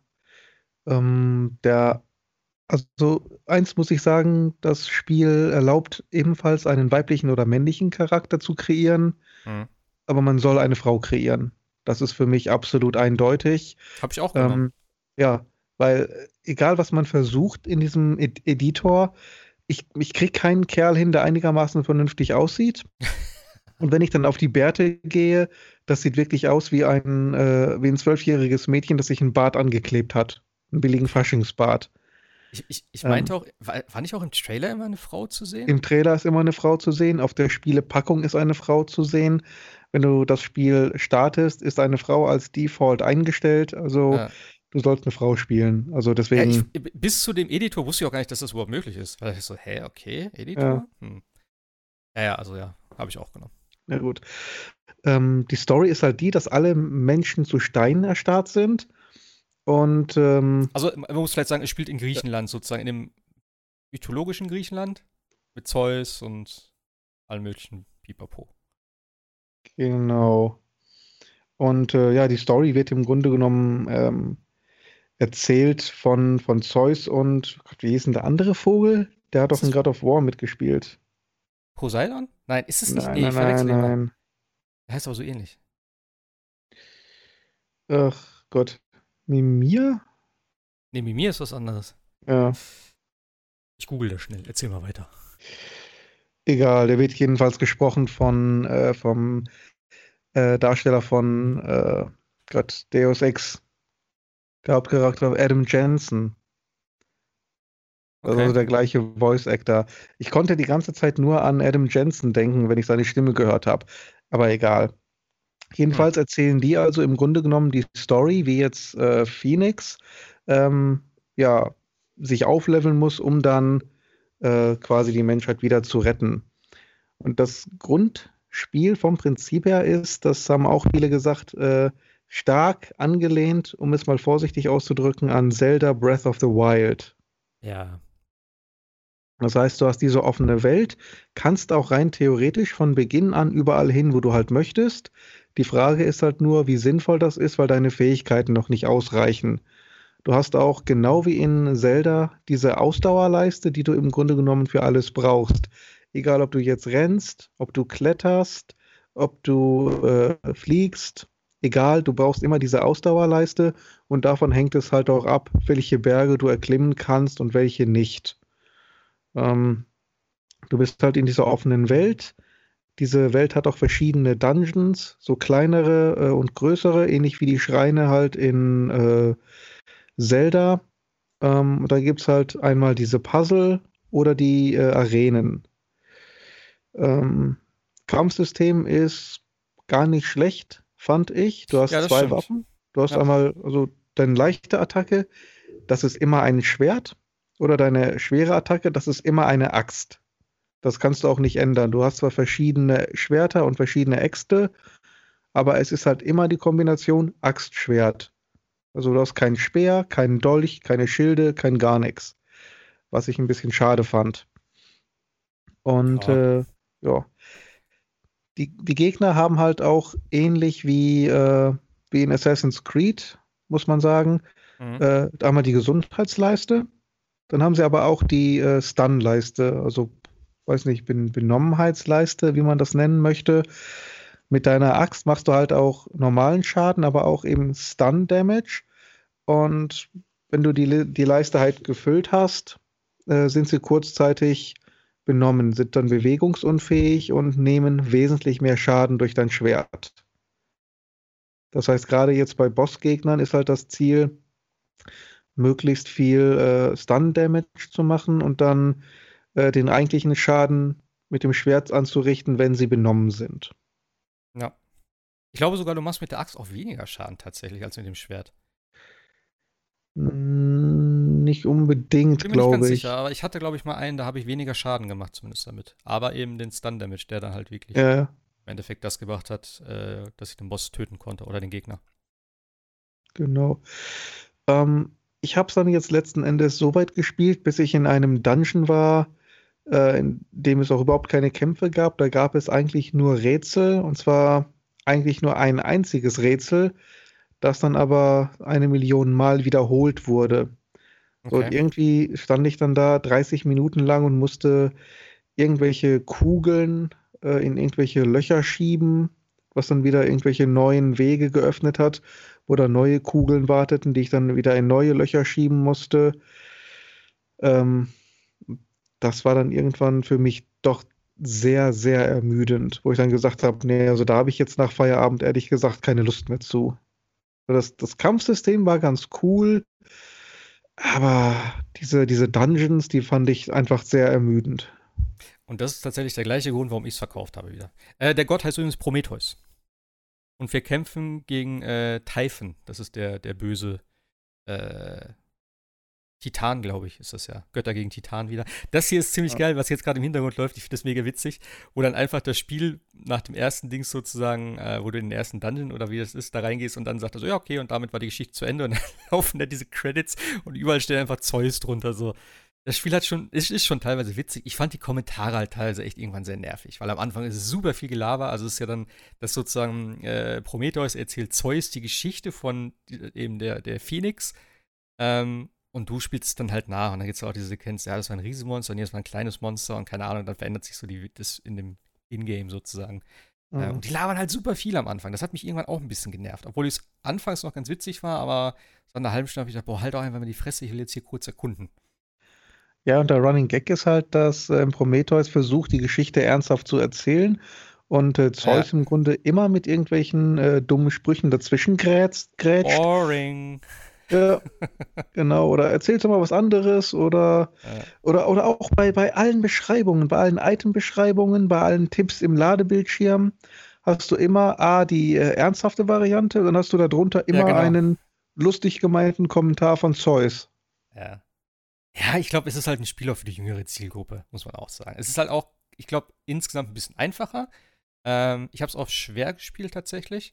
der Also eins muss ich sagen, das Spiel erlaubt ebenfalls einen weiblichen oder männlichen Charakter zu kreieren, Mhm. aber man soll eine Frau kreieren. Das ist für mich absolut eindeutig. Habe ich auch genommen. Ähm, ja, weil egal was man versucht in diesem Editor, ich kriege keinen Kerl hin, der einigermaßen vernünftig aussieht. Und wenn ich dann auf die Bärte gehe, das sieht wirklich aus wie ein 12-jähriges Mädchen, das sich einen Bart angeklebt hat. Einen billigen Okay. Faschingsbart. Ich meinte Ähm, auch, war nicht auch im Trailer immer eine Frau zu sehen? Im Trailer ist immer eine Frau zu sehen, auf der Spielepackung ist eine Frau zu sehen. Wenn du das Spiel startest, ist eine Frau als Default eingestellt. Also Äh, du sollst eine Frau spielen. Also ja, deswegen, bis zu dem Editor wusste ich auch gar nicht, dass das überhaupt möglich ist. Weil ich so, hä, okay, ja, Editor? Hm. Ja, also ja, habe ich auch genommen. na gut. Die Story ist halt die, dass alle Menschen zu Steinen erstarrt sind. Und Also man muss vielleicht sagen, es spielt in Griechenland sozusagen, in dem mythologischen Griechenland mit Zeus und allen möglichen Pipapo. genau. Und ja, die Story wird im Grunde genommen erzählt von Zeus und Gott, wie hieß denn der andere Vogel? Der hat Ist doch in das God of War mitgespielt. Poseidon? Nein, ist es nicht? Nein, Nee, nein, ich nein, verwechsel den mal. nein. Der heißt aber so ähnlich. Ach Gott. Mimir? Nee, Mimir ist was anderes. Ja, Ich google das schnell. Erzähl mal weiter. egal. Der wird jedenfalls gesprochen vom Darsteller von Gott, Deus Ex. Der Hauptcharakter Adam Jensen. Also Okay. der gleiche Voice Actor. Ich konnte die ganze Zeit nur an Adam Jensen denken, wenn ich seine Stimme gehört habe. Aber egal. Hm. Jedenfalls erzählen die also im Grunde genommen die Story, wie jetzt Phoenix ähm, ja, sich aufleveln muss, um dann quasi die Menschheit wieder zu retten. Und das Grundspiel vom Prinzip her ist, das haben auch viele gesagt, stark angelehnt, um es mal vorsichtig auszudrücken, an Zelda Breath of the Wild. Ja. Das heißt, du hast diese offene Welt, kannst auch rein theoretisch von Beginn an überall hin, wo du halt möchtest. Die Frage ist halt nur, wie sinnvoll das ist, weil deine Fähigkeiten noch nicht ausreichen. Du hast auch genau wie in Zelda diese Ausdauerleiste, die du im Grunde genommen für alles brauchst. Egal, ob du jetzt rennst, ob du kletterst, ob du fliegst, egal, du brauchst immer diese Ausdauerleiste und davon hängt es halt auch ab, welche Berge du erklimmen kannst und welche nicht. Ähm, Du bist halt in dieser offenen Welt. Diese Welt hat auch verschiedene Dungeons, so kleinere und größere, ähnlich wie die Schreine halt in Zelda. Und da gibt es halt einmal diese Puzzle oder die Arenen. Ähm, Kampfsystem ist gar nicht schlecht, fand ich. Du Ja, hast das zwei stimmt. Waffen. Du hast Ja. einmal also deine leichte Attacke, das ist immer ein Schwert. oder deine schwere Attacke, das ist immer eine Axt. Das kannst du auch nicht ändern. Du hast zwar verschiedene Schwerter und verschiedene Äxte, aber es ist halt immer die Kombination Axt-Schwert. Also du hast keinen Speer, keinen Dolch, keine Schilde, kein gar nichts. Was ich ein bisschen schade fand. Und Ja. ja, die Gegner haben halt auch ähnlich wie in Assassin's Creed, muss man sagen, Mhm. einmal die Gesundheitsleiste, dann haben sie aber auch die Stun-Leiste, also weiß nicht, Benommenheitsleiste, wie man das nennen möchte. Mit deiner Axt machst du halt auch normalen Schaden, aber auch eben Stun-Damage. Und wenn du die Leiste halt gefüllt hast, sind sie kurzzeitig benommen, sind dann bewegungsunfähig und nehmen wesentlich mehr Schaden durch dein Schwert. Das heißt, gerade jetzt bei Bossgegnern ist halt das Ziel, möglichst viel Stun-Damage zu machen und dann den eigentlichen Schaden mit dem Schwert anzurichten, wenn sie benommen sind. Ja. Ich glaube sogar, du machst mit der Axt auch weniger Schaden tatsächlich als mit dem Schwert. Nicht unbedingt, Bin mir nicht ganz glaube sicher, ich. aber ich hatte, glaube ich, mal einen, da habe ich weniger Schaden gemacht, zumindest damit. Aber eben den Stun-Damage, der dann halt wirklich Ja, im Endeffekt das gebracht hat, dass ich den Boss töten konnte oder den Gegner. genau. Ich habe es dann jetzt letzten Endes so weit gespielt, bis ich in einem Dungeon war, in dem es auch überhaupt keine Kämpfe gab. Da gab es eigentlich nur Rätsel, und zwar eigentlich nur ein einziges Rätsel, das dann aber 1 Million Mal wiederholt wurde. So, und Okay. irgendwie stand ich dann da 30 Minuten lang und musste irgendwelche Kugeln in irgendwelche Löcher schieben, was dann wieder irgendwelche neuen Wege geöffnet hat, wo da neue Kugeln warteten, die ich dann wieder in neue Löcher schieben musste. Ähm, Das war dann irgendwann für mich doch sehr, sehr ermüdend, wo ich dann gesagt habe, nee, also da habe ich jetzt nach Feierabend ehrlich gesagt keine Lust mehr zu. Das Kampfsystem war ganz cool, aber diese Dungeons, die fand ich einfach sehr ermüdend. Und das ist tatsächlich der gleiche Grund, warum ich es verkauft habe wieder. Der Gott heißt übrigens Prometheus. Und wir kämpfen gegen Typhon. Das ist der böse äh, Titan, glaube ich, ist das ja. Götter gegen Titan wieder. Das hier ist ziemlich Ja. geil, was jetzt gerade im Hintergrund läuft. Ich finde das mega witzig. Wo dann einfach das Spiel nach dem ersten Ding sozusagen, wo du in den ersten Dungeon oder wie das ist, da reingehst und dann sagt er so, ja, okay, und damit war die Geschichte zu Ende. Und dann laufen da diese Credits und überall steht einfach Zeus drunter. So. Das Spiel ist schon teilweise witzig. Ich fand die Kommentare halt teilweise echt irgendwann sehr nervig, weil am Anfang ist es super viel Gelaber. Also es ist ja dann, dass sozusagen Prometheus erzählt Zeus die Geschichte von eben der Phoenix. Und du spielst es dann halt nach. Und dann gibt es auch diese Sequenz, ja, das war ein Riesenmonster und jetzt war ein kleines Monster und keine Ahnung, dann verändert sich so das in dem Ingame sozusagen. Mhm. Und die labern halt super viel am Anfang. Das hat mich irgendwann auch ein bisschen genervt. Obwohl es anfangs noch ganz witzig war, aber so nach einer halben Stunde habe ich gedacht, boah, halt doch einfach mal die Fresse, ich will jetzt hier kurz erkunden. Ja, und der Running Gag ist halt, dass Prometheus versucht, die Geschichte ernsthaft zu erzählen und Ja, Zeus im Grunde immer mit irgendwelchen dummen Sprüchen dazwischen grätscht. boring. Ja, genau. Oder erzählst du mal was anderes Ja, oder auch bei allen Beschreibungen, bei allen Item-Beschreibungen, bei allen Tipps im Ladebildschirm hast du immer die ernsthafte Variante und dann hast du darunter ja, immer genau. einen lustig gemeinten Kommentar von Zeus. Ja. Ja, ich glaube, es ist halt ein Spiel auch für die jüngere Zielgruppe, muss man auch sagen. Es ist halt auch, ich glaube, insgesamt ein bisschen einfacher. Ich habe es auf schwer gespielt tatsächlich.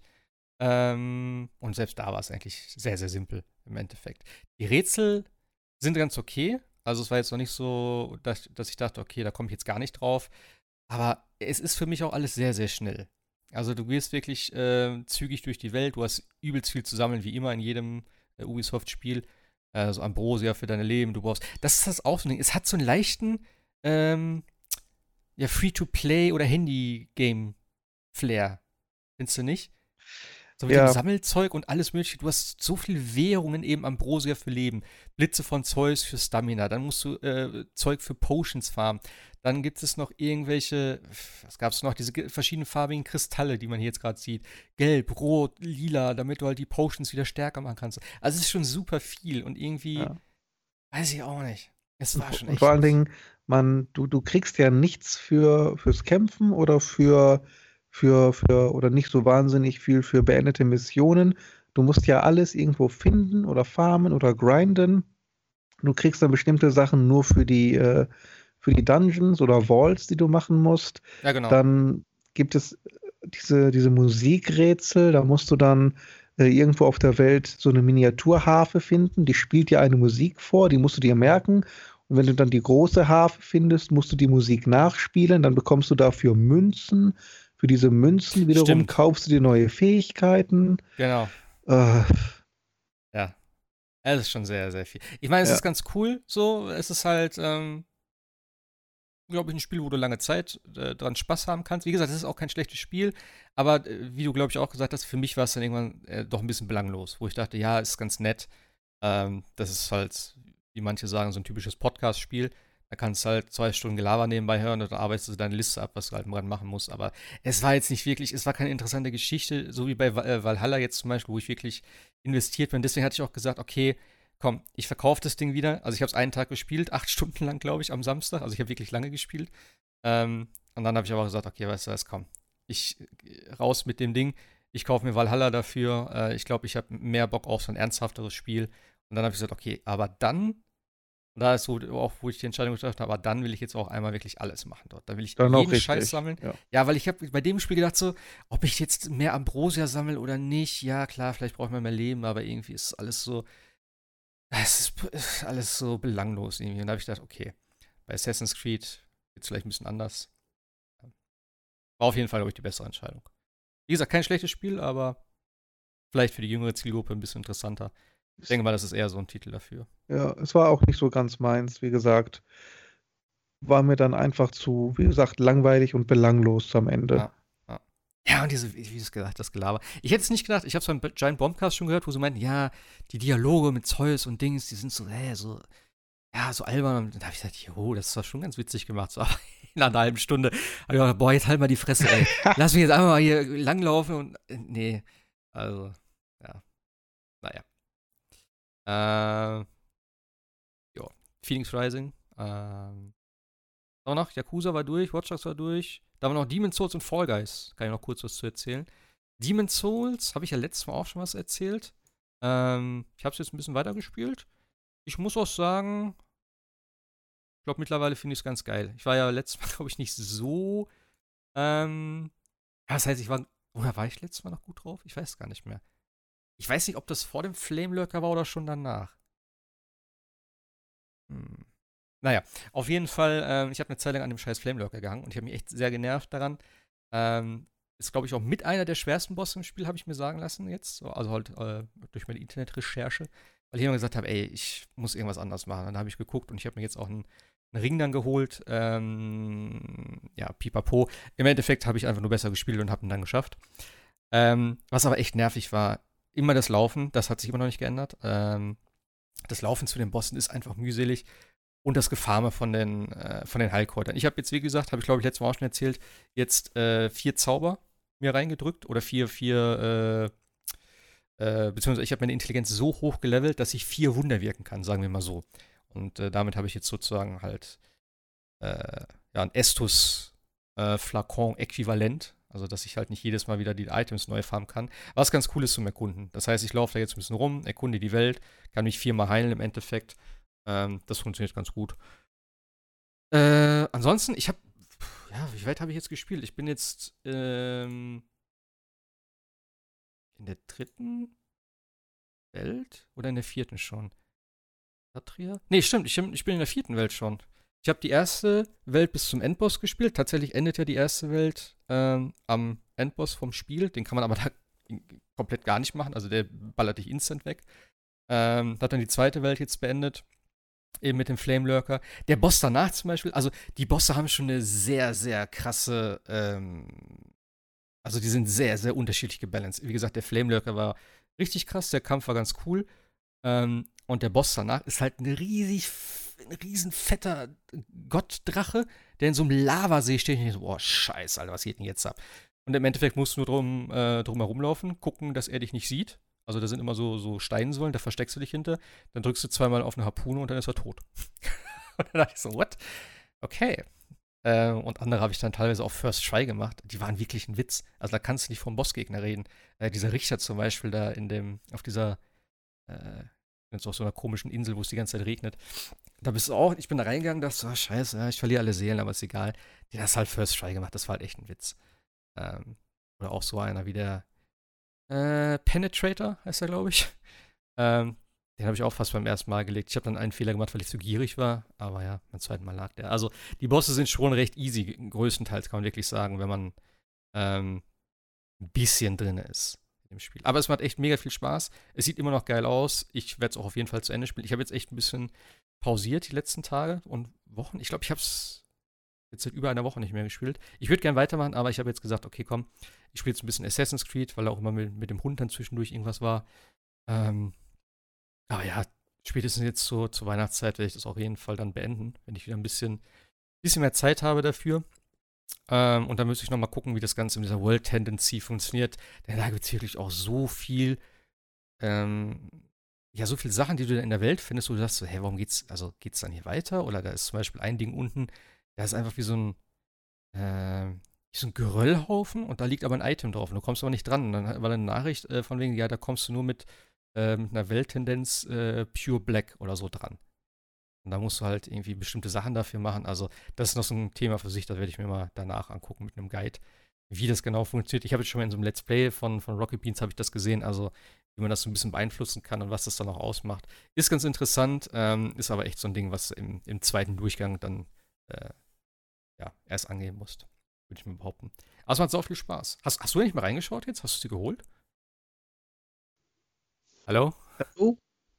Und selbst da war es eigentlich sehr, sehr simpel im Endeffekt. Die Rätsel sind ganz okay. Also es war jetzt noch nicht so, dass ich dachte, okay, da komme ich jetzt gar nicht drauf. Aber es ist für mich auch alles sehr, sehr schnell. Also du gehst wirklich zügig durch die Welt. Du hast übelst viel zu sammeln, wie immer in jedem Ubisoft-Spiel. So Ambrosia für deine Leben. Du brauchst. Das ist das auch so ein Ding. Es hat so einen leichten ja, Free-to-Play oder Handy-Game-Flair. Findest du nicht? So mit dem Ja, Sammelzeug und alles mögliche. Du hast so viele Währungen eben Ambrosia für Leben. Blitze von Zeus für Stamina. Dann musst du Zeug für Potions farmen. Dann gibt es noch irgendwelche, was gab es noch? Diese verschiedenfarbigen Kristalle, die man hier jetzt gerade sieht. Gelb, rot, lila, damit du halt die Potions wieder stärker machen kannst. Also es ist schon super viel und irgendwie, ja. weiß ich auch nicht. Es war schon Und vor echt allen nicht. Dingen, du kriegst ja nichts fürs Kämpfen oder oder nicht so wahnsinnig viel für beendete Missionen. Du musst ja alles irgendwo finden oder farmen oder grinden. Du kriegst dann bestimmte Sachen nur für die Dungeons oder Vaults, die du machen musst. Ja, genau. Dann gibt es diese Musikrätsel, da musst du dann irgendwo auf der Welt so eine Miniaturharfe finden, die spielt dir eine Musik vor, die musst du dir merken. Und wenn du dann die große Harfe findest, musst du die Musik nachspielen, dann bekommst du dafür Münzen. Für diese Münzen wiederum Stimmt. kaufst du dir neue Fähigkeiten. Genau. Äh, Ja. Es ist schon sehr, sehr viel. Ich meine, es Ja. ist ganz cool so. Es ist halt, glaube ich, ein Spiel, wo du lange Zeit dran Spaß haben kannst. Wie gesagt, es ist auch kein schlechtes Spiel, aber wie du, glaube ich, auch gesagt hast, für mich war es dann irgendwann doch ein bisschen belanglos, wo ich dachte, ja, ist ganz nett. Das ist halt, wie manche sagen, so ein typisches Podcast-Spiel. Da kannst du halt 2 Stunden Gelaber nebenbei hören und dann arbeitest du deine Liste ab, was du halt dran machen musst. Aber es war jetzt nicht wirklich, es war keine interessante Geschichte, so wie bei Valhalla jetzt zum Beispiel, wo ich wirklich investiert bin. Deswegen hatte ich auch gesagt, okay, komm, ich verkaufe das Ding wieder. Also ich habe es einen Tag gespielt, 8 Stunden lang, glaube ich, am Samstag. Also ich habe wirklich lange gespielt. Und dann habe ich aber gesagt, okay, weißt du was, komm, ich raus mit dem Ding. Ich kaufe mir Valhalla dafür. Ich glaube, ich habe mehr Bock auf so ein ernsthafteres Spiel. Und dann habe ich gesagt, okay, aber dann, und da ist so auch, wo ich die Entscheidung getroffen habe, aber dann will ich jetzt auch einmal wirklich alles machen dort. Da will ich Dann auch jeden Scheiß richtig. sammeln. Ja. Ja, weil ich habe bei dem Spiel gedacht so, ob ich jetzt mehr Ambrosia sammle oder nicht. Ja, klar, vielleicht braucht man mehr Leben, aber irgendwie ist alles so, es ist alles so belanglos irgendwie. Und da habe ich gedacht, okay, bei Assassin's Creed wird es vielleicht ein bisschen anders. War auf jeden Fall, glaube ich, die bessere Entscheidung. Wie gesagt, kein schlechtes Spiel, aber vielleicht für die jüngere Zielgruppe ein bisschen interessanter. Ich denke mal, das ist eher so ein Titel dafür. Ja, es war auch nicht so ganz meins, wie gesagt. War mir dann einfach zu, wie gesagt, langweilig und belanglos am Ende. Ja, ja. Ja, und diese, wie du es gesagt hast, das Gelaber. Ich hätte es nicht gedacht, ich habe es beim Giant Bombcast schon gehört, wo sie meinten, ja, die Dialoge mit Zeus und Dings, die sind so, ja, so albern. Und da habe ich gesagt, jo, das war schon ganz witzig gemacht. So, aber nach einer halben Stunde habe ich gedacht, boah, jetzt halt mal die Fresse, ey. Lass mich jetzt einfach mal hier langlaufen und, nee. Also, ja, naja. Ja, Phoenix Rising. Aber noch, Yakuza war durch, Watch Dogs war durch. Da war noch Demon's Souls und Fall Guys. Kann ich noch kurz was zu erzählen. Demon's Souls, habe ich ja letztes Mal auch schon was erzählt. Ich habe es jetzt ein bisschen weitergespielt. Ich muss auch sagen, ich glaube, mittlerweile finde ich es ganz geil. Ich war ja letztes Mal, glaube ich, nicht so. Ja, das heißt, oder war ich letztes Mal noch gut drauf? Ich weiß es gar nicht mehr. Ich weiß nicht, ob das vor dem Flame Lurker war oder schon danach. Naja, auf jeden Fall, ich habe eine Zeit lang an dem scheiß Flame Lurker gehangen und ich habe mich echt sehr genervt daran. Ist, glaube ich, auch mit einer der schwersten Bosse im Spiel, habe ich mir sagen lassen jetzt. Also halt durch meine Internetrecherche. Weil ich immer gesagt habe, ey, ich muss irgendwas anderes machen. Dann habe ich geguckt und ich habe mir jetzt auch einen Ring dann geholt. Ja, pipapo. Im Endeffekt habe ich einfach nur besser gespielt und habe ihn dann geschafft. Was aber echt nervig war, immer das Laufen. Das hat sich immer noch nicht geändert. Das Laufen zu den Bossen ist einfach mühselig. Und das Gefarme von den Heilkräutern. Ich habe jetzt, wie gesagt, habe ich glaube ich letztes Mal auch schon erzählt, jetzt 4 Zauber mir reingedrückt oder 4, beziehungsweise ich habe meine Intelligenz so hoch gelevelt, dass ich 4 Wunder wirken kann, sagen wir mal so. Und damit habe ich jetzt sozusagen halt ja, ein Estus-Flakon-Äquivalent. Also, dass ich halt nicht jedes Mal wieder die Items neu farmen kann. Was ganz cool ist zum Erkunden. Das heißt, ich laufe da jetzt ein bisschen rum, erkunde die Welt, kann mich 4-mal heilen im Endeffekt. Das funktioniert ganz gut. Ansonsten, ich habe, ja, wie weit habe ich jetzt gespielt? Ich bin jetzt in der 3. Welt oder in der 4. schon? Patria? Nee, stimmt, ich bin in der 4. Welt schon. Ich habe die erste Welt bis zum Endboss gespielt. Tatsächlich endet ja die erste Welt am Endboss vom Spiel. Den kann man aber da komplett gar nicht machen. Also der ballert dich instant weg. Hat dann die zweite Welt jetzt beendet. Eben mit dem Flame Lurker. Der Boss danach zum Beispiel, also die Bosse haben schon eine sehr, sehr krasse, also die sind sehr, sehr unterschiedlich gebalanced. Wie gesagt, der Flame Lurker war richtig krass, der Kampf war ganz cool. Und der Boss danach ist halt ein riesen fetter Gottdrache, der in so einem Lavasee steht. Und ich so, boah, scheiße, Alter, was geht denn jetzt ab? Und im Endeffekt musst du nur drum herumlaufen, gucken, dass er dich nicht sieht. Also da sind immer so Steinsäulen, da versteckst du dich hinter. Dann drückst du 2-mal auf eine Harpune und dann ist er tot. Und dann dachte ich so, what? Okay. Und andere habe ich dann teilweise auch First Try gemacht. Die waren wirklich ein Witz. Also da kannst du nicht vom Bossgegner reden. Dieser Richter zum Beispiel da auf dieser Jetzt auf so einer komischen Insel, wo es die ganze Zeit regnet. Da bist du auch, ich bin da reingegangen, dachte so, scheiße, ja, ich verliere alle Seelen, aber ist egal. Die hat halt First Try gemacht, das war halt echt ein Witz. Oder auch so einer wie der Penetrator, heißt er, glaube ich. Den habe ich auch fast beim ersten Mal gelegt. Ich habe dann einen Fehler gemacht, weil ich zu gierig war. Aber ja, beim zweiten Mal lag der. Also, die Bosse sind schon recht easy, größtenteils kann man wirklich sagen, wenn man ein bisschen drin ist im Spiel. Aber es macht echt mega viel Spaß. Es sieht immer noch geil aus. Ich werde es auch auf jeden Fall zu Ende spielen. Ich habe jetzt echt ein bisschen pausiert die letzten Tage und Wochen. Ich glaube, ich habe es jetzt seit über einer Woche nicht mehr gespielt. Ich würde gerne weitermachen, aber ich habe jetzt gesagt, okay, komm, ich spiele jetzt ein bisschen Assassin's Creed, weil auch immer mit dem Hund dann zwischendurch irgendwas war. Aber ja, spätestens jetzt so zur Weihnachtszeit werde ich das auf jeden Fall dann beenden, wenn ich wieder ein bisschen mehr Zeit habe dafür. Und dann müsste ich nochmal gucken, wie das Ganze mit dieser World Tendency funktioniert. Denn da gibt es wirklich auch so viel, so viele Sachen, die du in der Welt findest, wo du sagst so, hey, warum geht's dann hier weiter? Oder da ist zum Beispiel ein Ding unten, da ist einfach wie so ein Geröllhaufen und da liegt aber ein Item drauf und du kommst aber nicht dran. Und dann war eine Nachricht von wegen, ja, da kommst du nur mit einer Welttendenz Pure Black oder so dran. Und da musst du halt irgendwie bestimmte Sachen dafür machen. Also, das ist noch so ein Thema für sich, das werde ich mir mal danach angucken mit einem Guide, wie das genau funktioniert. Ich habe jetzt schon mal in so einem Let's Play von Rocket Beans habe ich das gesehen, also wie man das so ein bisschen beeinflussen kann und was das dann auch ausmacht. Ist ganz interessant, ist aber echt so ein Ding, was im zweiten Durchgang dann erst angehen musst, würde ich mal behaupten. Also macht sau viel Spaß. Hast du nicht mal reingeschaut jetzt? Hast du sie geholt? Hallo? Hallo?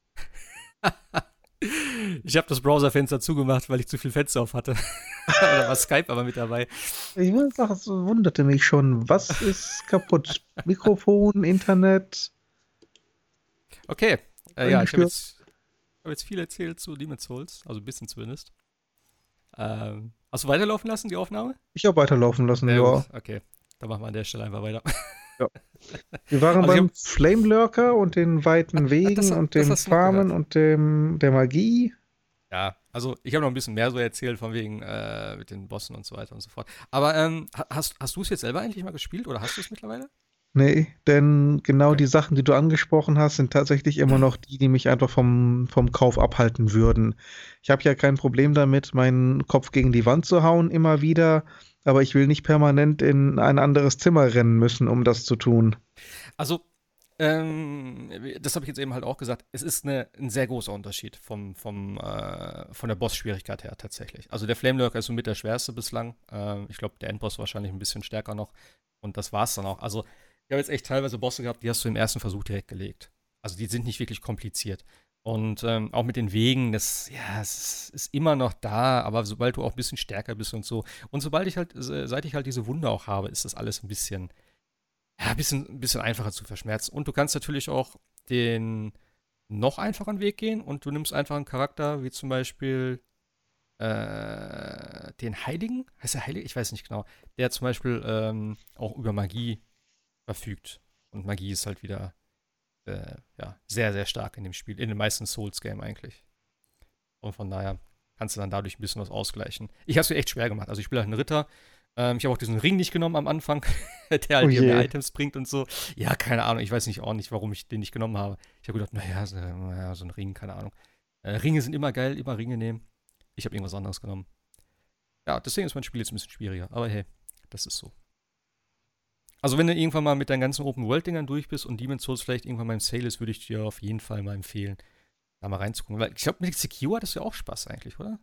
Ich habe das Browserfenster zugemacht, weil ich zu viel Fenster auf hatte. Da war Skype aber mit dabei. Ich muss sagen, es wunderte mich schon. Was ist kaputt? Mikrofon, Internet? Okay. Ich habe Eingestürzt? jetzt viel erzählt zu Demon's Souls, also ein bisschen zumindest. Hast du weiterlaufen lassen, die Aufnahme? Ich habe weiterlaufen lassen, ja. Gut. Okay, dann machen wir an der Stelle einfach weiter. Ja. Wir waren Also beim Flame Lurker und den weiten Wegen und dem hast du noch Farmen gehört. und der Magie. Ja, also ich habe noch ein bisschen mehr so erzählt, von wegen mit den Bossen und so weiter und so fort. Aber hast du es jetzt selber eigentlich mal gespielt oder hast du es mittlerweile? Nee, denn genau Okay. die Sachen, die du angesprochen hast, sind tatsächlich immer noch die mich einfach vom Kauf abhalten würden. Ich habe ja kein Problem damit, meinen Kopf gegen die Wand zu hauen, immer wieder, aber ich will nicht permanent in ein anderes Zimmer rennen müssen, um das zu tun. Also, das habe ich jetzt eben halt auch gesagt. Es ist ein sehr großer Unterschied von der Boss-Schwierigkeit her tatsächlich. Also der Flame Lurker ist somit der schwerste bislang. Ich glaube, der Endboss wahrscheinlich ein bisschen stärker noch. Und das war's dann auch. Also, ich habe jetzt echt teilweise Bosse gehabt, die hast du im ersten Versuch direkt gelegt. Also die sind nicht wirklich kompliziert. Und auch mit den Wegen, es ist immer noch da, aber sobald du auch ein bisschen stärker bist und so. Und seit ich halt diese Wunde auch habe, ist das alles ein bisschen einfacher zu verschmerzen. Und du kannst natürlich auch den noch einfachen Weg gehen und du nimmst einfach einen Charakter, wie zum Beispiel den Heiligen. Heißt der Heilige? Ich weiß nicht genau. Der zum Beispiel auch über Magie verfügt. Und Magie ist halt wieder sehr, sehr stark in dem Spiel. In den meisten Souls-Games eigentlich. Und von daher kannst du dann dadurch ein bisschen was ausgleichen. Ich habe es mir echt schwer gemacht. Also ich spiele halt einen Ritter. Ich habe auch diesen Ring nicht genommen am Anfang, der Oh halt dir mehr je. Items bringt und so. Ja, keine Ahnung. Ich weiß nicht auch nicht, warum ich den nicht genommen habe. Ich habe gedacht, so ein Ring, keine Ahnung. Ringe sind immer geil, immer Ringe nehmen. Ich habe irgendwas anderes genommen. Ja, deswegen ist mein Spiel jetzt ein bisschen schwieriger. Aber hey, das ist so. Also wenn du irgendwann mal mit deinen ganzen Open-World-Dingern durch bist und Demon's Souls vielleicht irgendwann mal im Sale ist, würde ich dir auf jeden Fall mal empfehlen, da mal reinzugucken. Weil ich glaube, mit Sekiro hattest du ja auch Spaß eigentlich, oder?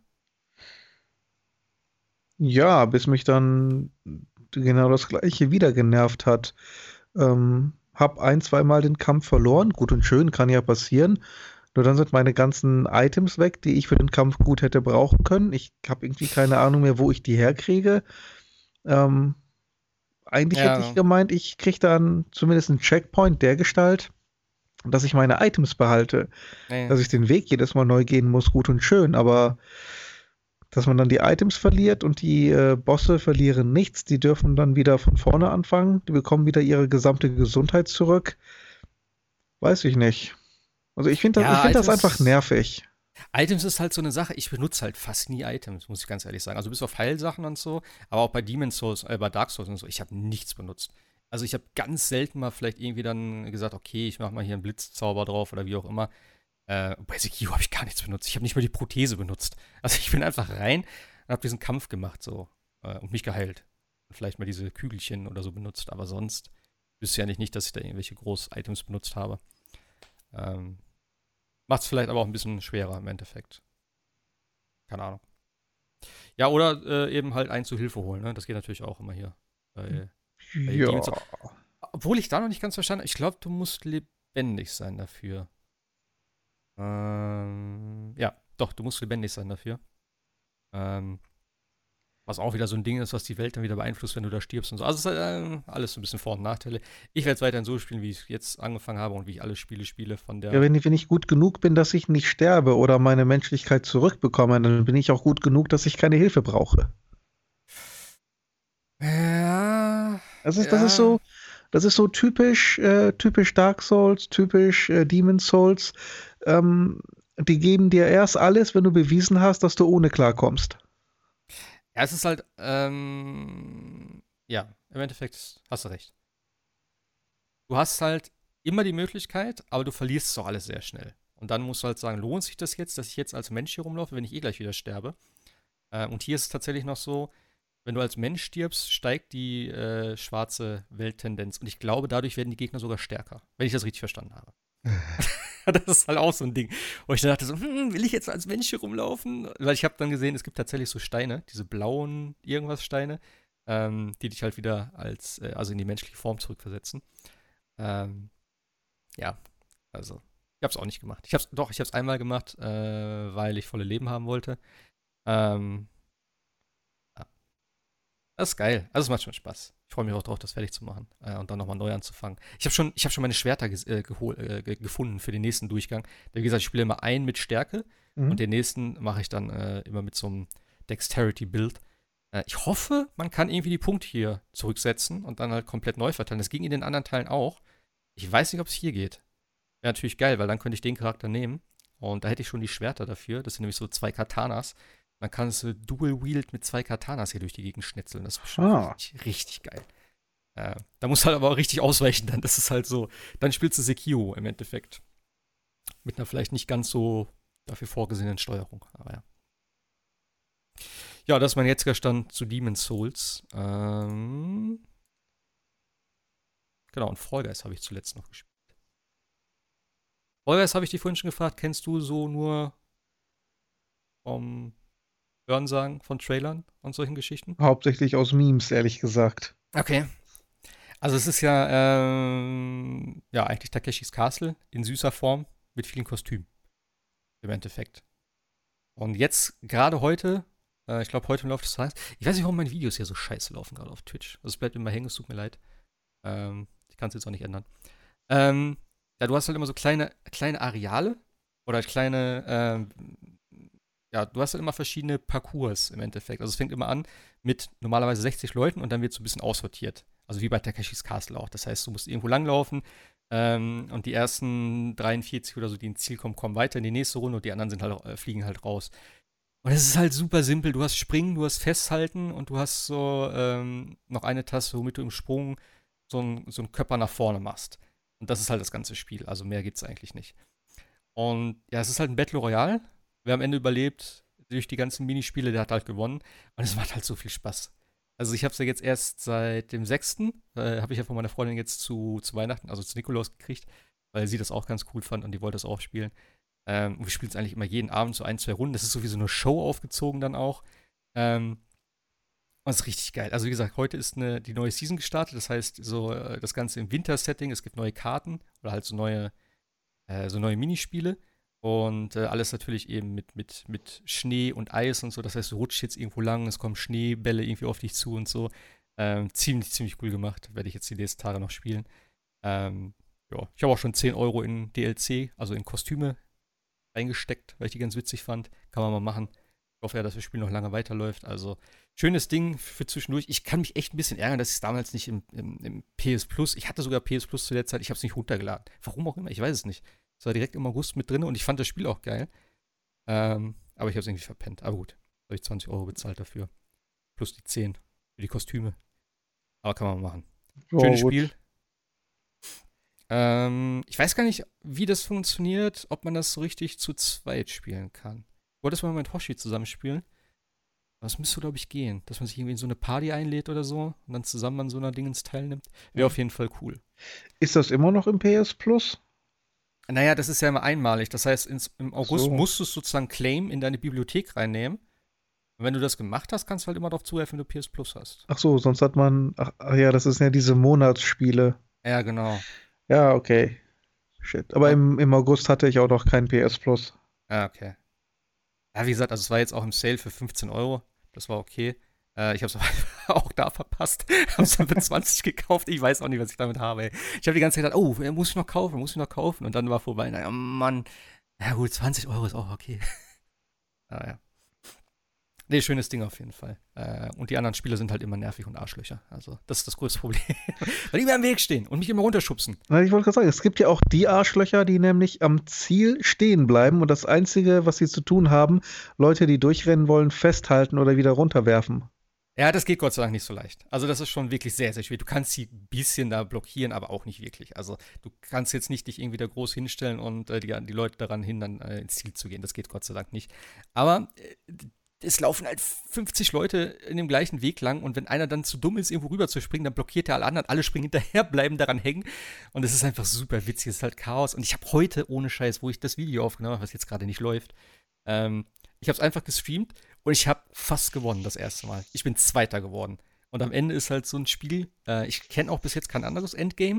Ja, bis mich dann genau das Gleiche wieder genervt hat. Hab ein, zweimal den Kampf verloren. Gut und schön, kann ja passieren. Nur dann sind meine ganzen Items weg, die ich für den Kampf gut hätte brauchen können. Ich habe irgendwie keine Ahnung mehr, wo ich die herkriege. Ähm, Eigentlich hätte ich Ja, gemeint, ich kriege dann zumindest einen Checkpoint der Gestalt, dass ich meine Items behalte. nee. Dass ich den Weg jedes Mal neu gehen muss, gut und schön, aber dass man dann die Items verliert und die Bosse verlieren nichts, die dürfen dann wieder von vorne anfangen, die bekommen wieder ihre gesamte Gesundheit zurück, weiß ich nicht. Also ich Ja, finde das einfach nervig. Items ist halt so eine Sache, ich benutze halt fast nie Items, muss ich ganz ehrlich sagen. Also bis auf Heilsachen und so, aber auch bei Demon's Souls, bei Dark Souls und so, ich habe nichts benutzt. Also ich habe ganz selten mal vielleicht irgendwie dann gesagt, okay, ich mache mal hier einen Blitzzauber drauf oder wie auch immer. Bei Sekiro habe ich gar nichts benutzt. Ich habe nicht mal die Prothese benutzt. Also ich bin einfach rein und habe diesen Kampf gemacht so und mich geheilt. Und vielleicht mal diese Kügelchen oder so benutzt, aber sonst wüsste ja nicht, dass ich da irgendwelche Groß-Items benutzt habe. Macht es vielleicht aber auch ein bisschen schwerer im Endeffekt. Keine Ahnung. Ja, oder eben halt einen zu Hilfe holen, ne? Das geht natürlich auch immer hier. Bei Ja. Demon's Souls. Obwohl ich da noch nicht ganz verstanden habe. Ich glaube, du musst lebendig sein dafür. Ja, doch, du musst lebendig sein dafür. Was auch wieder so ein Ding ist, was die Welt dann wieder beeinflusst, wenn du da stirbst und so. Also es ist halt, alles so ein bisschen Vor- und Nachteile. Ich werde es weiterhin so spielen, wie ich jetzt angefangen habe und wie ich alle Spiele spiele von Ja, der. wenn ich gut genug bin, dass ich nicht sterbe oder meine Menschlichkeit zurückbekomme, dann bin ich auch gut genug, dass ich keine Hilfe brauche. Ja, Das ist ja. so, typisch Dark Souls, typisch Demon's Souls. Die geben dir erst alles, wenn du bewiesen hast, dass du ohne klarkommst. Ja, es ist halt, ja, im Endeffekt hast du recht. Du hast halt immer die Möglichkeit, aber du verlierst es auch alles sehr schnell. Und dann musst du halt sagen, lohnt sich das jetzt, dass ich jetzt als Mensch hier rumlaufe, wenn ich eh gleich wieder sterbe? Und hier ist es tatsächlich noch so, wenn du als Mensch stirbst, steigt die schwarze Welttendenz. Und ich glaube, dadurch werden die Gegner sogar stärker, wenn ich das richtig verstanden habe. Das ist halt auch so ein Ding. Und ich dachte so, will ich jetzt als Mensch hier rumlaufen? Weil ich habe dann gesehen, es gibt tatsächlich so Steine, diese blauen irgendwas Steine, die dich halt wieder also in die menschliche Form zurückversetzen. Ähm, ja, also, ich habe es auch nicht gemacht. Ich habe es einmal gemacht, weil ich volle Leben haben wollte. Ähm, ja, das ist geil. Also, es macht schon Spaß. Ich freue mich auch drauf, das fertig zu machen und dann nochmal neu anzufangen. Ich hab schon meine Schwerter gefunden für den nächsten Durchgang. Wie gesagt, ich spiele immer einen mit Stärke und Mhm. den nächsten mache ich dann immer mit so einem Dexterity-Build. Ich hoffe, man kann irgendwie die Punkte hier zurücksetzen und dann halt komplett neu verteilen. Das ging in den anderen Teilen auch. Ich weiß nicht, ob es hier geht. Wäre natürlich geil, weil dann könnte ich den Charakter nehmen. Und da hätte ich schon die Schwerter dafür. Das sind nämlich so zwei Katanas. Man kann es Dual Wield mit zwei Katanas hier durch die Gegend schnetzeln. Das ist bestimmt Ah. richtig, richtig geil. Da musst du halt aber auch richtig ausweichen dann. Das ist halt so. Dann spielst du Sekiro im Endeffekt. Mit einer vielleicht nicht ganz so dafür vorgesehenen Steuerung. Aber ja. Ja, das ist mein jetziger Stand zu Demon's Souls. Genau, und Fall Guys habe ich zuletzt noch gespielt. Fall Guys habe ich dich vorhin schon gefragt, kennst du so nur vom Hörensagen von Trailern und solchen Geschichten? Hauptsächlich aus Memes, ehrlich gesagt. Okay. Also es ist ja, ja, eigentlich Takeshis Castle in süßer Form mit vielen Kostümen. Im Endeffekt. Und jetzt, gerade heute, ich glaube heute im Laufe des Tages, ich weiß nicht, warum meine Videos hier so scheiße laufen, gerade auf Twitch. Also es bleibt immer hängen, es tut mir leid. Ich kann es jetzt auch nicht ändern. Ja, du hast halt immer so kleine Areale oder ja, du hast halt immer verschiedene Parcours im Endeffekt. Also es fängt immer an mit normalerweise 60 Leuten und dann wird es so ein bisschen aussortiert. Also wie bei Takeshis Castle auch. Das heißt, du musst irgendwo langlaufen und die ersten 43 oder so, die ins Ziel kommen, kommen weiter in die nächste Runde und die anderen fliegen halt raus. Und es ist halt super simpel. Du hast Springen, du hast Festhalten und du hast so noch eine Taste, womit du im Sprung so einen Körper nach vorne machst. Und das ist halt das ganze Spiel. Also mehr gibt's eigentlich nicht. Und ja, es ist halt ein Battle Royale. Wer am Ende überlebt durch die ganzen Minispiele, der hat halt gewonnen. Und es macht halt so viel Spaß. Also ich habe es ja jetzt erst seit dem 6. Habe ich ja von meiner Freundin jetzt zu Weihnachten, also zu Nikolaus gekriegt, weil sie das auch ganz cool fand und die wollte das auch spielen. Und wir spielen es eigentlich immer jeden Abend so ein, zwei Runden. Das ist so wie so eine Show aufgezogen dann auch. Und es ist richtig geil. Also wie gesagt, heute ist die neue Season gestartet. Das heißt, so das Ganze im Winter-Setting. Es gibt neue Karten oder halt so neue Minispiele. Und alles natürlich eben mit Schnee und Eis und so. Das heißt, du rutschst jetzt irgendwo lang, es kommen Schneebälle irgendwie auf dich zu und so. Ziemlich cool gemacht. Werde ich jetzt die nächsten Tage noch spielen. Ja, ich habe auch schon 10 Euro in DLC, also in Kostüme, reingesteckt, weil ich die ganz witzig fand. Kann man mal machen. Ich hoffe ja, dass das Spiel noch lange weiterläuft. Also, schönes Ding für zwischendurch. Ich kann mich echt ein bisschen ärgern, dass ich es damals nicht im PS Plus, ich hatte sogar PS Plus zu der Zeit, ich habe es nicht runtergeladen. Warum auch immer, ich weiß es nicht. Es war direkt im August mit drin und ich fand das Spiel auch geil. Aber ich habe es irgendwie verpennt. Aber gut, habe ich 20 Euro bezahlt dafür. Plus die 10 für die Kostüme. Aber kann man mal machen. Ja, Schönes gut. Spiel. Ich weiß gar nicht, wie das funktioniert, ob man das so richtig zu zweit spielen kann. Ich wollte das mal mit Hoshi zusammenspielen. Das müsste, glaube ich, gehen. Dass man sich irgendwie in so eine Party einlädt oder so und dann zusammen an so einer Dingens teilnimmt. Wäre auf jeden Fall cool. Ist das immer noch im PS Plus? Naja, das ist ja immer einmalig. Das heißt, im August So. musst du es sozusagen Claim in deine Bibliothek reinnehmen. Und wenn du das gemacht hast, kannst du halt immer darauf zugreifen, wenn du PS Plus hast. Ach so, sonst hat man. Ach ja, das sind ja diese Monatsspiele. Ja, genau. Ja, okay. Shit. Aber Und, im August hatte ich auch noch kein PS Plus. ja, okay. Ja, wie gesagt, also es war jetzt auch im Sale für 15 Euro. Das war okay. Ich habe es auch da verpasst. Habe es dann für 20 gekauft. Ich weiß auch nicht, was ich damit habe. Ey. Ich habe die ganze Zeit gedacht, oh, muss ich noch kaufen, muss ich noch kaufen. Und dann war vorbei. Na, oh Mann. Ja gut, 20 Euro ist auch okay. Ja. Nee, schönes Ding auf jeden Fall. Und die anderen Spiele sind halt immer nervig und Arschlöcher. Also, das ist das größte Problem. Weil die mir im Weg stehen und mich immer runterschubsen. Na, ich wollte gerade sagen, es gibt ja auch die Arschlöcher, die nämlich am Ziel stehen bleiben und das Einzige, was sie zu tun haben, Leute, die durchrennen wollen, festhalten oder wieder runterwerfen. Ja, das geht Gott sei Dank nicht so leicht. Also, das ist schon wirklich sehr, sehr schwierig. Du kannst sie ein bisschen da blockieren, aber auch nicht wirklich. Also, du kannst jetzt nicht dich irgendwie da groß hinstellen und die Leute daran hindern, ins Ziel zu gehen. Das geht Gott sei Dank nicht. Aber es laufen halt 50 Leute in dem gleichen Weg lang und wenn einer dann zu dumm ist, irgendwo rüber zu springen, dann blockiert er alle anderen, alle springen hinterher, bleiben daran hängen und es ist einfach super witzig, es ist halt Chaos und ich habe heute, ohne Scheiß, wo ich das Video aufgenommen habe, was jetzt gerade nicht läuft, ich habe es einfach gestreamt und ich habe fast gewonnen das erste Mal. Ich bin Zweiter geworden und am Ende ist halt so ein Spiel, ich kenne auch bis jetzt kein anderes Endgame,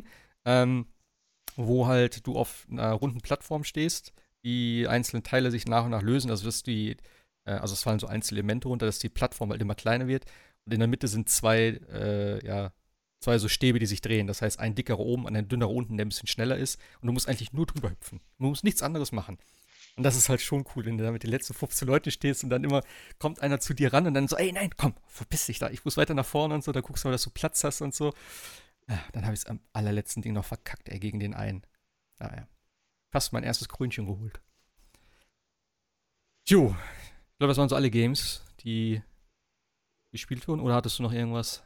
wo halt du auf einer runden Plattform stehst, die einzelnen Teile sich nach und nach lösen, also dass also es fallen so einzelne Elemente runter, dass die Plattform halt immer kleiner wird. Und in der Mitte sind zwei so Stäbe, die sich drehen. Das heißt, ein dickerer oben und ein dünnerer unten, der ein bisschen schneller ist. Und du musst eigentlich nur drüber hüpfen. Du musst nichts anderes machen. Und das ist halt schon cool, wenn du da mit den letzten 15 Leuten stehst und dann immer kommt einer zu dir ran und dann so, ey, nein, komm, verpiss dich da. Ich muss weiter nach vorne und so. Da guckst du mal, dass du Platz hast und so. Ja, dann habe ich es am allerletzten Ding noch verkackt, ey, gegen den einen. Naja. Fast mein erstes Krönchen geholt. Jo, ich glaube, das waren so alle Games, die gespielt wurden. Oder hattest du noch irgendwas?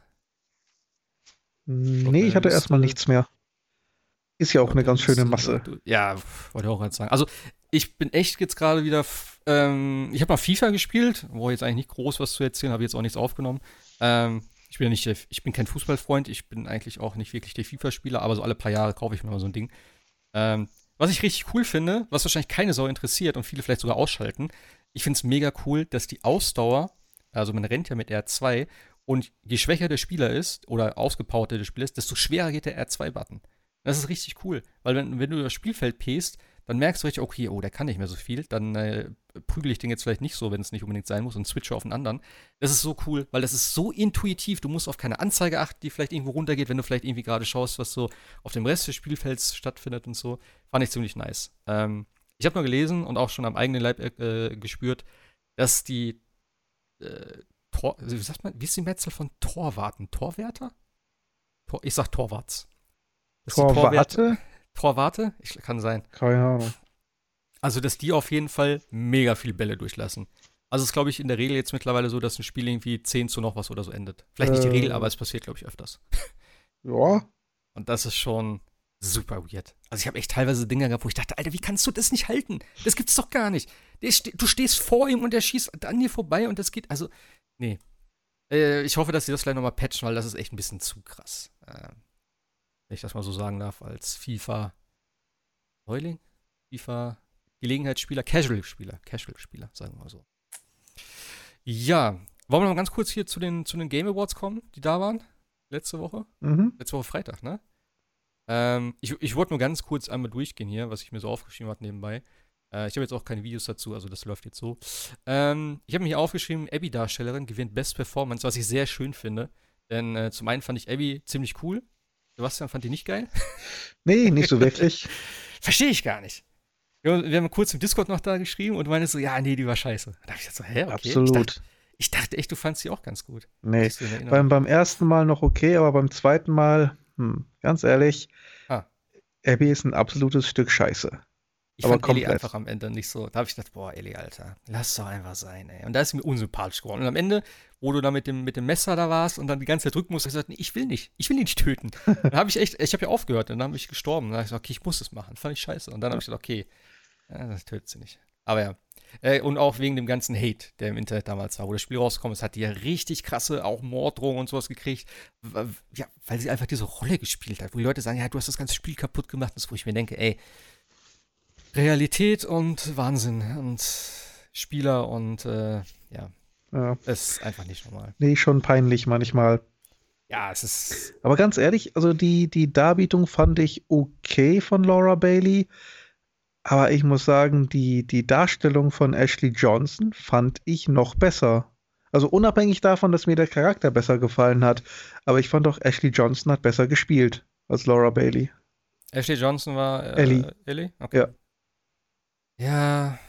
Nee, ich hatte erstmal nichts mehr. Ist ja auch eine ganz schöne Masse. Ja, wollte ich auch gerade sagen. Also, ich bin echt jetzt gerade wieder. Ich habe mal FIFA gespielt, wo jetzt eigentlich nicht groß was zu erzählen, habe jetzt auch nichts aufgenommen. Ich bin kein Fußballfreund, ich bin eigentlich auch nicht wirklich der FIFA-Spieler, aber so alle paar Jahre kaufe ich mir mal so ein Ding. Was ich richtig cool finde, was wahrscheinlich keine Sau interessiert und viele vielleicht sogar ausschalten, ich finde es mega cool, dass die Ausdauer, also man rennt ja mit R2 und je schwächer der Spieler ist oder ausgepowerter der Spieler ist, desto schwerer geht der R2-Button. Das ist richtig cool, weil wenn du das Spielfeld pest, dann merkst du richtig, okay, oh, der kann nicht mehr so viel, dann prügel ich den jetzt vielleicht nicht so, wenn es nicht unbedingt sein muss und switche auf einen anderen. Das ist so cool, weil das ist so intuitiv, du musst auf keine Anzeige achten, die vielleicht irgendwo runtergeht, wenn du vielleicht irgendwie gerade schaust, was so auf dem Rest des Spielfelds stattfindet und so. Fand ich ziemlich nice. Ich habe nur gelesen und auch schon am eigenen Leib gespürt, dass die wie sagt man, wie ist die Mehrzahl von Torwarten? Torwärter? Ich sag Torwarts. Torwarte? Torwarte? Kann sein. Keine Ahnung. Also, dass die auf jeden Fall mega viel Bälle durchlassen. Also, es ist, glaube ich, in der Regel jetzt mittlerweile so, dass ein Spiel irgendwie 10 zu noch was oder so endet. Vielleicht nicht die Regel, aber es passiert, glaube ich, öfters. Ja. Und das ist schon super weird. Also, ich habe echt teilweise Dinge gehabt, wo ich dachte, Alter, wie kannst du das nicht halten? Das gibt's doch gar nicht. Du stehst vor ihm und er schießt an dir vorbei und das geht, also, nee. Ich hoffe, dass sie das vielleicht nochmal patchen, weil das ist echt ein bisschen zu krass. Wenn ich das mal so sagen darf, als FIFA-Neuling? FIFA-Gelegenheitsspieler? Casual-Spieler, sagen wir mal so. Ja, wollen wir noch ganz kurz hier zu den Game Awards kommen, die da waren? Letzte Woche? Letzte Woche Freitag, ne? Ich wollte nur ganz kurz einmal durchgehen hier, was ich mir so aufgeschrieben habe nebenbei. Ich habe jetzt auch keine Videos dazu, also das läuft jetzt so. Ich habe mir hier aufgeschrieben, Abby-Darstellerin gewinnt Best Performance, was ich sehr schön finde. Denn zum einen fand ich Abby ziemlich cool. Sebastian fand die nicht geil. Nee, nicht so wirklich. Verstehe ich gar nicht. Wir haben kurz im Discord noch da geschrieben und meinte so, ja, nee, die war scheiße. Da habe ich gesagt so, hä, okay. Absolut. Ich dachte echt, du fandst die auch ganz gut. Nee, beim ersten Mal noch okay, aber beim zweiten Mal, ganz ehrlich, Abby ist ein absolutes Stück Scheiße. Ich Aber fand Ellie komplett. einfach am Ende nicht so. Da habe ich gedacht, boah, Ellie, Alter, lass doch einfach sein, ey. Und da ist sie mir unsympathisch geworden. Und am Ende, wo du da mit dem Messer da warst und dann die ganze Zeit drücken musst, habe ich gesagt, nee, ich will nicht. Ich will ihn nicht töten. Dann habe ich habe ja aufgehört, dann habe ich gestorben. Dann habe ich gesagt, okay, ich muss es machen. Fand ich scheiße. Und dann habe ich gesagt, okay, das tötet sie nicht. Aber ja. Und auch wegen dem ganzen Hate, der im Internet damals war, wo das Spiel rausgekommen ist, hat die ja richtig krasse, auch Morddrohungen und sowas gekriegt. Ja, weil sie einfach diese Rolle gespielt hat, wo die Leute sagen, ja, du hast das ganze Spiel kaputt gemacht. Das, wo ich mir denke, ey, Realität und Wahnsinn und Spieler und ja, Ja. das ist einfach nicht normal. Nee, schon peinlich manchmal. Ja, es ist. Aber ganz ehrlich, also die Darbietung fand ich okay von Laura Bailey. Aber ich muss sagen, die Darstellung von Ashley Johnson fand ich noch besser. Also unabhängig davon, dass mir der Charakter besser gefallen hat. Aber ich fand auch, Ashley Johnson hat besser gespielt als Laura Bailey. Ashley Johnson war Ellie. Ellie? Okay. Ja. Ja.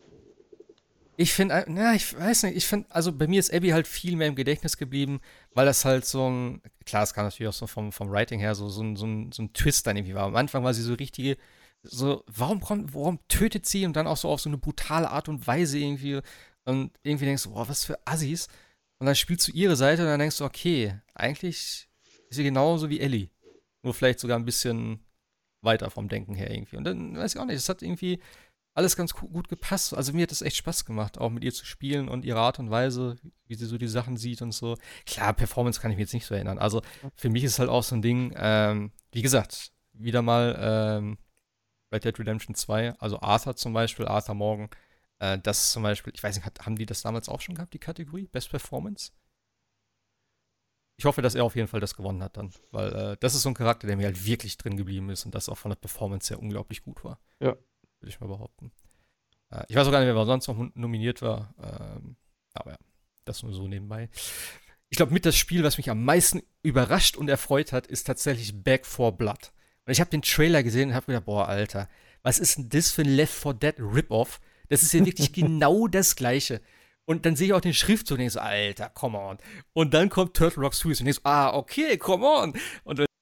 Ich finde, ich weiß nicht, ich finde, also bei mir ist Abby halt viel mehr im Gedächtnis geblieben, weil das halt so ein, klar, es kann natürlich auch so vom Writing her so ein Twist dann irgendwie war. Am Anfang war sie so richtige, so, warum tötet sie und dann auch so auf so eine brutale Art und Weise irgendwie und irgendwie denkst du, boah, was für Assis. Und dann spielst du ihre Seite und dann denkst du, okay, eigentlich ist sie genauso wie Ellie. Nur vielleicht sogar ein bisschen weiter vom Denken her irgendwie. Und dann weiß ich auch nicht, es hat irgendwie alles ganz gut gepasst. Also mir hat das echt Spaß gemacht, auch mit ihr zu spielen und ihre Art und Weise, wie sie so die Sachen sieht und so. Klar, Performance kann ich mir jetzt nicht so erinnern. Also für mich ist halt auch so ein Ding, wie gesagt, wieder mal Red Dead Redemption 2, also Arthur zum Beispiel, Arthur Morgan, das zum Beispiel, ich weiß nicht, haben die das damals auch schon gehabt, die Kategorie Best Performance? Ich hoffe, dass er auf jeden Fall das gewonnen hat dann, weil das ist so ein Charakter, der mir halt wirklich drin geblieben ist und das auch von der Performance her unglaublich gut war. Ja. Würde ich mal behaupten. Ich weiß auch gar nicht mehr, wer sonst noch nominiert war, aber ja, das nur so nebenbei. Ich glaube, mit das Spiel, was mich am meisten überrascht und erfreut hat, ist tatsächlich Back 4 Blood. Und ich habe den Trailer gesehen und habe gedacht, boah, Alter, was ist denn das für ein Left 4 Dead Rip-Off? Das ist ja wirklich genau das Gleiche. Und dann sehe ich auch den Schriftzug und denke so, Alter, come on. Und dann kommt Turtle Rock Studios und denke so, okay, come on. Und dann,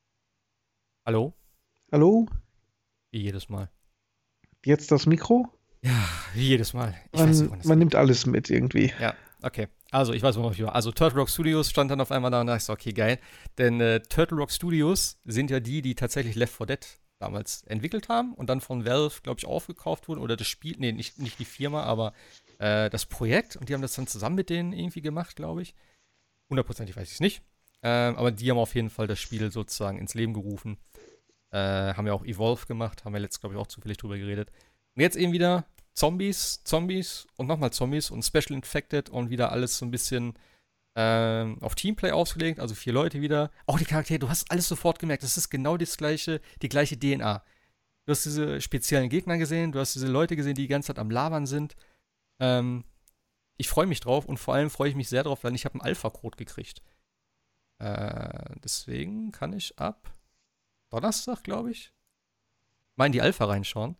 hallo? Hallo? Wie jedes Mal. Jetzt das Mikro? Ja, wie jedes Mal. Ich weiß nicht, woran das Man liegt. nimmt alles mit irgendwie. Ja, okay. Also, ich weiß, worauf ich war. Also, Turtle Rock Studios stand dann auf einmal da und dachte ich so, okay, geil. Denn Turtle Rock Studios sind ja die tatsächlich Left 4 Dead damals entwickelt haben und dann von Valve, glaube ich, aufgekauft wurden. Oder das Spiel, nee, nicht die Firma, aber das Projekt. Und die haben das dann zusammen mit denen irgendwie gemacht, glaube ich. 100%ig weiß ich es nicht. Aber die haben auf jeden Fall das Spiel sozusagen ins Leben gerufen. Haben ja auch Evolve gemacht, haben wir letztes, glaube ich, auch zufällig drüber geredet. Und jetzt eben wieder Zombies und nochmal Zombies und Special Infected und wieder alles so ein bisschen auf Teamplay ausgelegt, also 4 Leute wieder. Auch die Charaktere, du hast alles sofort gemerkt, das ist genau die gleiche DNA. Du hast diese speziellen Gegner gesehen, du hast diese Leute gesehen, die ganze Zeit am Labern sind. Ich freue mich drauf und vor allem freue ich mich sehr drauf, weil ich habe einen Alpha-Code gekriegt. Deswegen kann ich ab Donnerstag, glaube ich, mal in die Alpha reinschauen.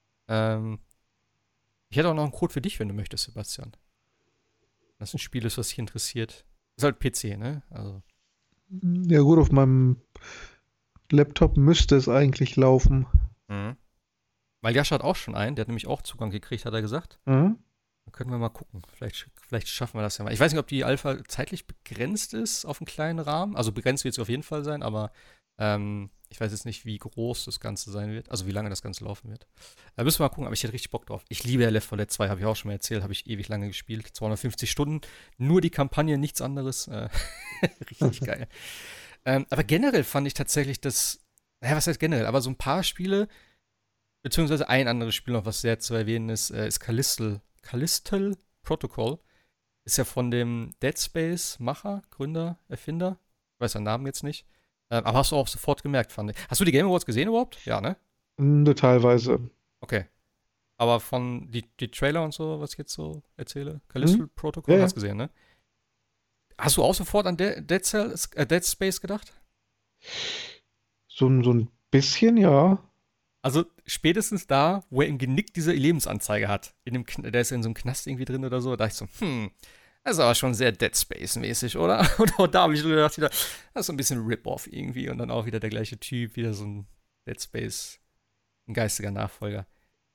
Ich hätte auch noch einen Code für dich, wenn du möchtest, Sebastian. Das ein Spiel ist, was dich interessiert. Ist halt PC, ne? Also. Ja gut, auf meinem Laptop müsste es eigentlich laufen. Mhm. Weil Jascha hat auch schon einen, der hat nämlich auch Zugang gekriegt, hat er gesagt. Mhm. Dann können wir mal gucken. Vielleicht schaffen wir das ja mal. Ich weiß nicht, ob die Alpha zeitlich begrenzt ist auf einen kleinen Rahmen. Also begrenzt wird sie auf jeden Fall sein, aber ich weiß jetzt nicht, wie groß das Ganze sein wird. Also wie lange das Ganze laufen wird. Da müssen wir mal gucken, aber ich hätte richtig Bock drauf. Ich liebe ja Left 4 Dead 2, habe ich auch schon mal erzählt. Habe ich ewig lange gespielt. 250 Stunden. Nur die Kampagne, nichts anderes. Richtig geil. Aber generell fand ich tatsächlich das, naja, was heißt generell? Aber so ein paar Spiele, beziehungsweise ein anderes Spiel noch, was sehr zu erwähnen ist Callisto Protocol. Ist ja von dem Dead Space-Macher, Gründer, Erfinder. Ich weiß seinen Namen jetzt nicht. Aber hast du auch sofort gemerkt, fand ich. Hast du die Game Awards gesehen überhaupt? Ja, ne? Nur teilweise. Okay. Aber von die Trailer und so, was ich jetzt so erzähle, Callisto Protocol, Ja, hast du gesehen, ne? Hast du auch sofort an Dead Space gedacht? So ein bisschen, ja. Also spätestens da, wo er im Genick diese Lebensanzeige hat, der ist in so einem Knast irgendwie drin oder so, da dachte ich so, das ist aber schon sehr Dead Space-mäßig, oder? Und auch da habe ich gedacht, das ist so ein bisschen Rip-Off irgendwie und dann auch wieder der gleiche Typ, wieder so ein Dead Space, ein geistiger Nachfolger.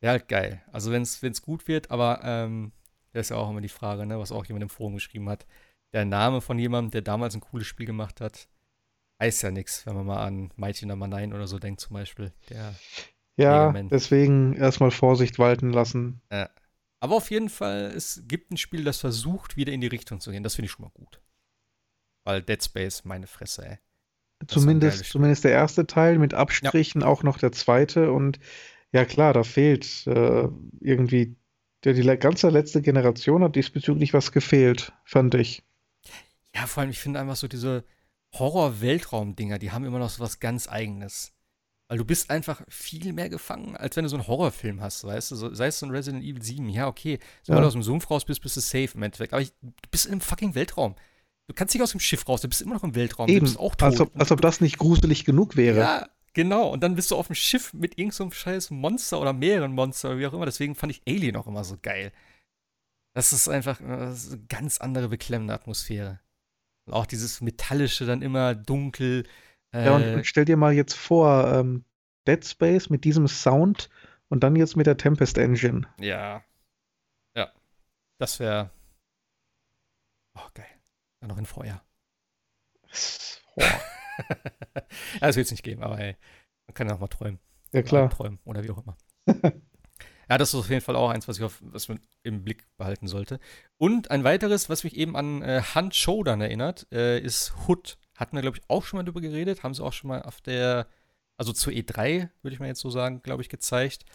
Wäre halt geil. Also wenn's gut wird, aber das ist ja auch immer die Frage, ne, was auch jemand im Forum geschrieben hat. Der Name von jemandem, der damals ein cooles Spiel gemacht hat, heißt ja nichts, wenn man mal an Mighty Number 9 oder so denkt zum Beispiel. Der Mega Ja, Man. deswegen erstmal Vorsicht walten lassen. Aber auf jeden Fall, es gibt ein Spiel, das versucht, wieder in die Richtung zu gehen. Das finde ich schon mal gut. Weil Dead Space, meine Fresse, ey. Das ist so ein geiles Spiel. Zumindest der erste Teil, mit Ja. Abstrichen auch noch der zweite. Und ja klar, da fehlt irgendwie, die ganze letzte Generation hat diesbezüglich was gefehlt, fand ich. Ja, vor allem, ich finde einfach so diese Horror-Weltraum-Dinger, die haben immer noch so was ganz Eigenes. Weil du bist einfach viel mehr gefangen, als wenn du so einen Horrorfilm hast, weißt du? So, sei es so ein Resident Evil 7, ja, okay. Sobald du Ja, aus dem Sumpf raus bist, bist du safe im Endeffekt. Aber du bist im fucking Weltraum. Du kannst nicht aus dem Schiff raus, du bist immer noch im Weltraum, du bist eben, auch als tot. ob, als ob das nicht gruselig genug wäre. Ja, genau. Und dann bist du auf dem Schiff mit irgendeinem so scheiß Monster oder mehreren Monster oder wie auch immer. Deswegen fand ich Alien auch immer so geil. Das ist einfach das ist eine ganz andere beklemmende Atmosphäre. Und auch dieses Metallische dann immer dunkel. Ja, und stell dir mal jetzt vor, Dead Space mit diesem Sound und dann jetzt mit der Tempest Engine. Ja, ja. Das wäre. Oh, geil. Dann noch in Feuer. Boah. Ja, das wird es nicht geben, aber hey, man kann ja auch mal träumen. Ja, Oder klar. träumen oder wie auch immer. Ja, das ist auf jeden Fall auch eins, was man im Blick behalten sollte. Und ein weiteres, was mich eben an Hunt Showdown erinnert, ist Hood. Hatten wir, glaube ich, auch schon mal drüber geredet. Haben sie auch schon mal also zur E3, würde ich mal jetzt so sagen, glaube ich, gezeigt.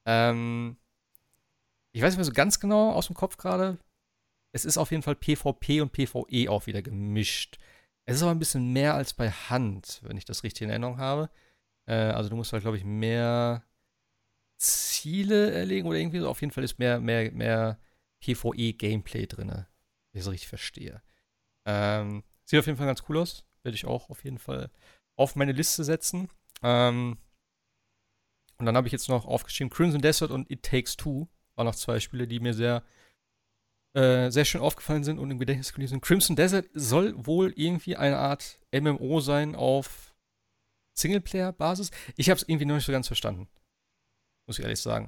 Ich weiß nicht mehr so ganz genau aus dem Kopf gerade. Es ist auf jeden Fall PvP und PvE auch wieder gemischt. Es ist aber ein bisschen mehr als bei Hunt, wenn ich das richtig in Erinnerung habe. Also du musst halt, glaube ich, mehr Ziele erlegen oder irgendwie so. Auf jeden Fall ist mehr PvE-Gameplay drin, wenn ich es richtig verstehe. Sieht auf jeden Fall ganz cool aus. Werde ich auch auf jeden Fall auf meine Liste setzen. Und dann habe ich jetzt noch aufgeschrieben Crimson Desert und It Takes Two. Waren noch zwei Spiele, die mir sehr schön aufgefallen sind und im Gedächtnis geblieben sind. Crimson Desert soll wohl irgendwie eine Art MMO sein auf Singleplayer-Basis. Ich habe es irgendwie noch nicht so ganz verstanden. Muss ich ehrlich sagen.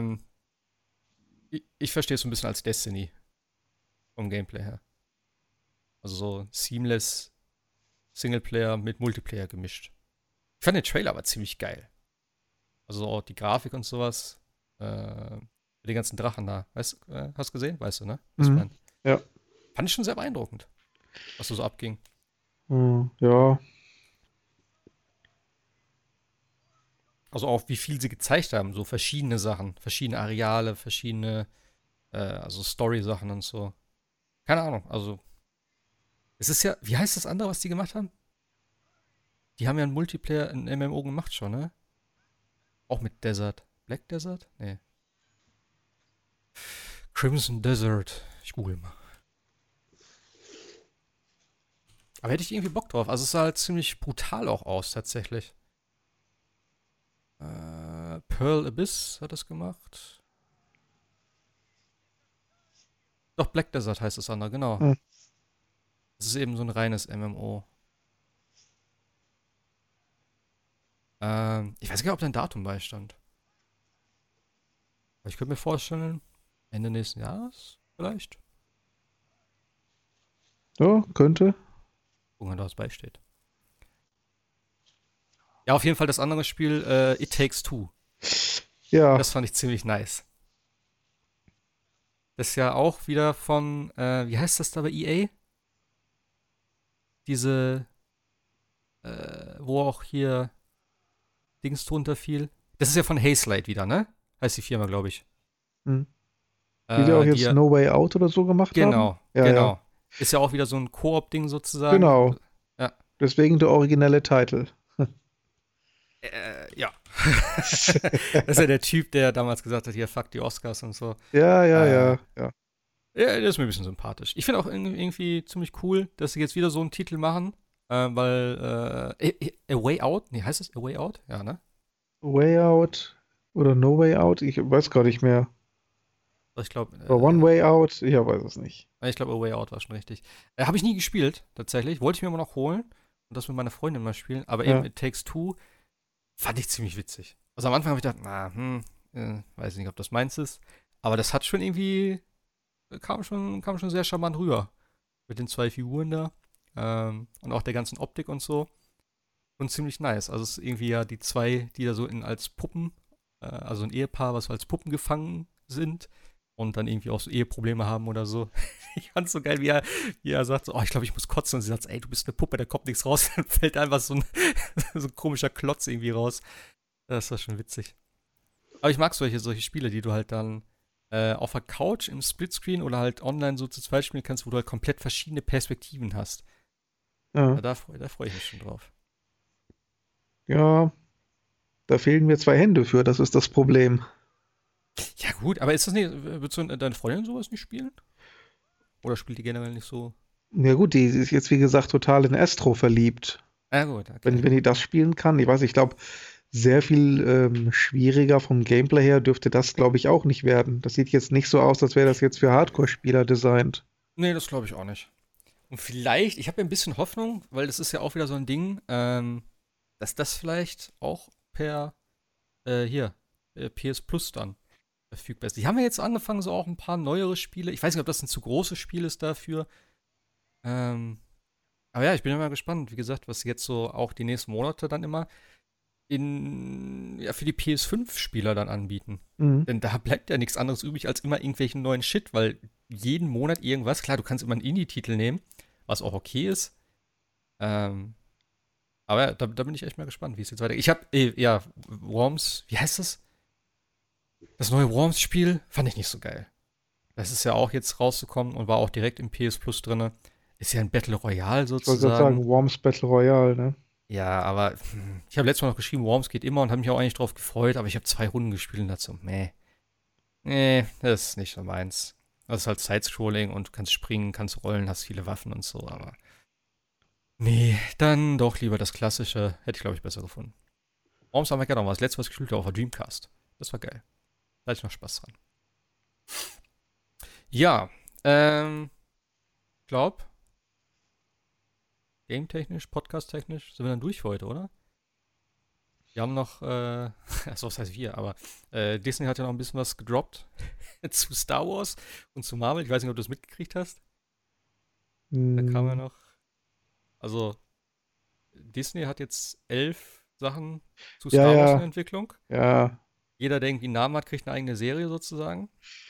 Ich verstehe es so ein bisschen als Destiny vom Gameplay her. Also so seamless Singleplayer mit Multiplayer gemischt. Ich fand den Trailer aber ziemlich geil. Also auch die Grafik und sowas. Mit den ganzen Drachen da. Hast du gesehen? Weißt du, ne? Was ich Mhm. meine. Ja. Fand ich schon sehr beeindruckend, was so abging. Ja. Also auch wie viel sie gezeigt haben. So verschiedene Sachen. Verschiedene Areale, verschiedene also Story-Sachen und so. Keine Ahnung. Also es ist ja, wie heißt das andere, was die gemacht haben? Die haben ja einen Multiplayer, ein MMO gemacht schon, ne? Auch mit Desert. Black Desert? Nee. Crimson Desert. Ich google mal. Aber hätte ich irgendwie Bock drauf. Also es sah halt ziemlich brutal auch aus, tatsächlich. Pearl Abyss hat das gemacht. Doch, Black Desert heißt das andere, genau. Hm. Das ist eben so ein reines MMO. Ich weiß gar nicht, ob da ein Datum beistand. Aber ich könnte mir vorstellen, Ende nächsten Jahres vielleicht. Ja, könnte. Gucken, da was beisteht. Ja, auf jeden Fall das andere Spiel, It Takes Two. Ja. Das fand ich ziemlich nice. Das ist ja auch wieder von, wie heißt das da bei EA? Diese, wo auch hier Dings drunter fiel. Das ist ja von Hazelight wieder, ne? Heißt die Firma, glaube ich. Hm. Die auch Die jetzt ja, No Way Out oder so gemacht haben? genau, Ja, genau. ja. Ist ja auch wieder so ein Koop-Ding sozusagen. Genau. Ja. Deswegen der originelle Titel. Ja. Das ist ja der Typ, der damals gesagt hat, hier, fuck die Oscars und so. Ja, ja, Äh, ja, ja. Ja, der ist mir ein bisschen sympathisch. Ich finde auch irgendwie ziemlich cool, dass sie jetzt wieder so einen Titel machen, weil A Way Out, nee, heißt es A Way Out? Ja, ne? Way Out oder No Way Out? Ich weiß gar nicht mehr. Ich glaube, Oder One Way Out? Ich weiß es nicht. A Way Out war schon richtig. Habe ich nie gespielt, tatsächlich. Wollte ich mir immer noch holen und das mit meiner Freundin mal spielen, aber Ja. eben It Takes Two fand ich ziemlich witzig. Also am Anfang habe ich gedacht, Weiß nicht, ob das meins ist. Aber das hat schon irgendwie, kam schon sehr charmant rüber. Mit den 2 Figuren da. Und auch der ganzen Optik und so. Und ziemlich nice. Also es ist irgendwie ja die 2, die da so als Puppen, also ein Ehepaar, was so als Puppen gefangen sind und dann irgendwie auch so Eheprobleme haben oder so. Ich fand's so geil, wie er sagt so, oh, ich glaube, ich muss kotzen. Und sie sagt, ey, du bist eine Puppe, da kommt nichts raus. Dann fällt einfach so ein komischer Klotz irgendwie raus. Das war schon witzig. Aber ich mag solche Spiele, die du halt dann auf der Couch im Splitscreen oder halt online so zu zweit spielen kannst, wo du halt komplett verschiedene Perspektiven hast. Ja, Da freu ich mich schon drauf. ja, da fehlen mir 2 Hände für, das ist das Problem. Ja, gut, aber ist das nicht, würdest du deine Freundin sowas nicht spielen? Oder spielt die generell nicht so? Ja gut, die ist jetzt wie gesagt total in Astro verliebt. Ja, gut, Wenn, okay. wenn die das spielen kann, ich weiß, ich glaube, sehr viel schwieriger vom Gameplay her dürfte das, glaube ich, auch nicht werden. Das sieht jetzt nicht so aus, als wäre das jetzt für Hardcore-Spieler designt. Nee, das glaube ich auch nicht. Und vielleicht, ich habe ja ein bisschen Hoffnung, weil das ist ja auch wieder so ein Ding, dass das vielleicht auch per, PS Plus dann verfügbar ist. Die haben ja jetzt angefangen, so auch ein paar neuere Spiele. Ich weiß nicht, ob das ein zu großes Spiel ist dafür. Ähm, aber ja, ich bin immer gespannt, wie gesagt, was sie jetzt so auch die nächsten Monate dann immer für die PS5-Spieler dann anbieten. Mhm. Denn da bleibt ja nichts anderes übrig als immer irgendwelchen neuen Shit, weil jeden Monat irgendwas, klar, du kannst immer einen Indie-Titel nehmen, was auch okay ist. Ähm, aber ja, da bin ich echt mal gespannt, wie es jetzt weitergeht. Ich habe, ja, Worms, wie heißt das? Das neue Worms-Spiel fand ich nicht so geil. Das ist ja auch jetzt rausgekommen und war auch direkt im PS Plus drin. Ist ja ein Battle Royale Ich wollte gerade sozusagen. sagen, Worms Battle Royale, ne? Ja, aber ich habe letztes Mal noch geschrieben, Worms geht immer und habe mich auch eigentlich drauf gefreut, aber ich habe 2 Runden gespielt und dazu, meh. Nee, das ist nicht so meins. Das ist halt Sidescrolling und du kannst springen, kannst rollen, hast viele Waffen und so, aber nee, dann doch lieber das Klassische. Hätte ich, glaube ich, besser gefunden. Worms Armageddon war das letzte, was ich gespielt habe auf der Dreamcast. Das war geil. Da hatte ich noch Spaß dran. Ja, glaub, game-technisch, podcast-technisch sind wir dann durch für heute, oder? Wir haben noch, also was heißt wir, aber Disney hat ja noch ein bisschen was gedroppt zu Star Wars und zu Marvel. Ich weiß nicht, ob du das mitgekriegt hast. Da kam ja Hm, noch, also Disney hat jetzt 11 Sachen zu ja, Star Wars in ja, Entwicklung. ja, Jeder, der irgendwie einen Namen hat, kriegt eine eigene Serie sozusagen.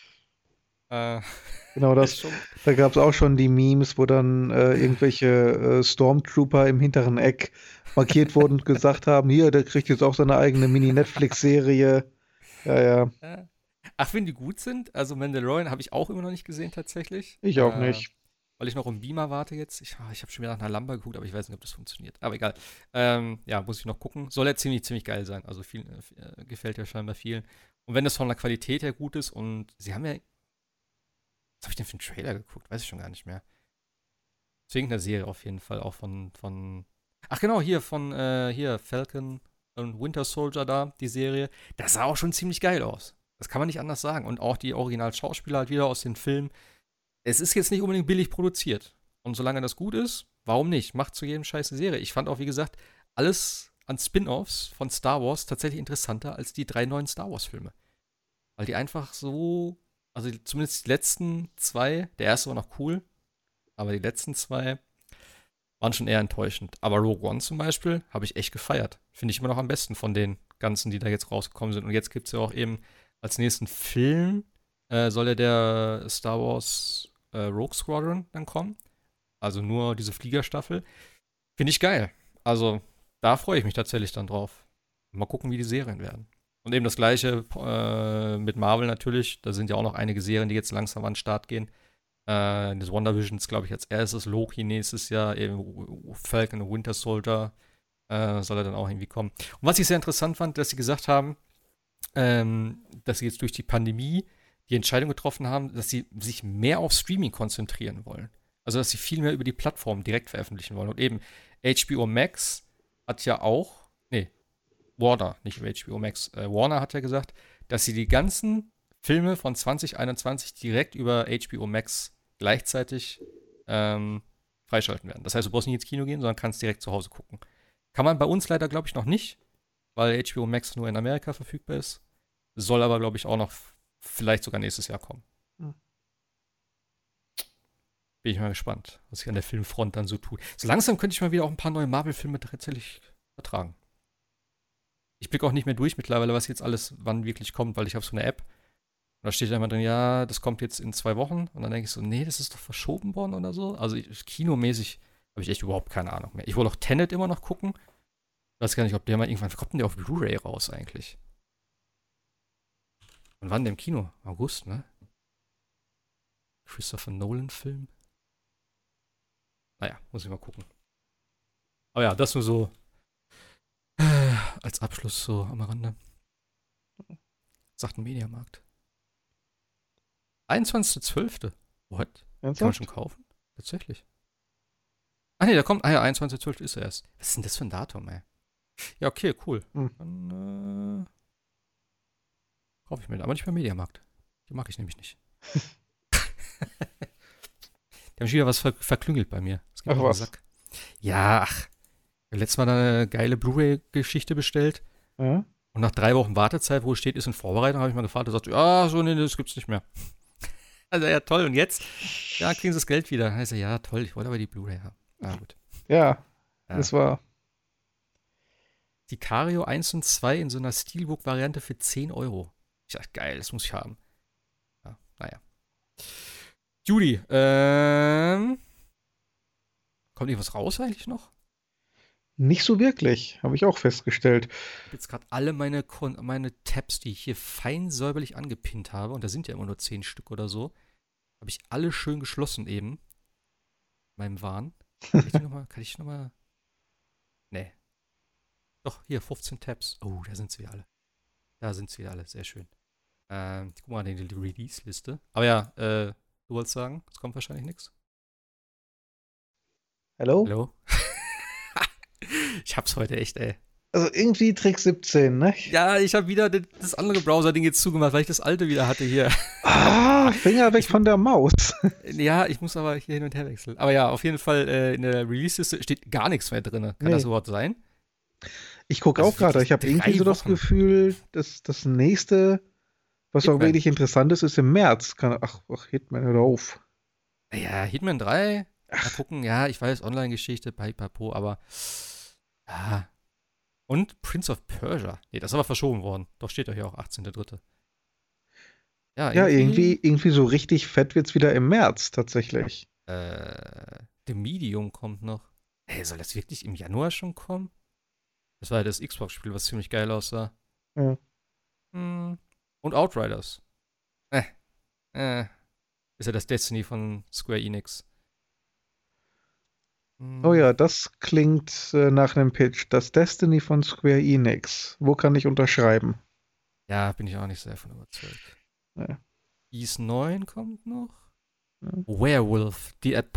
Äh, genau ist das. schon, Da gab es auch schon die Memes, wo dann irgendwelche Stormtrooper im hinteren Eck markiert wurden und gesagt haben, hier, der kriegt jetzt auch seine eigene Mini-Netflix-Serie. Ja, ja, äh, ach, wenn die gut sind, also Mandalorian habe ich auch immer noch nicht gesehen tatsächlich. ich auch nicht. Weil ich noch im Beamer warte jetzt. Ich habe schon wieder nach einer Lamba geguckt, aber ich weiß nicht, ob das funktioniert. Aber egal. Ja, muss ich noch gucken. Soll ja ziemlich geil sein. Also gefällt ja scheinbar vielen. Und wenn das von der Qualität her gut ist und sie haben ja, was habe ich denn für einen Trailer geguckt? Weiß ich schon gar nicht mehr. Deswegen eine Serie auf jeden Fall auch von ach genau, hier Falcon und Winter Soldier da, die Serie. Das sah auch schon ziemlich geil aus. Das kann man nicht anders sagen. Und auch die Original-Schauspieler halt wieder aus den Filmen. Es ist jetzt nicht unbedingt billig produziert. Und solange das gut ist, warum nicht? Macht zu jedem Scheiß eine Serie. Ich fand auch, wie gesagt, alles an Spin-Offs von Star Wars tatsächlich interessanter als die 3 neuen Star Wars-Filme. Weil die einfach so, also zumindest die letzten 2, der erste war noch cool, aber die letzten 2 waren schon eher enttäuschend. Aber Rogue One zum Beispiel habe ich echt gefeiert. Finde ich immer noch am besten von den ganzen, die da jetzt rausgekommen sind. Und jetzt gibt es ja auch eben als nächsten Film, soll ja der Star Wars Rogue Squadron dann kommen. Also nur diese Fliegerstaffel. Finde ich geil. Also da freue ich mich tatsächlich dann drauf. Mal gucken, wie die Serien werden. Und eben das gleiche mit Marvel natürlich. Da sind ja auch noch einige Serien, die jetzt langsam an den Start gehen. Das WandaVision ist, glaube ich, als erstes. Loki nächstes Jahr. Eben Falcon und Winter Soldier soll er dann auch irgendwie kommen. Und was ich sehr interessant fand, dass sie gesagt haben, dass sie jetzt durch die Pandemie die Entscheidung getroffen haben, dass sie sich mehr auf Streaming konzentrieren wollen. Also, dass sie viel mehr über die Plattform direkt veröffentlichen wollen. Und eben HBO Max hat ja auch, nee, Warner, nicht HBO Max, Warner hat ja gesagt, dass sie die ganzen Filme von 2021 direkt über HBO Max gleichzeitig freischalten werden. Das heißt, du brauchst nicht ins Kino gehen, sondern kannst direkt zu Hause gucken. Kann man bei uns leider, glaube ich, noch nicht, weil HBO Max nur in Amerika verfügbar ist. Soll aber, glaube ich, auch noch vielleicht sogar nächstes Jahr kommen. Hm. Bin ich mal gespannt, was sich an der Filmfront dann so tut. So langsam könnte ich mal wieder auch ein paar neue Marvel-Filme tatsächlich vertragen. Ich blicke auch nicht mehr durch mittlerweile, was jetzt alles wann wirklich kommt, weil ich habe so eine App. Und da steht dann immer drin, ja, das kommt jetzt in 2 Wochen. Und dann denke ich so, nee, das ist doch verschoben worden oder so. Also kinomäßig habe ich echt überhaupt keine Ahnung mehr. Ich wollte auch Tenet immer noch gucken. Ich weiß gar nicht, ob der mal irgendwann, kommt denn der auf Blu-ray raus eigentlich? Und wann der im Kino? August, ne? Christopher Nolan-Film? Naja, muss ich mal gucken. Aber ja, das nur so als Abschluss so am Rande. Sagt ein Mediamarkt. 21.12. What? Kann man Ernsthaft? schon kaufen? Tatsächlich. Ah ne, der kommt. Ah ja, 21.12. ist er erst. Was ist denn das für ein Datum, ey? Ja, okay, cool. Hm. Dann kaufe ich mir den. Aber nicht beim Mediamarkt. Die mag ich nämlich nicht. Die haben schon wieder was verklüngelt bei mir. Das gibt Ach mir auf den was. Sack. Ja, ach. Ich habe letztes Mal eine geile Blu-ray-Geschichte bestellt. Ja? Und nach 3 Wochen Wartezeit, wo es steht, ist in Vorbereitung, habe ich mal gefragt. Er sagt, ja, so, nee, das gibt's nicht mehr. Also, ja, toll. Und jetzt? Ja, kriegen sie das Geld wieder. Also, ja, toll. Ich wollte aber die Blu-ray haben. Ah, gut. Ja, Ja. das war. Sicario 1 und 2 in so einer Steelbook-Variante für 10 Euro. Ich dachte, geil, das muss ich haben. Ja, naja. Judy, kommt irgendwas raus eigentlich noch? Nicht so wirklich, habe ich auch festgestellt. Ich habe jetzt gerade alle meine Tabs, die ich hier fein säuberlich angepinnt habe, und da sind ja immer nur 10 Stück oder so, habe ich alle schön geschlossen eben. Meinem Wahn. Kann ich die nochmal? Nee. Doch, hier, 15 Tabs. Oh, da sind sie wieder alle. Da sind sie wieder alle, sehr schön. Ich guck mal in die Release-Liste. Aber ja, du wolltest sagen, es kommt wahrscheinlich nichts. Hallo? Hallo? Ich hab's heute echt, ey. Also irgendwie Trick 17, ne? Ja, ich habe wieder das andere Browser-Ding jetzt zugemacht, weil ich das alte wieder hatte hier. Finger weg von der Maus. Ja, ich muss aber hier hin und her wechseln. Aber ja, auf jeden Fall in der Release-Liste steht gar nichts mehr drin. Kann Nee. das überhaupt sein? Ich gucke Also auch gerade, wirklich ich habe irgendwie 3 so das Wochen. Gefühl, dass das nächste, was auch Hitman. wirklich interessant ist, ist im März. Ach, Hitman, hör auf. Ja, Hitman 3. Mal gucken, ja, ich weiß, Online-Geschichte, Pipapo, aber ja. Und Prince of Persia. Nee, das ist aber verschoben worden. Doch steht doch hier auch 18.3. Ja, Ja, irgendwie so richtig fett wird's wieder im März, tatsächlich. The Medium kommt noch. Ey, soll das wirklich im Januar schon kommen? Das war ja das Xbox-Spiel, was ziemlich geil aussah. Ja. Und Outriders. Ist ja das Destiny von Square Enix. Oh ja, das klingt nach einem Pitch. Das Destiny von Square Enix. Wo kann ich unterschreiben? Ja, bin ich auch nicht sehr von überzeugt. Ja. Ys 9 kommt noch. Ja. Werewolf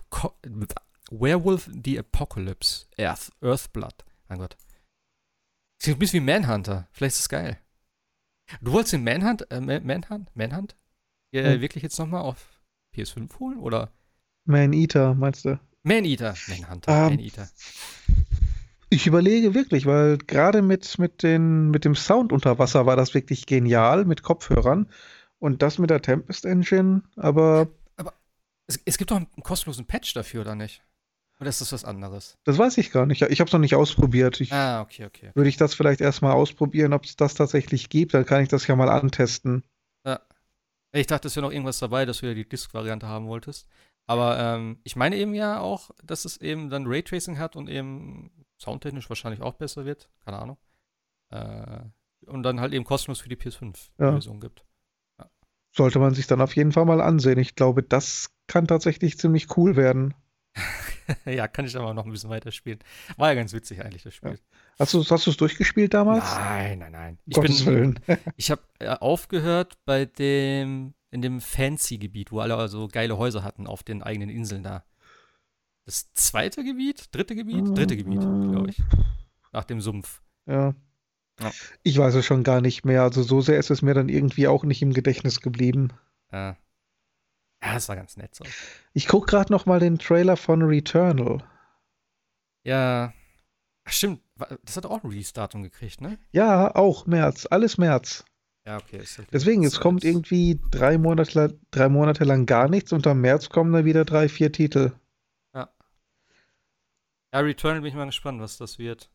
the Apocalypse. Earthblood. Mein Gott. Klingt ein bisschen wie Manhunter. Vielleicht ist es geil. Du wolltest den Manhunt wirklich jetzt nochmal auf PS5 holen? Oder? Man-Eater, meinst du? Manhunter. Maneater. Ich überlege wirklich, weil gerade mit dem Sound unter Wasser war das wirklich genial mit Kopfhörern. Und das mit der Tempest Engine, aber Es gibt doch einen kostenlosen Patch dafür, oder nicht? Oder ist das was anderes? das weiß ich gar nicht. Ich habe es noch nicht ausprobiert. Okay. Würde ich das vielleicht erstmal ausprobieren, ob es das tatsächlich gibt, dann kann ich das ja mal antesten. Ja. Ich dachte, es wäre noch irgendwas dabei, dass du ja die Disk-Variante haben wolltest. Aber ich meine eben ja auch, dass es eben dann Raytracing hat und eben soundtechnisch wahrscheinlich auch besser wird. Keine Ahnung. Und dann halt eben kostenlos für die PS5-Version gibt. Sollte man sich dann auf jeden Fall mal ansehen. Ich glaube, das kann tatsächlich ziemlich cool werden. Ja, kann ich aber noch ein bisschen weiterspielen. War ja ganz witzig eigentlich, das Spiel. Hast du es durchgespielt damals? Nein. Gottes Willen. Ich habe aufgehört in dem Fancy-Gebiet, wo alle also geile Häuser hatten auf den eigenen Inseln da. Das dritte Gebiet, glaube ich. Nach dem Sumpf. Ja. Ja. Ich weiß es schon gar nicht mehr. Also so sehr ist es mir dann irgendwie auch nicht im Gedächtnis geblieben. Ja, das war ganz nett so. Ich gucke gerade noch mal den Trailer von Returnal. Ja, ach, stimmt. Das hat auch ein Release-Datum gekriegt, ne? Ja, auch März. Alles März. Ja, okay. Ist halt Deswegen, es kommt irgendwie 3 Monate lang gar nichts und im März kommen dann wieder 3, 4 Titel. Ja. Ja, Returnal bin ich mal gespannt, was das wird.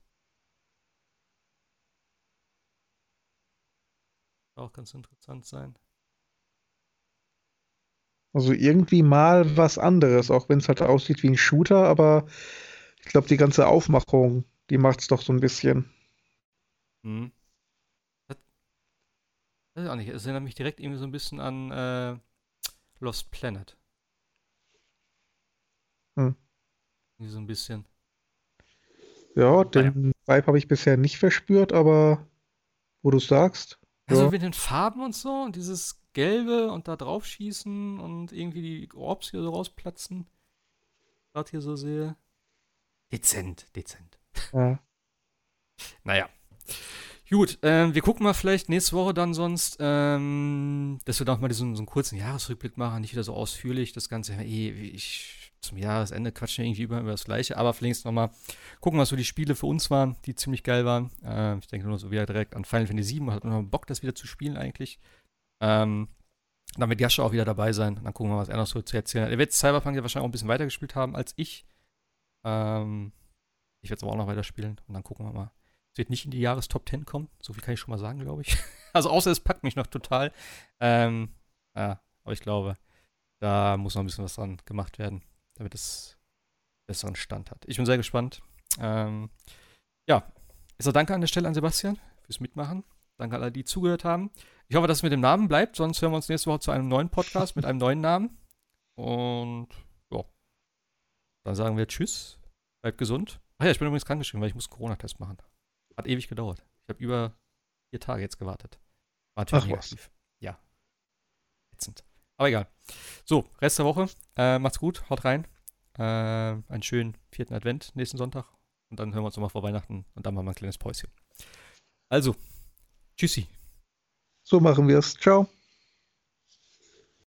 Auch ganz interessant sein. Also irgendwie mal was anderes, auch wenn es halt aussieht wie ein Shooter, aber ich glaube, die ganze Aufmachung, die macht es doch so ein bisschen. Hm. Das weiß ich auch nicht. Es erinnert mich direkt irgendwie so ein bisschen an Lost Planet. Hm. Irgendwie so ein bisschen. Ja, Naja. den Vibe habe ich bisher nicht verspürt, aber wo du sagst, Also ja, mit den Farben und so und dieses Gelbe und da drauf schießen und irgendwie die Orbs hier so rausplatzen. Gerade hier so sehe. Dezent, dezent. ja. Naja. Gut, wir gucken mal vielleicht nächste Woche dann sonst, dass wir doch mal so einen kurzen Jahresrückblick machen, nicht wieder so ausführlich. Das Ganze, zum Jahresende quatschen wir irgendwie über das Gleiche, aber vielleicht nochmal gucken, was so die Spiele für uns waren, die ziemlich geil waren. Ich denke nur so wieder direkt an Final Fantasy 7, hat noch Bock, das wieder zu spielen eigentlich. Dann wird Jascha auch wieder dabei sein. Dann gucken wir mal, was er noch so zu erzählen hat. Er wird Cyberpunk ja wahrscheinlich auch ein bisschen weiter gespielt haben als ich. Ich werde es aber auch noch weiterspielen und dann gucken wir mal. Es wird nicht in die Jahrestop 10 kommen, so viel kann ich schon mal sagen, glaube ich. Also außer es packt mich noch total. Ja, aber ich glaube, da muss noch ein bisschen was dran gemacht werden, damit es besseren Stand hat. Ich bin sehr gespannt. Ja, ich sage danke an der Stelle an Sebastian fürs Mitmachen. Danke an alle, die zugehört haben. Ich hoffe, dass es mit dem Namen bleibt, sonst hören wir uns nächste Woche zu einem neuen Podcast mit einem neuen Namen. Und ja, dann sagen wir Tschüss, bleibt gesund. Ach ja, ich bin übrigens krankgeschrieben, weil ich muss einen Corona-Test machen. Hat ewig gedauert. Ich habe über 4 Tage jetzt gewartet. War natürlich Ach was. negativ. Ja, ätzend. Aber egal. So, Rest der Woche. Macht's gut, haut rein. Einen schönen 4. Advent nächsten Sonntag. Und dann hören wir uns nochmal vor Weihnachten und dann machen wir ein kleines Päuschen. Also, tschüssi. So machen wir es. Ciao.